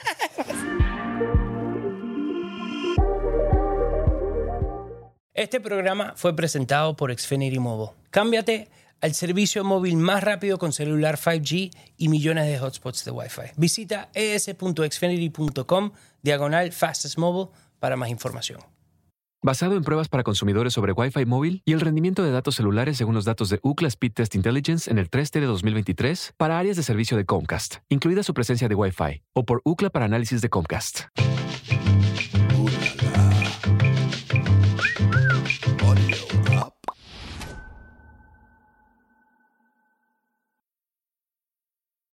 Este programa fue presentado por Xfinity Mobile. Cámbiate al servicio móvil más rápido con celular cinco G y millones de hotspots de Wi-Fi. Visita es.xfinity.com diagonal fastest mobile para más información. Basado en pruebas para consumidores sobre Wi-Fi móvil y el rendimiento de datos celulares según los datos de Ookla Speed Test Intelligence en el tres T de dos mil veintitrés para áreas de servicio de Comcast, incluida su presencia de Wi-Fi, o por Ookla para análisis de Comcast.